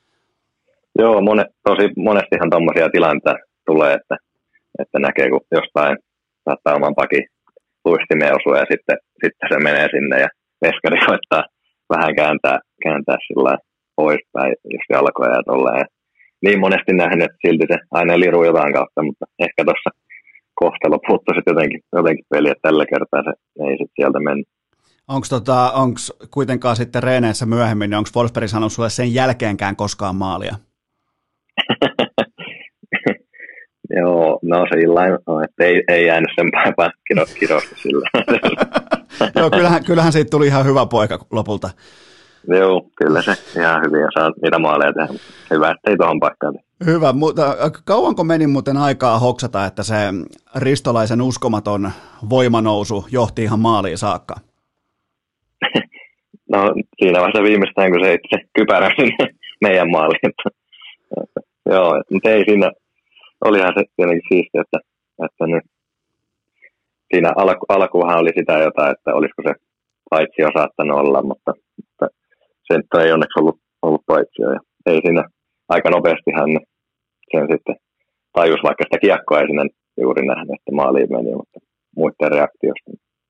Joo, tosi monestihan tommosia tilanteita tulee, että näkee, kun jostain saattaa oman pakin luistimeen osua ja sitten se menee sinne ja veskari koittaa vähän kääntää sillä poispäin, jos jalkoja ja tolleen. Niin monesti nähnyt, että silti se aina liruu jotain kautta, mutta ehkä tuossa kohtalo puuttui sitten jotenkin peli, että tällä kertaa se ei sitten sieltä mennyt. Onko kuitenkaan sitten reeneissä myöhemmin, niin onko Forsberg sanonut sulle sen jälkeenkään koskaan maalia? Joo, no se illain on, että ei jäänyt sen päivän kirosta sillä. Joo, kyllähän siitä tuli ihan hyvä poika lopulta. Joo, kyllä se ihan hyvin ja saa niitä maaleja tehdä. Hyvä, ettei tuohon paikkaan. Hyvä, mutta kauanko meni muuten aikaa hoksata, että se Ristolaisen uskomaton voimanousu johti ihan maaliin saakka? No siinä vaiheessa viimeistään, kun se heitti se kypärä sinne meidän maaliin. Joo, mutta ei siinä. Olihan se tietenkin siistiä, että nyt siinä alkuunhan oli sitä jotain, että olisiko se paitsio saattanut olla, mutta se nyt ei onneksi ollut paitsio. Ja ei siinä aika nopeastihan sen sitten tajus, vaikka sitä kiekkoa ei sinne juuri nähnyt, että maaliin meni, mutta muiden reaktiosta.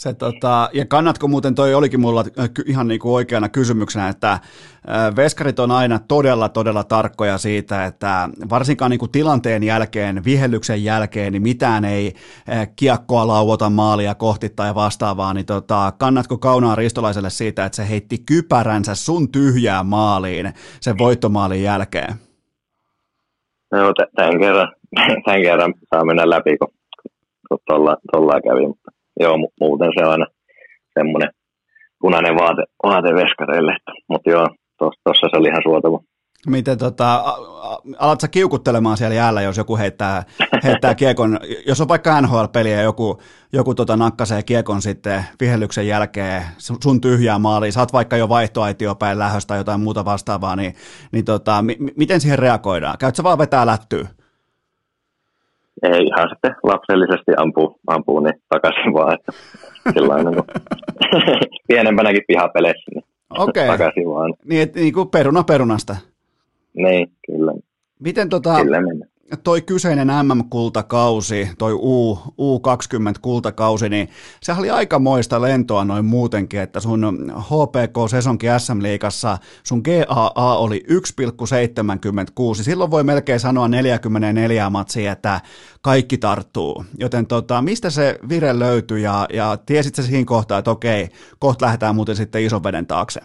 Ja kannatko muuten, toi olikin mulla ihan niin kuin oikeana kysymyksenä, että veskarit on aina todella, todella tarkkoja siitä, että varsinkaan niin kuin tilanteen jälkeen, vihellyksen jälkeen, niin mitään ei kiekkoa lauota maalia kohti tai vastaavaa, niin kannatko Kaunaan Ristolaiselle siitä, että se heitti kypäränsä sun tyhjään maaliin sen voittomaalin jälkeen? No, tämän kerran saa mennä läpi, kun tollaan kävi, mutta joo, muuten se on aina semmoinen punainen vaate veskareille, mutta joo, tossa se oli ihan suotava. Miten alat sä kiukuttelemaan siellä jäällä, jos joku heittää kiekon, jos on vaikka NHL-peli ja joku nakkaisee kiekon sitten vihellyksen jälkeen sun tyhjää maaliin, sä oot vaikka jo vaihtoaitio päin lähöstä tai jotain muuta vastaavaa, niin miten siihen reagoidaan? Käyt sä vaan vetää lättyä? Ei, ihan sitten lapsellisesti ampuu niin takaisin vaan, että sellainen kuin pienempänäkin pihapeleissä, niin takaisin vaan. Niin kuin peruna perunasta. Niin, kyllä. Miten kyllä toi kyseinen MM-kultakausi, toi U20-kultakausi, niin sehän oli aikamoista lentoa noin muutenkin, että sun HPK-sesonkin SM-liigassa sun GAA oli 1,76. Silloin voi melkein sanoa 44 matsia, että kaikki tarttuu. Joten mistä se vire löytyi ja tiesit sä siinä kohtaa, että okei, kohta lähdetään muuten sitten ison veden taakse?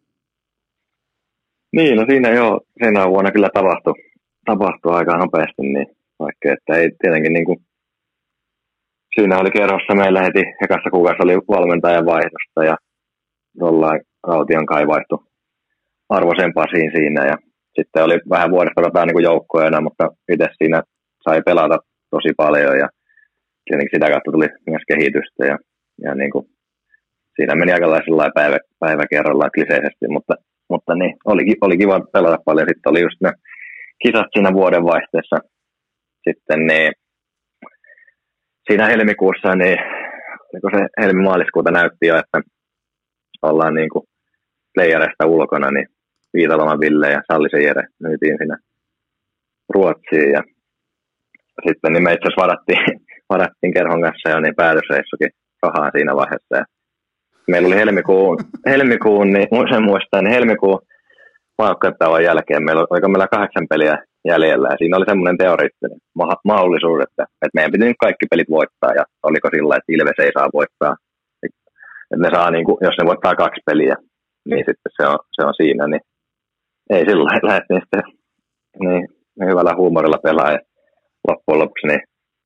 Niin, no siinä vuonna kyllä tapahtui aika nopeasti, niin vaikka että ei tietenkin niin kuin, siinä oli kerhossa meillä heti ekassa kuukausi oli valmentajan vaihdosta ja jollain Raution kai vaihtui Arvosen Pasiin siinä ja sitten oli vähän vuodesta niin kuin joukkueena, mutta itse siinä sai pelata tosi paljon ja tietenkin sitä kautta tuli myös kehitystä ja niin kuin, siinä meni aika lailla päivä kerrallaan kliseisesti, mutta niin, oli kiva pelata paljon. Sitten oli just ne kisat siinä vuodenvaihteessa. Sitten niin, siinä helmikuussa, niin kun se helmi-maaliskuuta näytti jo, että ollaan niin kuin playerista ulkona, niin Viitaloman Ville ja Sallisen Jere myytiin siinä Ruotsiin. Ja sitten niin me itse asiassa varattiin kerhon kanssa jo niin päätösreissukin rahaa siinä vaiheessa. Ja meillä oli helmikuun, niin sen muistan, niin helmikuun maajoukkuetauon jälkeen oliko meillä 8 peliä jäljellä. Ja siinä oli semmoinen teoreettinen mahdollisuus, että meidän piti nyt kaikki pelit voittaa. Ja oliko sillä, että Ilves ei saa voittaa. Että ne saa, niin kuin, jos ne voittaa 2 peliä, niin sitten se on siinä. Niin ei sillä lähdettiin sitten niin hyvällä huumorilla pelaa. Ja loppujen lopuksi niin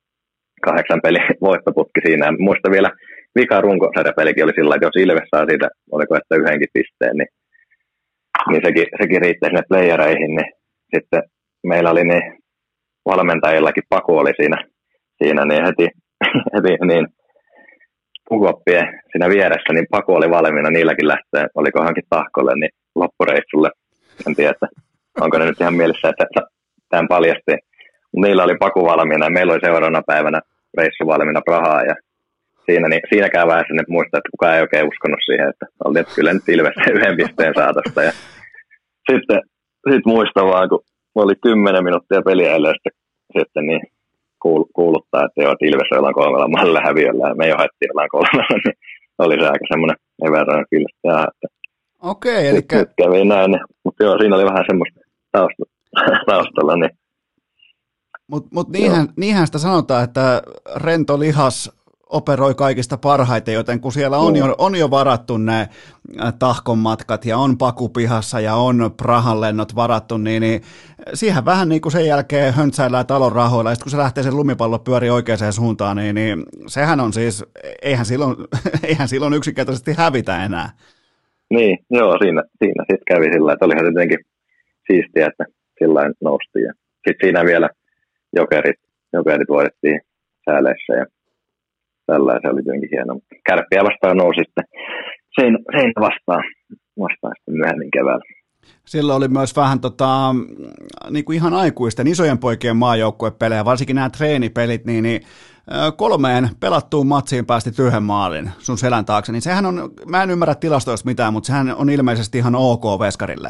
8 peli voittoputki siinä. Muista vielä vika runkosarjapelikin oli sillä, että jos Ilves saa siitä, oliko että 1 pisteen, niin sekin riittää sinne playereihin, niin sitten meillä oli niin valmentajillakin Paku oli siinä niin heti niin pukuoppien siinä vieressä, niin Paku oli valmiina niilläkin lähteä, oliko hankin Tahkolle, niin loppureissulle, en tiedä, että onko ne nyt ihan mielessä, että tämän paljasti, mutta niillä oli Paku valmiina ja meillä oli seuraavana päivänä reissu valmiina Prahaan ja siinäkään vaiheessa nyt muistaa, että kukaan ei oikein uskonut siihen, että oltiin, että kyllä nyt Ilves 1 pisteen saatosta. Ja sitten muistan vaan, kun oli 10 minuuttia peliä ja sitten niin kuuluttaa, että joo, että Ilves ollaan 3 maalilla häviöllä ja me johdettiin ollaan 3, niin oli se aika semmoinen epäräinen kyllä. Okei, eli nyt kävi näin, mutta joo, siinä oli vähän semmoista taustalla. Niin. Mutta niinhän sitä sanotaan, että rento lihas operoi kaikista parhaiten, joten kun siellä on jo varattu ne Tahkon matkat ja on Paku pihassa ja on Prahan lennot varattu, niin siihen vähän niin kuin sen jälkeen höntsäillään talon rahoilla, ja sitten kun se lähtee sen lumipallo pyörii oikeaan suuntaan, niin sehän on siis, eihän silloin yksinkertaisesti hävitä enää. Niin, joo, siinä sitten kävi sillä, että olihan jotenkin siistiä, että sillä noustiin. Ja sitten siinä vielä jokerit voitettiin sääleissä ja tällainen, se oli jotenkin hieno. Kärppiä vastaan nousi sitten seinä vastaan sitten myöhemmin keväällä. Silloin oli myös vähän niin kuin ihan aikuisten, isojen poikien maajoukkuepelejä, varsinkin nämä treenipelit, niin 3 pelattuun matsiin päästi 1 maalin sun selän taakse, niin sehän on, mä en ymmärrä tilastoista mitään, mutta sehän on ilmeisesti ihan ok veskarille.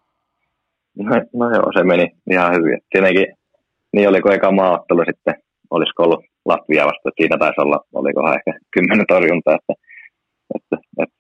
No joo, se meni ihan hyvin. Tietenkin, niin oliko eka maaottelu sitten, olisiko ollut Latvia vasta, siinä taisi olla, olikohan ehkä 10 torjuntaa, että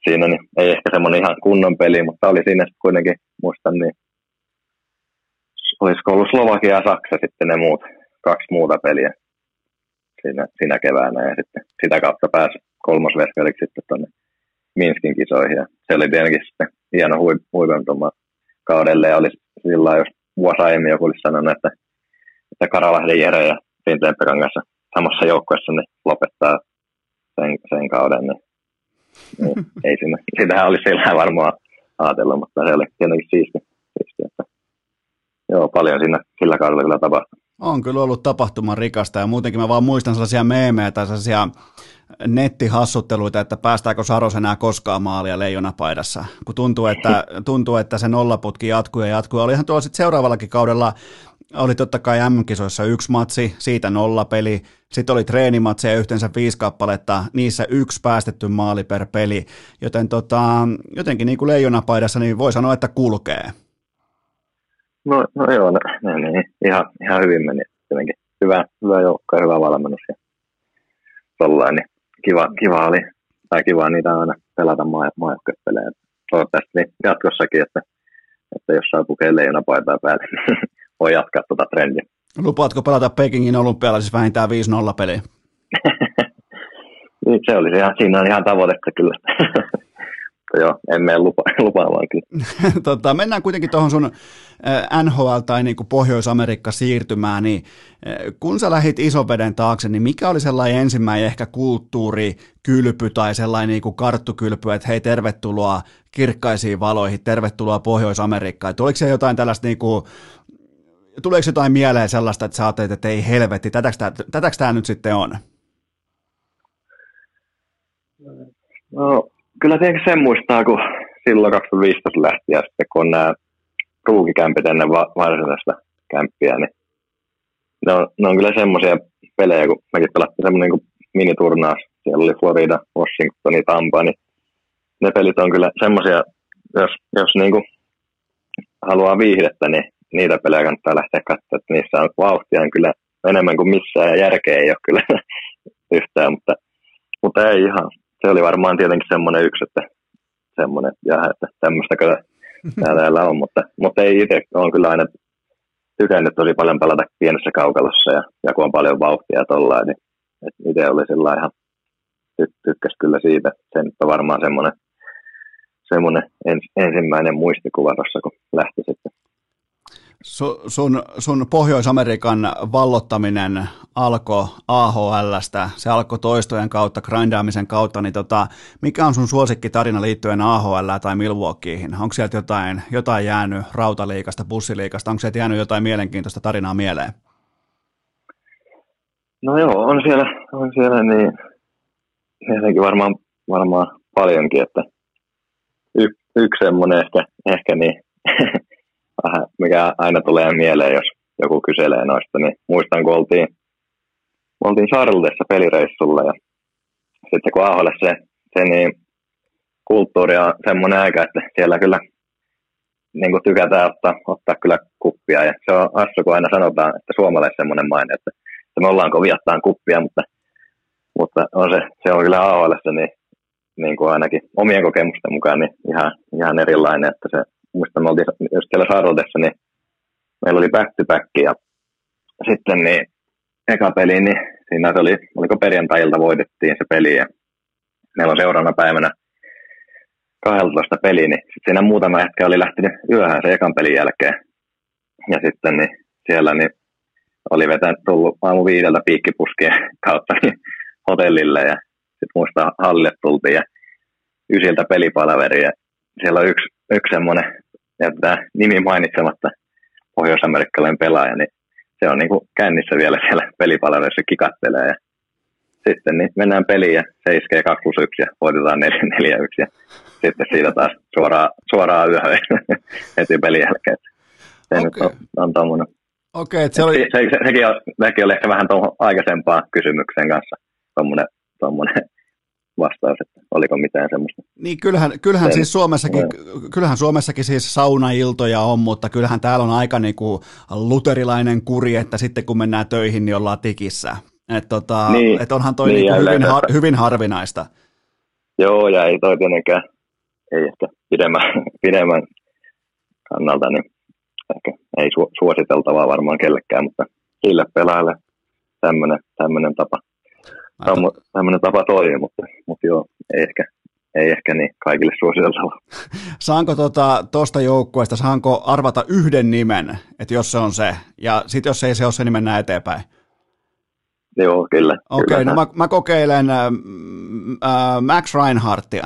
siinä niin ei ehkä semmoinen ihan kunnon peli, mutta oli siinä sitten kuitenkin, muistan, niin olisiko ollut Slovakia ja Saksa sitten ne kaksi muuta peliä siinä keväänä, ja sitten sitä kautta pääsi kolmosveskariksi sitten tuonne Minskin kisoihin, ja se oli tietenkin sitten hieno huipentuma kaudelle, ja oli sillä jos vuosi aiemmin joku olisi sanonut, että Karalahden Jere ja Rinteen kanssa samassa joukkueessa niin lopettaa sen kauden, niin ei siinä. Sitähän olisi sillä varmaan ajatellut, mutta se oli tietenkin siisti, että joo, paljon siinä sillä kaudella kyllä tapahtui. On kyllä ollut tapahtuman rikasta ja muutenkin mä vaan muistan sellaisia meemejä tai sellaisia nettihassutteluita, että päästääkö Saros enää koskaan maalia leijonapaidassa, kun tuntuu, että se nollaputki jatkuu ja jatkuu. Olihan tuolla sitten seuraavallakin kaudella, oli totta kai MM-kisoissa 1 matsi, siitä 0 peli, sitten oli treenimatseja yhteensä 5 kappaletta, niissä 1 päästetty maali per peli, joten jotenkin niin kuin leijonapaidassa niin voi sanoa, että kulkee. No joo, niin, ihan hyvin meni. Jotenkin hyvä joukko ja hyvä valmennus. Ja tollain, niin kiva oli, tai kiva niitä aina pelata maajoukkuepelejä. Toivottavasti niin jatkossakin, että jos saa pukea leijonapaitaa päälle, niin voi jatkaa tuota trendiä. Lupaatko pelata Pekingin olympialla siis vähintään 5-0 peliä? Niin, se oli siinä on ihan tavoitetta kyllä. Joo, en mene lupaamaan kyllä. Mennään kuitenkin tuohon sun NHL tai niin kuin Pohjois-Amerikka siirtymään, niin kun sä lähit Isoveden taakse, niin mikä oli sellainen ensimmäinen ehkä kulttuurikylpy tai sellainen niin kuin karttukylpy, että hei, tervetuloa kirkkaisiin valoihin, tervetuloa Pohjois-Amerikkaan. Tuliko se jotain tällaista, niin kuin, tuleeko jotain mieleen sellaista, että sä ajattelet, että ei helvetti, tätäks tämä nyt sitten on? No, kyllä tietenkin sen muistaa, kun silloin 2015 lähti ja sitten kun on nämä ruukikämpit ennen varsinaista kämppiä, niin ne on kyllä semmoisia pelejä, kun mekin pelattiin semmoinen niin miniturnaus. Siellä oli Florida, Washington, Tampa, niin ne pelit on kyllä semmoisia, jos niin kuin haluaa viihdettä, niin niitä pelejä kannattaa lähteä katsomaan, että niissä on vauhtia kyllä enemmän kuin missään ja järkeä ei ole kyllä yhtään, mutta ei ihan. Se oli varmaan tietenkin semmoinen yksi, että semmoinen, että tämmöistäkö täällä on, mutta ei itse ole kyllä aina tykännyt tosi paljon pelata pienessä kaukalossa ja kun on paljon vauhtia tollain, niin itse oli sillä ihan tykkäs kyllä siitä. Se nyt on varmaan semmoinen ensimmäinen muistikuva tuossa, kun lähti sitten. Sun Pohjois-Amerikan vallottaminen alkoi AHL:stä, se alkoi toistojen kautta, grindaamisen kautta, niin mikä on sun suosikkitarina liittyen AHL tai Milwaukeeihin? Onko sieltä jotain jäänyt Rautaliigasta, Bussiliigasta, onko sieltä jäänyt jotain mielenkiintoista tarinaa mieleen? No joo, on siellä niin jotenkin varmaan paljonkin, että yksi semmoinen ehkä niin vähän, mikä aina tulee mieleen, jos joku kyselee noista, niin muistan, kun oltiin Charlottessa pelireissulla ja sitten kun AHL se niin kulttuuri on semmoinen aika, että siellä kyllä niin kuin tykätään ottaa kyllä kuppia ja se on hassu, kun aina sanotaan, että suomalaiset semmoinen maine, että me ollaan kovin ottaa kuppia, mutta se on kyllä AHL niin kuin ainakin omien kokemusten mukaan niin ihan erilainen, että se muistan, me oltiin just siellä Charlottessa, niin meillä oli back-to-back ja sitten niin eka peli, niin siinä se oliko perjantai-ilta voitettiin se peli ja meillä on seuraavana päivänä 12 peli, niin sitten siinä muutama hetki oli lähtenyt yöhön se ekan pelin jälkeen. Ja sitten niin siellä niin oli tullut aamu 5 piikkipuskien kautta niin hotellille ja sitten muista hallille tultiin ja 9 pelipalaveri ja siellä on yksi semmoinen, että nimi mainitsematta pohjois-amerikkalainen pelaaja, niin se on niin kuin kännissä vielä siellä pelipalaverissa kikattelee. Ja sitten niin mennään peliin ja se iskee 2+1 ja voitetaan 4-4-1 ja sitten siitä taas suoraan yöhön heti pelin jälkeen. Se nyt on tommoinen. Okei, sekin oli ehkä vähän tuohon aikaisempaan kysymyksen kanssa tommoinen vastaus, että oliko mitään semmoista. Niin kyllähän siis Suomessakin siis saunailtoja on, mutta kyllähän täällä on aika niinku luterilainen kuri, että sitten kun mennään töihin, niin ollaan tikissä. Että onhan toi niin, hyvin harvinaista. Joo, ja ei toi tietenkään ei ehkä pidemmän kannalta, niin ehkä ei suositeltavaa varmaan kellekään, mutta sille pelaajalle tämmöinen tapa toimii, mutta joo, ei ehkä niin kaikille suositeltavaa. Saanko tuosta joukkueesta, saanko arvata yhden nimen, että jos se on se, ja sitten jos ei se ole se, niin mennään eteenpäin? Joo, kyllä. Okei, no mä kokeilen Max Reinhardtia.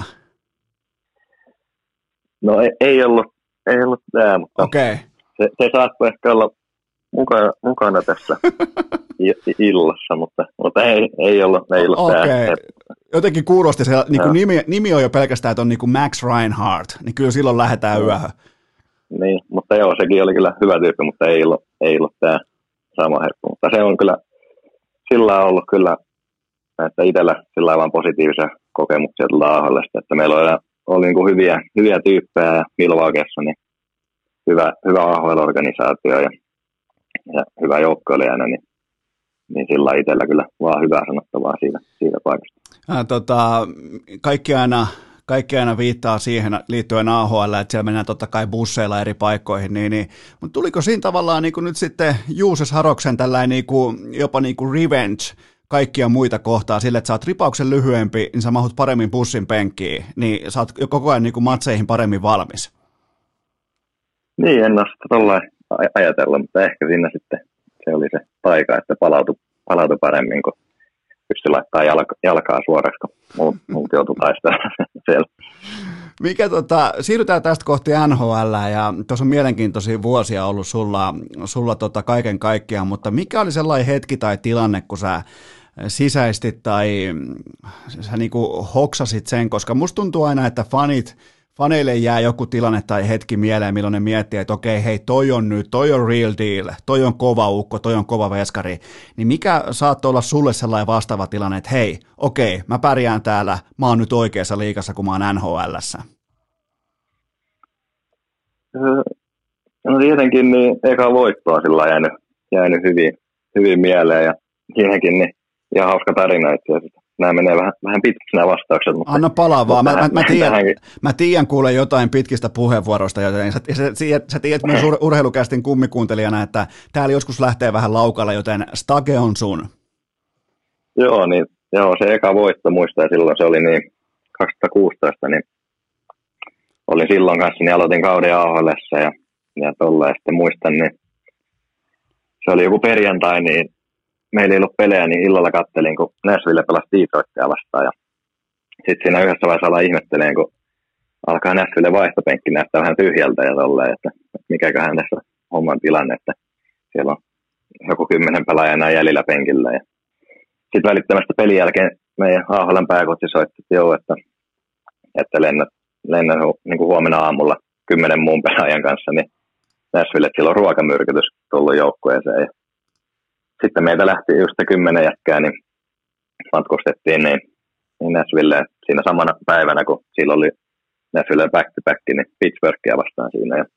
No ei ollut tämä, mutta okay. se saattoi ehkä olla mukana tässä illassa, mutta ei ollut tämä. Jotenkin kuulosti, se nimi on jo pelkästään, että on niin kuin Max Reinhardt, niin kyllä silloin lähdetään yöhön. Niin, mutta joo, sekin oli kyllä hyvä tyyppi, mutta ei ollut tämä sama herkku. Mutta se on kyllä, sillä on ollut kyllä, että itsellä sillä vaan positiivisia kokemuksia tuolta AHL:stä, että meillä oli niin kuin hyviä tyyppejä ja Milwaukeessa, niin hyvä AHL-organisaatio ja hyvä joukkoilijana, niin sillä itsellä kyllä vaan hyvää sanottavaa siitä paikasta. Kaikki aina viittaa siihen liittyen AHL, että siellä mennään totta kai busseilla eri paikkoihin, mutta tuliko siinä tavallaan niin kuin nyt sitten Juuses Haroksen tällainen niin kuin, jopa niin kuin revenge kaikkia muita kohtaa sille, että sä oot ripauksen lyhyempi, niin sä mahut paremmin bussin penkkiin, niin sä oot koko ajan niin kuin matseihin paremmin valmis. Niin, en ole sitä tollain ajatella, mutta ehkä siinä sitten se oli se taika, että palautui paremmin, kun pystyi laittamaan jalkaa suoraksi, kun muut joutui taistelemaan siellä. Siirrytään tästä kohti NHL, ja tuossa on mielenkiintoisia vuosia ollut sulla kaiken kaikkiaan, mutta mikä oli sellainen hetki tai tilanne, kun sä sisäistit tai sä niinku hoksasit sen, koska musta tuntuu aina, että faneille jää joku tilanne tai hetki mieleen, milloin ne miettii, että okei, hei, toi on real deal, toi on kova ukko, toi on kova veskari, niin mikä saattoi olla sulle sellainen vastaava tilanne, että hei, okei, mä pärjään täällä, mä oon nyt oikeassa liigassa, kun mä oon NHL:ssä? No tietenkin niin eka voittoa sillä on jäänyt hyvin mieleen, ja siinäkin niin ihan hauska tarina itse asiassa. Nämä menee vähän pitkiksi nämä vastaukset. Mutta, anna palaa vaan. Mä tiedän kuule jotain pitkistä puheenvuoroista, joten sä tiedät myös urheilukästin kummikuuntelijana, että täällä joskus lähtee vähän laukalla, joten stage on sun. Joo, se eka voitto muistaa silloin, se oli niin 2016, niin olin silloin kanssa, niin aloitin kauden AHL:ssä ja tolla, ja sitten muistan, niin se oli joku perjantai, niin meillä ei ollut pelejä, niin illalla kattelin, kun Nashville pelasi Detroitia vastaan. Ja sitten siinä yhdessä vaiheessa ollaan ihmetteleen, kun alkaa Nashville vaihtopenkki näyttää vähän tyhjältä ja tolleen, että mikäköhän tässä homman tilanne, että siellä on joku 10 pelaajaa enää jäljellä penkillä. Ja sitten välittömästä pelin jälkeen meidän AHL:n pääkohti soitti, että lennän niin kuin huomenna aamulla 10 muun pelaajan kanssa, niin Nashville, että sillä on ruokamyrkytys tullut joukkueeseen. Ja sitten meitä lähti just 10 jätkää, niin matkustettiin niin Nashville siinä samana päivänä, kun sillä oli Nashville back-to-back, niin Pittsburghia vastaan siinä. Ja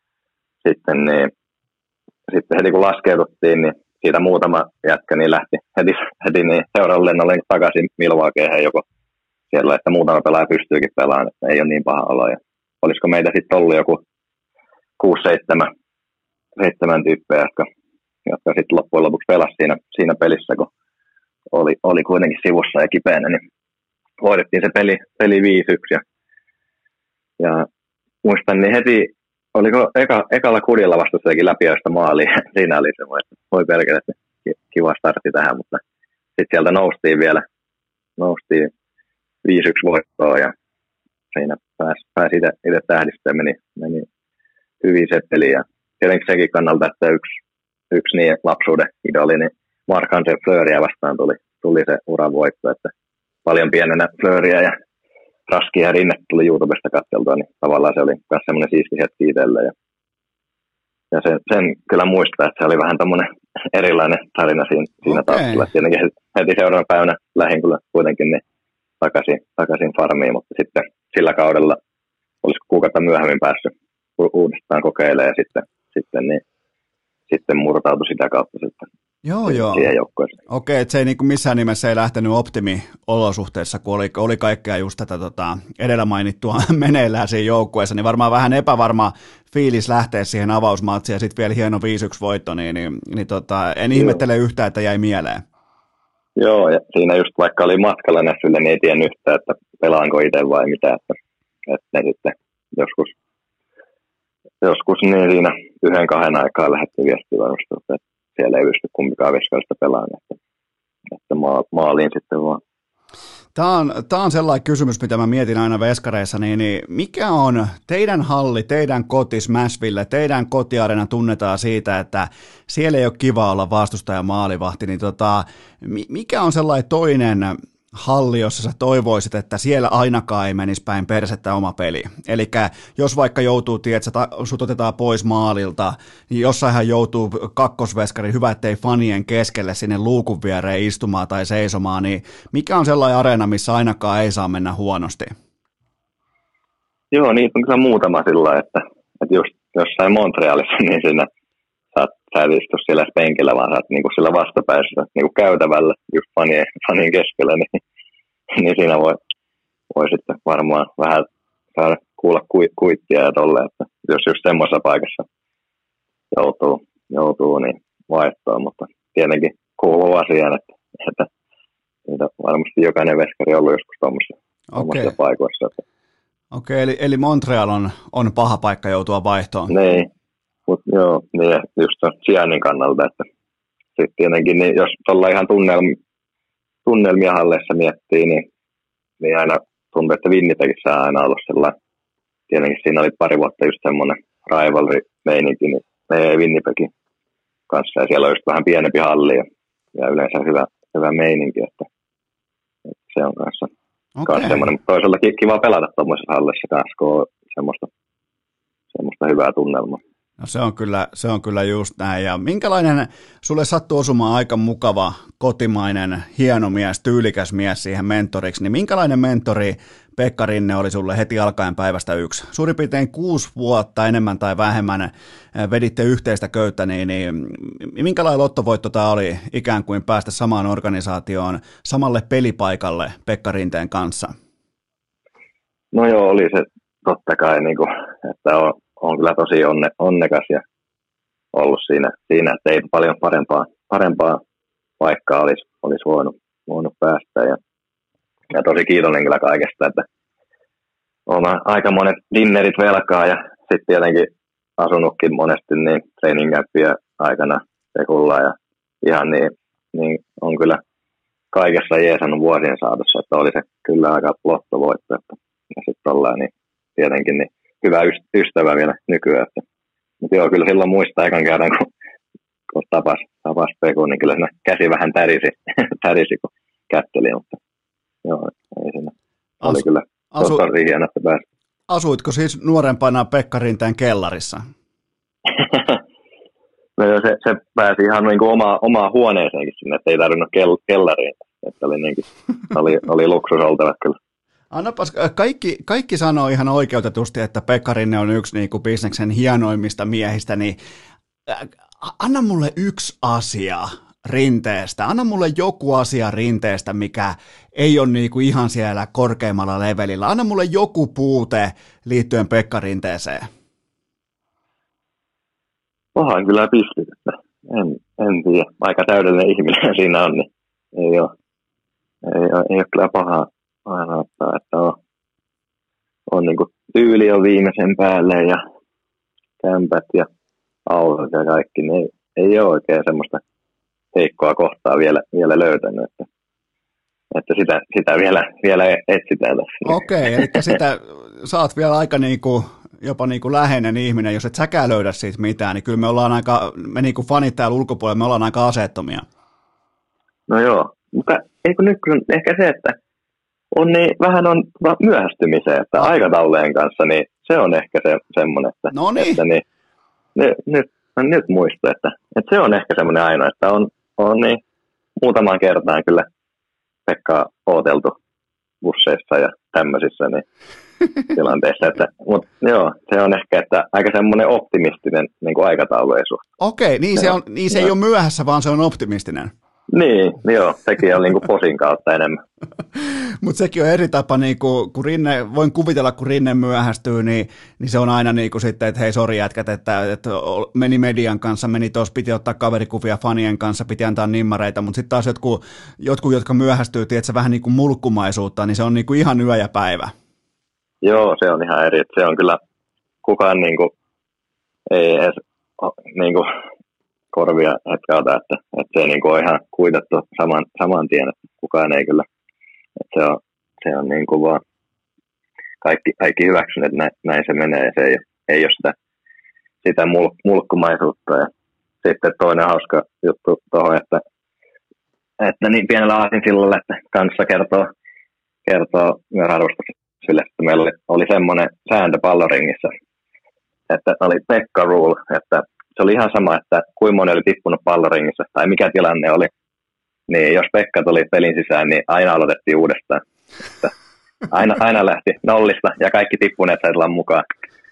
sitten heti kun laskeuduttiin, niin siitä muutama jätkä niin lähti heti niin seuraavalle lennolle takaisin Milwaukeehen joku siellä, että muutama pelaaja pystyykin pelaamaan, että ei ole niin paha olo. Ja olisiko meitä sitten ollut joku 6-7 tyyppejä, jotka sitten loppujen lopuksi pelasi siinä pelissä, kun oli kuitenkin sivussa ja kipeänä, niin voidettiin se peli 5-1. Ja muistan, niin heti, oliko ekalla kudilla vasta teki läpiöistä maaliin, siinä oli semmoinen, että voi perkele, että kiva startti tähän, mutta sitten sieltä noustiin 5-1 voittoon, ja siinä pääsi itse tähdistä, meni hyvin se peli, ja tietenkin sekin kannalta, että yksi niin lapsuuden idoli, niin Marc-Andre Fleuryä vastaan tuli se uran voitto, että paljon pienenä Fleuryä ja Raskia ja Rinne tuli YouTubesta katseltua, niin tavallaan se oli myös semmoinen siisti hetki itselle. Ja sen kyllä muistaa, että se oli vähän tommoinen erilainen tarina siinä taustalla. Tietenkin heti seuraavana päivänä lähdin kyllä kuitenkin niin takaisin farmiin, mutta sitten sillä kaudella olisiko kuukautta myöhemmin päässyt uudestaan kokeilemaan ja sitten murtautui sitä kautta sitten Joo. siihen joukkueeseen. Okei, että se ei niin kuin missään nimessä ei lähtenyt optimiolosuhteissa, kun oli kaikkea just tätä edellä mainittua meneillään siinä joukkueessa, niin varmaan vähän epävarma fiilis lähteä siihen avausmatsiin ja sitten vielä hieno 5-1 voitto, en ihmettele yhtään, että jäi mieleen. Joo, ja siinä just vaikka oli matkalla Nässylle, niin ei tiennyt yhtään, että pelaanko itse vai mitä, että ne sitten joskus niin siinä 1-2 aikaa lähetti viestiä varmasti, että siellä ei pysty kumpikaan veskarista pelaamaan, että maaliin sitten vaan. Tämä on sellainen kysymys, mitä mä mietin aina veskareissa, niin mikä on teidän halli, teidän koti Smashville, teidän kotiarena tunnetaan siitä, että siellä ei ole kiva olla vastustajan maalivahti, niin mikä on sellainen toinen halli, jossa sä toivoisit, että siellä ainakaan ei menisi päin persettä oma peli. Eli jos vaikka joutuu, että sut otetaan pois maalilta, niin jossainhan joutuu kakkosveskari, hyvä ettei fanien keskelle sinne luukun viereen istumaan tai seisomaan, niin mikä on sellainen areena, missä ainakaan ei saa mennä huonosti? Joo, niitä on kyllä muutama sillä, että just jossain Montrealissa, niin siinä sä et istu siellä penkillä, vaan sä oot niinku sillä vastapäisessä niinku käytävällä just fanien keskellä, niin siinä voi sitten varmaan vähän saada kuulla kuittia ja tolleen, että jos just semmoisessa paikassa joutuu niin vaihtoon, mutta tietenkin kuuluu asiaan, että varmasti jokainen veskari on ollut joskus tuommoisissa paikoissa. Okei, eli Montreal on paha paikka joutua vaihtoon. Niin. Mutta joo, niin just sijainnin kannalta, että sitten tietenkin, niin jos tuolla ihan tunnelmia halleissa miettii, niin aina tuntuu, että Winnipegissä on aina ollut sellainen, tietenkin siinä oli pari vuotta just semmoinen rivalry-meininki, niin me ei Winnipegin kanssa, ja siellä on just vähän pienempi halli, ja yleensä hyvä meininki, että se on kanssa semmoinen, mutta toisaalta kiva pelata tuommoisessa hallissa kanssa, kun on semmoista hyvää tunnelmaa. No se on kyllä just näin. Ja minkälainen, sulle sattuu osumaan aika mukava, kotimainen, hieno mies, tyylikäs mies siihen mentoriksi, niin minkälainen mentori Pekka Rinne oli sulle heti alkaen päivästä 1? Suurin piirtein 6 vuotta enemmän tai vähemmän veditte yhteistä köyttä, niin minkälainen lottovoitto tämä oli ikään kuin päästä samaan organisaatioon, samalle pelipaikalle Pekka Rinteen kanssa? No joo, oli se totta kai, niin kuin, että on kyllä tosi onnekas ja ollut siinä, että ei paljon parempaa paikkaa olisi voinut päästä. Ja tosi kiitollinen kyllä kaikesta, että olen aika monet dinnerit velkaa ja sitten tietenkin asunutkin monesti niin training campia aikana Pekulla ja ihan niin on kyllä kaikessa jeesannut vuosien saatossa, että oli se kyllä aika lottovoitto. Ja sitten ollaan niin tietenkin niin hyvä ystävä vielä nykyään. Mutta joo, kyllä silloin muistaa ekan kerran, kun tapas Peku, niin kyllä siinä käsi vähän tärisi kun kätteli, mutta joo, ei siinä. Oli kyllä tosi hieno, että pääsi. Asuitko siis nuorempana Pekka Rinteen kellarissa? No joo, se pääsi ihan niin kuin omaa huoneeseenkin sinne, että ei tarvinnut kellariin. Että oli luksus oltava kyllä. Annapas, kaikki sanoo ihan oikeutetusti, että Pekka Rinne on yksi niin kuin bisneksen hienoimmista miehistä, niin anna mulle yksi asia Rinteestä. Anna mulle joku asia Rinteestä, mikä ei ole niin kuin ihan siellä korkeimmalla levelillä. Anna mulle joku puute liittyen Pekka Rinteeseen. Pahan kyllä pistit, että en tiedä. Aika täydellinen ihminen siinä on, niin ei ole kyllä pahaa. Aina ottaa, että on niin kuin tyyli on viimeisen päälle ja kämpät ja autot ja kaikki, niin ei ole oikein semmoista heikkoa kohtaa vielä löytänyt, että sitä vielä etsitään tässä. Okei, eli sä oot vielä aika jopa läheinen ihminen, jos et säkään löydä siitä mitään, niin kyllä me niin kuin fanit täällä ulkopuolella, me ollaan aika aseettomia. No joo, mutta eikö nyt ehkä se, että vähän on myöhästymiseen, että aikataulujen kanssa, niin se on ehkä semmoinen, että, että nyt muista, että se on ehkä semmoinen ainoa, että on niin muutamaan kertaan kyllä Pekkaa ooteltu busseissa ja tämmöisissä, niin tilanteessa. Mutta joo, se on ehkä että aika semmoinen optimistinen niin kuin aikataulu ei suhteen. Okei, niin se ei ole myöhässä, vaan se on optimistinen. Niin, joo, sekin on niin kuin posin kautta enemmän. Mutta sekin on eri tapa, niin kun Rinne, voin kuvitella, kun Rinne myöhästyy, niin se on aina niin kuin sitten, että hei sori jätkät, että meni median kanssa, meni tuossa, piti ottaa kaverikuvia fanien kanssa, piti antaa nimmareita, mutta sitten taas jotkut, jotka myöhästyy, tiedätkö, vähän niin kuin mulkkumaisuutta, niin se on niin kuin ihan yö ja päivä. Joo, se on ihan eri, se on kyllä kukaan niin kuin, ei edes niin kuin, korvia hetkauta, että se niin kuin on ihan kuitattu saman tien, että kukaan ei kyllä, että se on niin kuin vaan kaikki hyväksyneet, että näin se menee ja se ei ole sitä mulkkumaisuutta. Ja sitten toinen hauska juttu tuohon, että niin pienellä aasinsillalla, että kanssa kertoo myös arvostukselle, että meillä oli semmoinen sääntö palloringissä, että oli Pekka Rule, että se oli ihan sama, että kuinka moni oli tippunut palloringissä tai mikä tilanne oli. Niin jos Pekka tuli pelin sisään, niin aina aloitettiin uudestaan. Että aina lähti nollista ja kaikki tippuneet sai tulla mukaan.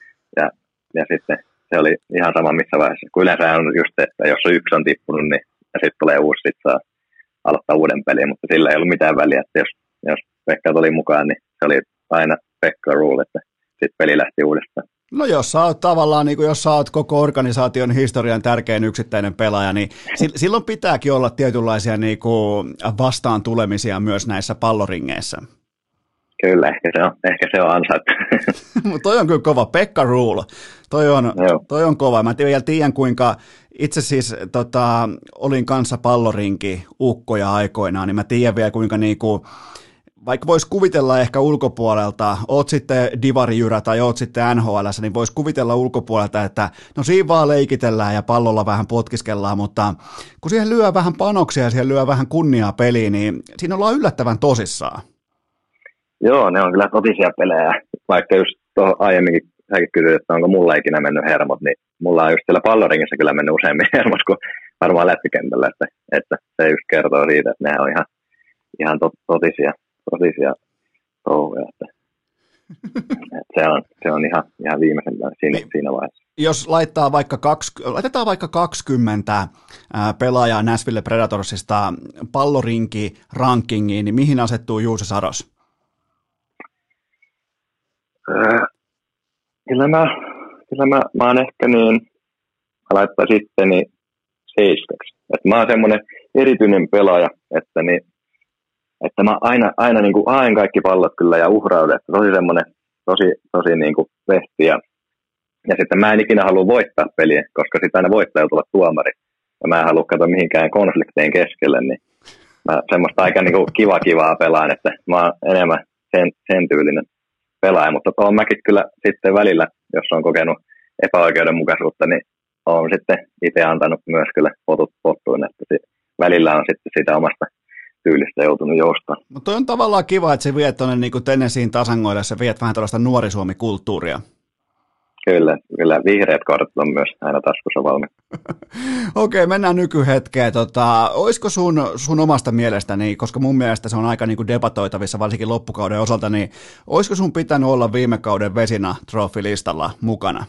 Ja sitten se oli ihan sama missä vaiheessa. Kun yleensä on just se, että jos yksi on tippunut, niin ja sitten tulee uusi, sitten saa aloittaa uuden pelin. Mutta sillä ei ollut mitään väliä, että jos Pekka tuli mukaan, niin se oli aina Pekka Rule, että sitten peli lähti uudestaan. No jos sä oot tavallaan, niin jos sä oot koko organisaation historian tärkein yksittäinen pelaaja, niin silloin pitääkin olla tietynlaisia niin kuin vastaan tulemisia myös näissä palloringeissä. Kyllä, ehkä se on ansaittu. Mutta toi on kyllä kova, Pekka Rule, toi on kova. Mä vielä tiedän kuinka, itse siis olin kanssa pallorinki ukkoja aikoinaan, niin mä tiedän vielä kuinka niinku, vaikka vois kuvitella ehkä ulkopuolelta, oot sitten divarijyrä tai oot sitten NHL:ssä, niin vois kuvitella ulkopuolelta, että no siinä vaan leikitellään ja pallolla vähän potkiskellaan, mutta kun siihen lyö vähän panoksia ja siihen lyö vähän kunniaa peliin, niin siinä ollaan yllättävän tosissaan. Joo, ne on kyllä totisia pelejä. Vaikka just tuohon aiemminkin säkin kysyit, että onko mulla ikinä mennyt hermot, niin mulla on just siellä palloringissä kyllä mennyt useammin hermot kuin varmaan lättikentällä, että se just kertoo siitä, että ne on ihan totisia touhuja, että se on ihan viimeisellä siinä vaiheessa. Jos laitetaan vaikka 20 pelaajaa Nashville Predatorsista pallorinki rankingiin, niin mihin asettuu Juuse Saros? Kyllä mä oon ehkä niin, mä laittaisin itteni 7. Että mä oon semmoinen erityinen pelaaja, että mä aina niin kuin haen kaikki pallot kyllä ja uhraudun, että tosi semmoinen, tosi niin kuin vehti ja sitten mä en ikinä halua voittaa peliä, koska sitten aina voittaja tulla tuomari ja mä en halua katsoa mihinkään konfliktein keskelle, niin mä semmoista aika niin kuin kivaa pelaan, että mä oon enemmän sen tyylinen pelaaja, mutta tuohon mäkin kyllä sitten välillä, jos on kokenut epäoikeudenmukaisuutta, niin olen sitten itse antanut myös kyllä pottuun, että välillä on sitten siitä omasta tyylistä joutunut joustamaan. Mutta on tavallaan kiva, että se viet tuonne niin Tennesseein tasangoille, se viet vähän tällaista nuorisuomikulttuuria. Kyllä vihreät kortit on myös aina taskussa valmiina. Okei, mennään nykyhetkeen. Olisiko sun omasta mielestäni, koska mun mielestä se on aika niin kuin debatoitavissa, varsinkin loppukauden osalta, niin olisiko sun pitänyt olla viime kauden Vezina Trophy-listalla mukana?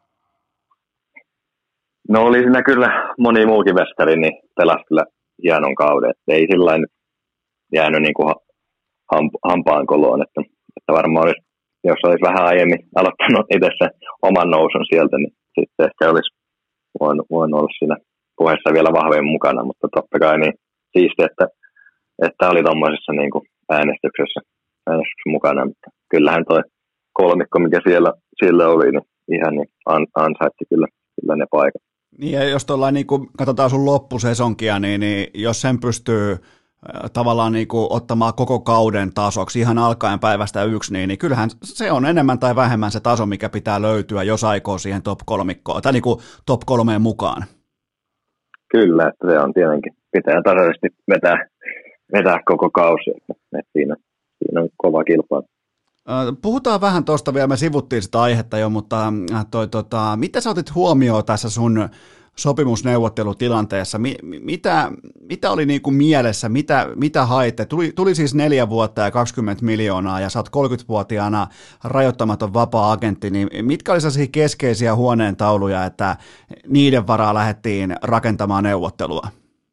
No oli siinä kyllä moni muukin veskari, niin pelasi kyllä hienon kauden. Että ei sillä nyt jäänyt niin kuin hampaan koloon, että varmaan olisi, jos olisi vähän aiemmin aloittanut itse sen oman nousun sieltä, niin sitten ehkä olisi voinut olla siinä puheessa vielä vahvemmin mukana, mutta totta kai niin siistiä, että oli tuommoisessa niin kuin äänestyksessä mukana, mutta kyllähän toi kolmikko, mikä siellä oli, niin ihan niin ansaitti kyllä ne paikat. Niin ja jos niin katsotaan sun loppusesonkia, niin jos sen pystyy tavallaan niin kuin ottamaan koko kauden tasoksi ihan alkaen päivästä 1, niin kyllähän se on enemmän tai vähemmän se taso, mikä pitää löytyä, jos aikoo siihen top 3 tai niin kuin top 3 mukaan. Kyllä, että se on tietenkin. Pitää tasaisesti vetää koko kausi, että siinä on kova kilpailu. Puhutaan vähän tuosta vielä, me sivuttiin sitä aihetta jo, mutta mitä sä otit huomioon tässä sun sopimusneuvottelutilanteessa, mitä oli niin kuin mielessä, mitä haitte? Tuli siis 4 vuotta ja 20 miljoonaa ja sä oot 30-vuotiaana rajoittamaton vapaa-agentti, niin mitkä oli sellaisia keskeisiä huoneentauluja, että niiden varaa lähdettiin rakentamaan neuvottelua?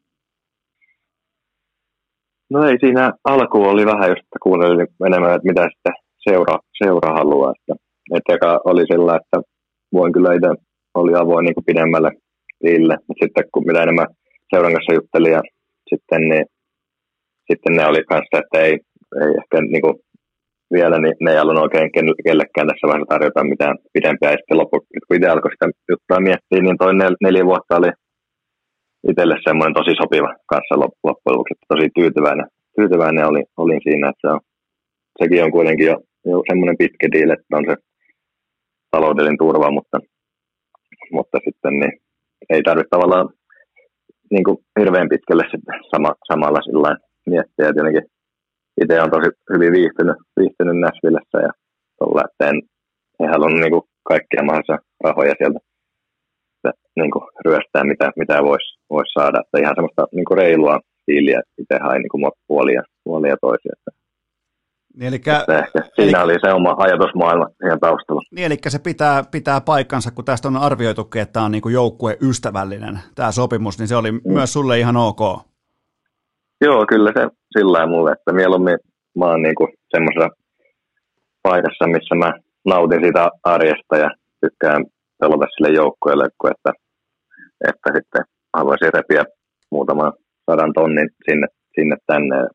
No ei siinä alkuun oli vähän just kuunnelin enemmän, että mitä sitten seura haluaa. Että eka oli sillä, että voin kyllä itse oli avoin niin kuin pidemmälle diille, mutta sitten kun mitä enemmän seuran kanssa juttelin ja sitten ne oli kanssa, että ei ehkä niin kuin vielä, niin ne ei halunnut oikein kellekään tässä vaiheessa tarjota mitään pidempiä. Ja sitten lopuksi, kun itse alkoi sitä juttua miettiä, niin toi 4 vuotta oli itselle semmoinen tosi sopiva kanssa loppujen lopuksi, että tosi tyytyväinen olin siinä, että sekin on kuitenkin jo semmoinen pitkä diili, että on se taloudellinen turva, mutta sitten niin ei tarvitse tavallaan niin kuin hirveän pitkälle sitten samalla sillain miettiä, että jotenkin itse on tosi hyvin viihtynyt Nashvillessä ja tuolla, että en halunnut niin kuin kaikkia mahdollisia rahoja sieltä niin kuin ryöstää, mitä voisi saada, että ihan semmoista niin kuin reilua diiliä itse hain niin kuin puolia toisia. Niin, siinä oli se oma ajatusmaailma ihan taustalla. Niin, eli se pitää paikkansa, kun tästä on arvioitukin, että tämä on niin kuin joukkueystävällinen tämä sopimus, niin se oli myös sulle ihan ok. Joo, kyllä se sillä lailla mulle, että mieluummin mä oon niin kuin semmoisessa paikassa, missä mä nautin siitä arjesta ja tykkään pelata sille joukkueelle, että sitten haluaisin repiä muutaman 100 tonnin sinne tänne ja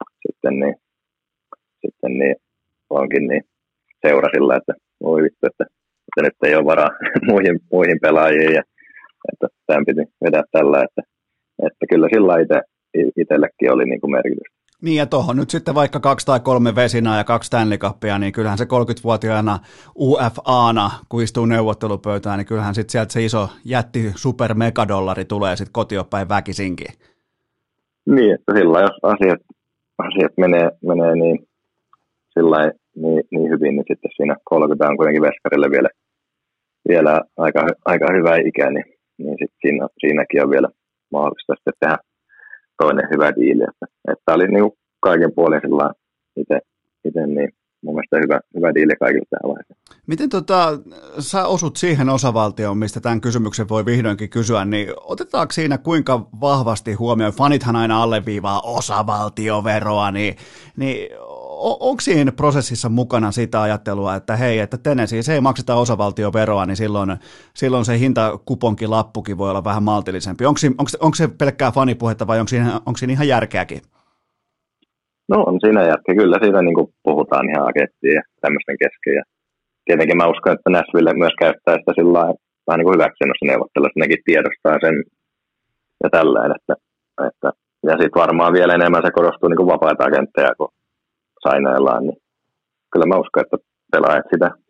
sitten niin onkin niin seurasilla, että voi vittu, että nyt ei ole varaa muihin pelaajiin ja että tämän piti vedää tällä, että kyllä sillä itsellekin oli niin kuin merkitystä. Niin ja tuohon nyt sitten vaikka 2 tai 3 vesinaa ja 2 Stanley Cupia, niin kyllähän se 30-vuotiaana UFAna, kun istuu neuvottelupöytään, niin kyllähän sitten sieltä se iso jätti super megadollari tulee sitten kotiopäin väkisinkin. Niin, että sillä jos asiat menee niin sillä niin hyvin, niin sitten siinä 30 on kuitenkin veskarille vielä aika hyvä ikä, niin sitten siinäkin on vielä mahdollista sitten tehdä toinen hyvä diili. Että oli niin kaiken puolin sillä itse niin mun mielestä hyvä diili kaikille tähän vaiheeseen. Miten sä osut siihen osavaltioon, mistä tämän kysymyksen voi vihdoinkin kysyä, niin otetaanko siinä kuinka vahvasti huomioon, fanithan aina alleviivaa osavaltioveroa, niin onko siinä prosessissa mukana sitä ajattelua, että hei, että Tennesseeissä ei makseta osavaltioveroa, niin silloin se hintakuponkilappukin voi olla vähän maltillisempi. Onko se pelkkää fanipuhetta vai onko siinä ihan järkeäkin? No on siinä järkeä. Kyllä siitä niin kuin puhutaan ihan agenttiin ja tämmöisten kesken. Ja tietenkin mä uskon, että Nashville myös käyttää sitä sillä lailla vähän niin kuin hyväksi noissa neuvotteluissa. Nekin tiedostaa sen ja tällainen. Ja sitten varmaan vielä enemmän se korostuu niin kuin vapaita agentteja, kun sainoillaan. Niin kyllä mä uskon, että pelaajat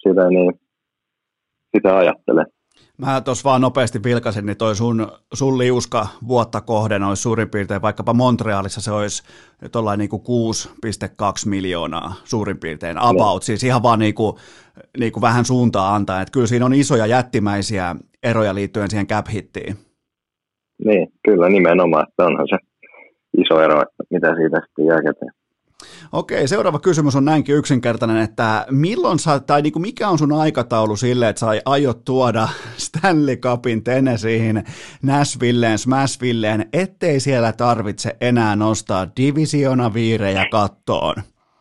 sitä ajattelee. Mä tuossa vaan nopeasti vilkasin, niin toi sun liuska vuotta kohden olisi suurin piirtein, vaikkapa Montrealissa se olisi tuollainen niin kuin 6,2 miljoonaa suurin piirtein about, siis ihan vaan niin kuin vähän suuntaa antaa, että kyllä siinä on isoja jättimäisiä eroja liittyen siihen cap-hittiin. Niin, kyllä nimenomaan, että onhan se iso ero, että mitä siitä sitten jää käteen. Okei, seuraava kysymys on näinkin yksinkertainen, että mikä on sun aikataulu sille, että sä aiot tuoda Stanley Cupin Tennesseeihin, Nashvilleen, Smashvilleen, ettei siellä tarvitse enää nostaa divisionaviirejä kattoon?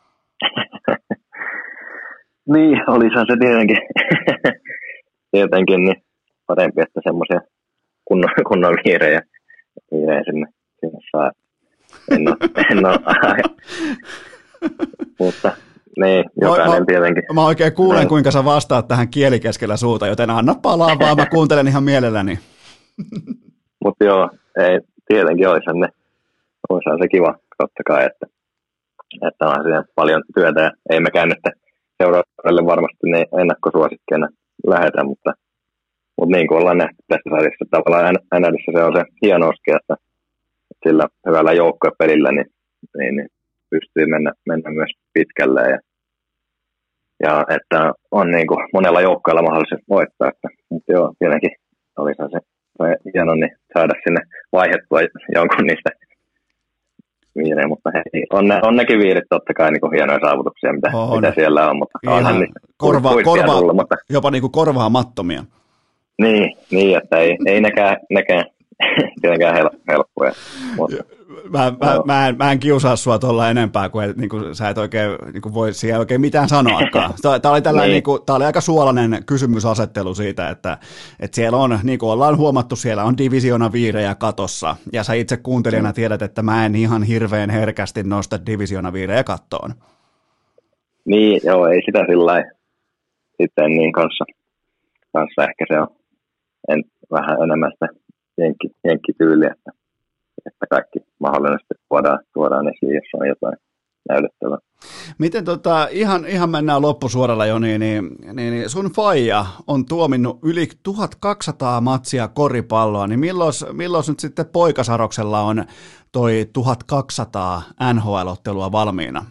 Niin, olisihan se tietenkin niin parempi, että semmoisia kunnon viirejä sinne saa. En ole. Mutta niin, jokainen tietenkin. Mä oikein kuulen, kuinka sä vastaat tähän kieli keskellä suuta, joten anna palaa vaan, mä kuuntelen ihan mielelläni. Mutta joo, ei, tietenkin olisihan se kiva totta kai, että on siinä paljon työtä ja ei mekään nyt seuraavalle varmasti niin ennakkosuosikkeena lähetä, mutta niin kuin ollaan nähty tässä sarjassa, tavallaan NRissä se on se hienouskin, että sillä hyvällä joukkuepelillä niin pystyy mennä myös pitkälle ja että on niin kuin monella joukkueella mahdollisuus voittaa, mutta joo, tietenkin olisihan se hieno niin saada sinne vaihdettua jonkun niistä viirejä, mutta hei, on nekin viirit totta kai niin hienoja saavutuksia, mitä siellä on, mutta onhan niistä tullut, mutta jopa niin kuin korvaamattomia. Niin, että ei nekään tietenkään helppoja. Mutta, mä en kiusaa sua tuolla enempää, kun niin kuin sä et oikein niin kuin voi siihen oikein mitään sanoakaan. Tämä oli aika suolainen kysymysasettelu siitä, että siellä on, niin kuin ollaan huomattu, siellä on divisioonaviirejä katossa, ja sä itse kuuntelijana tiedät, että mä en ihan hirveän herkästi nosta divisioonaviirejä kattoon. Niin, joo, ei sitä sillä sitten niin kanssa ehkä se on vähän enemmän sitä jenkkityyliä, että kaikki mahdollisesti tuodaan esiin, jos on jotain näytettävää. Miten ihan mennään loppusuoralla jo, niin sun faija on tuominnut yli 1200 matsia koripalloa, niin milloin nyt sitten poikasaroksella on toi 1200 NHL-ottelua valmiina?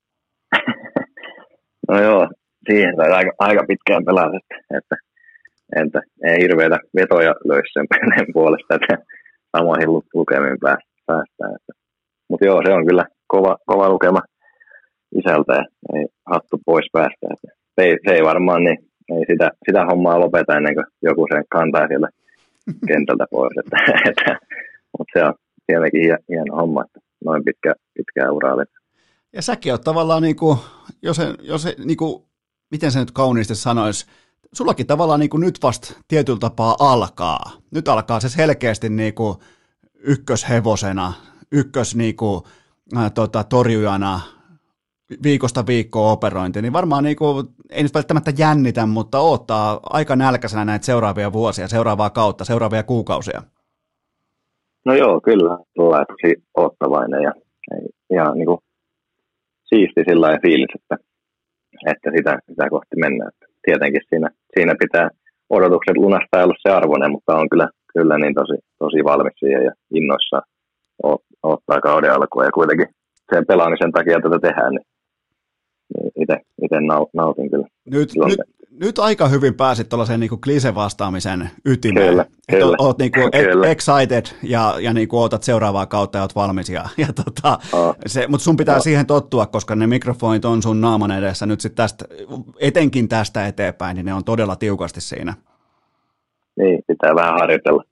No joo, siihen sai aika pitkään pelata, että ei hirveitä vetoja löysi sen puolesta, että samoihin lukemiin päästään. Mutta joo, se on kyllä kova lukema isältä ja ei hattu pois päästä. Se ei varmaan niin, ei sitä hommaa lopeta ennen kuin joku sen kantaa sieltä kentältä pois. Mutta se on tietenkin hieno homma, että noin pitkää uraa oli. Ja säkin oot tavallaan, niinku, jos niinku, miten se nyt kauniisti sanoisi, sullakin tavallaan niin kuin nyt vasta tietyllä tapaa alkaa. Nyt alkaa se selkeästi niin kuin ykköshevosena, niin kuin, torjujana, viikosta viikkoon operointi, niin varmaan niin kuin, ei nyt välttämättä jännitä, mutta odottaa aika nälkäisenä näitä seuraavia vuosia, seuraavaa kautta, seuraavia kuukausia. No joo, kyllä. Tulee tosi odottavainen ja niin kuin siisti sillä lailla fiilis, että sitä kohti mennään. Tietenkin siinä pitää odotukset lunastaa olla se arvoinen, mutta on kyllä niin tosi valmis siihen ja innoissaan ottaa kauden alkua. Ja kuitenkin sen pelaamisen takia tätä tehdään, niin itse nautin kyllä. Nyt aika hyvin pääsit tuollaiseen niin klise-vastaamisen ytimeen. Kyllä. Oot niin excited ja niin ootat seuraavaa kautta ja oot valmis. Mutta sun pitää siihen tottua, koska ne mikrofonit on sun naaman edessä nyt sit etenkin tästä eteenpäin, niin ne on todella tiukasti siinä. Niin, pitää vähän harjoitella.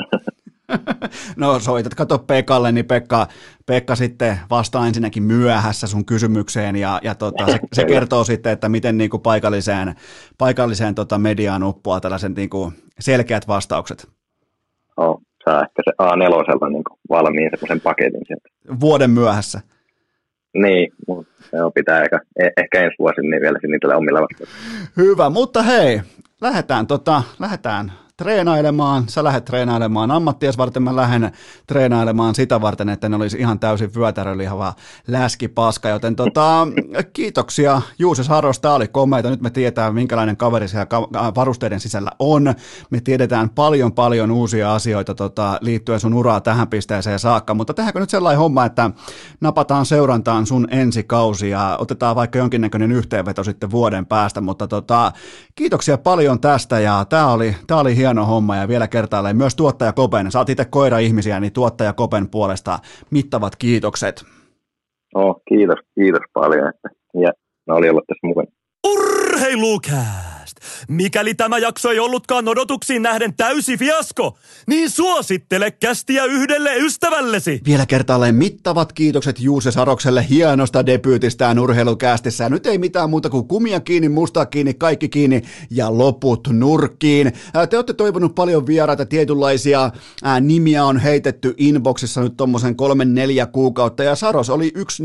No kato Pekalle, niin Pekka sitten vastaa ensinnäkin myöhässä sun kysymykseen ja se kertoo sitten, että miten niin kuin paikalliseen mediaan uppoaa tällaiset niin kuin selkeät vastaukset. Saa ehkä se A4 niin kuin valmiin semmoisen paketin sieltä. Vuoden myöhässä. Niin, mutta pitää ehkä ensi vuosi niin vielä niitä omilla vastauksilla. Hyvä, mutta hei, lähdetään treenailemaan, sä lähdet treenailemaan ammattias varten, mä lähden treenailemaan sitä varten, että ne olisi ihan täysin vyötärölihava läskipaska, joten kiitoksia Juuse Saros, tää oli komeita, nyt me tiedetään minkälainen kaveri siellä varusteiden sisällä on, me tiedetään paljon uusia asioita liittyen sun uraa tähän pisteeseen saakka, mutta tehdäänkö nyt sellainen homma, että napataan seurantaan sun ensikausi ja otetaan vaikka jonkinnäköinen yhteenveto sitten vuoden päästä, mutta kiitoksia paljon tästä ja tää oli hieno homma ja vielä kertaalleen myös tuottaja Kopen, sä oot itse koira-ihmisiä, niin tuottaja Kopen puolesta mittavat kiitokset. Kiitos paljon, ja oli ollut tässä mukana. Urheilukääst! Mikäli tämä jakso ei ollutkaan odotuksiin nähden täysi fiasko, niin suosittele kästiä yhdelle ystävällesi. Vielä kertaalleen mittavat kiitokset Juuse Sarokselle hienosta debyytistään Urheilukäästissä. Nyt ei mitään muuta kuin kumia kiinni, mustaa kiinni, kaikki kiinni ja loput nurkkiin. Te olette toivonut paljon vieraita, tietynlaisia nimiä on heitetty inboxissa nyt tommosen 3-4 kuukautta ja Saros oli yksi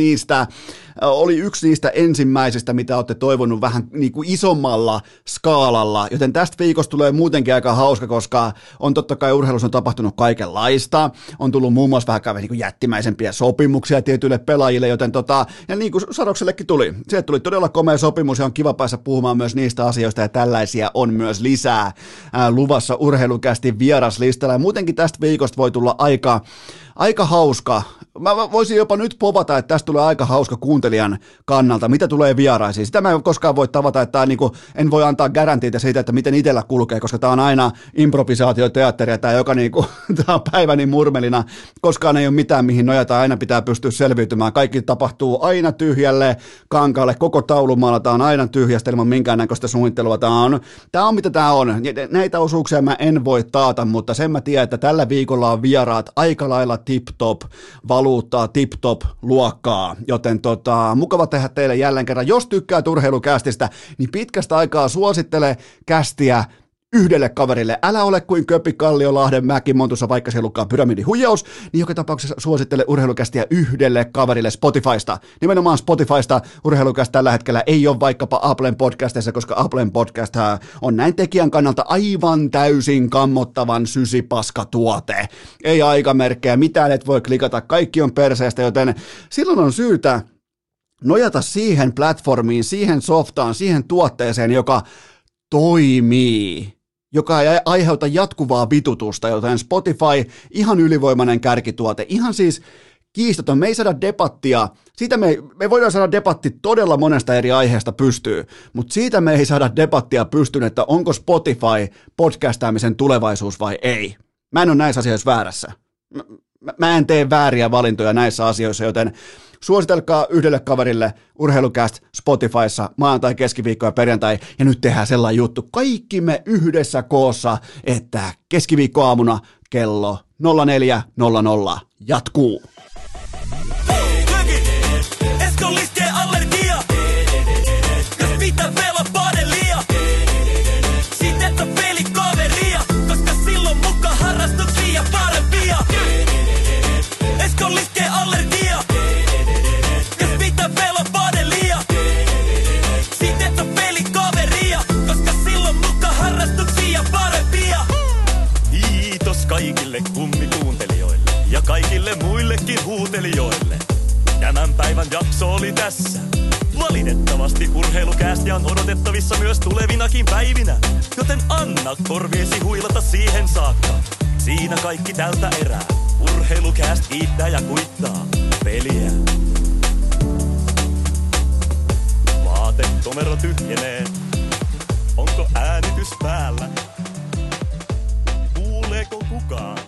niistä ensimmäisistä, mitä olette toivonut vähän niin kuin isommalla skaalalla, joten tästä viikosta tulee muutenkin aika hauska, koska on totta kai urheilussa on tapahtunut kaikenlaista, on tullut muun muassa vähän niin kuin jättimäisempiä sopimuksia tietyille pelaajille, joten ja niin kuin Saroksellekin tuli, sieltä tuli todella komea sopimus ja on kiva päästä puhumaan myös niistä asioista ja tällaisia on myös lisää luvassa Urheilukästin vieraslistalla ja muutenkin tästä viikosta voi tulla aika hauska Mä voisin jopa nyt povata, että tästä tulee aika hauska kuuntelijan kannalta, mitä tulee vieraisiin. Sitä mä en koskaan voi tavata, että niinku, en voi antaa garantiita siitä, että miten itsellä kulkee, koska tää on aina improvisaatioteatteria, tää on päiväni murmelina, koskaan ei ole mitään, mihin nojata, aina pitää pystyä selviytymään. Kaikki tapahtuu aina tyhjälle kankaalle, koko taulumaalla, tää on aina tyhjästä ilman minkäännäköistä suunnittelua. Tää on mitä tää on. Näitä osuuksia mä en voi taata, mutta sen mä tiedän, että tällä viikolla on vieraat aika lailla tip-top valuuttaa, tip-top luokkaa, joten mukava tehdä teille jälleen kerran. Jos tykkäät urheilukästistä, niin pitkästä aikaa suosittele kästiä yhdelle kaverille. Älä ole kuin Köpi Kalliolahden Mäki Montussa, vaikka se lukkaa pyramidihuijaus, niin joka tapauksessa suosittele urheilukästiä yhdelle kaverille Spotifysta. Nimenomaan Spotifysta urheilukästä tällä hetkellä ei ole vaikkapa Applen podcasteissa, koska Applen podcast on näin tekijän kannalta aivan täysin kammottavan sysipaskatuote. Ei aikamerkkejä, mitään et voi klikata, kaikki on perseestä, joten silloin on syytä nojata siihen platformiin, siihen softaan, siihen tuotteeseen, joka toimii, joka ei aiheuta jatkuvaa vitutusta, joten Spotify, ihan ylivoimainen kärkituote, ihan siis kiistaton, me ei saada debattia, siitä me voidaan saada debatti todella monesta eri aiheesta pystyy, mutta siitä me ei saada debattia pystyyn, että onko Spotify podcastaamisen tulevaisuus vai ei. Mä en ole näissä asioissa väärässä. Mä en tee vääriä valintoja näissä asioissa, joten suositelkaa yhdelle kaverille Urheilucast Spotifyssa maanantai, keskiviikko ja perjantai, ja nyt tehdään sellainen juttu, kaikki me yhdessä koossa, että keskiviikkoaamuna kello 04.00 jatkuu. Kaikille kummikuuntelijoille ja kaikille muillekin huutelijoille. Tämän päivän jakso oli tässä. Valitettavasti urheilukästiä on odotettavissa myös tulevinakin päivinä, joten anna korviesi huilata siihen saakka. Siinä kaikki tältä erää. Urheilukäst kiittää ja kuittaa peliä. Vaatekomero tyhjenee. Onko äänitys päällä? Kuuleeko kukaan?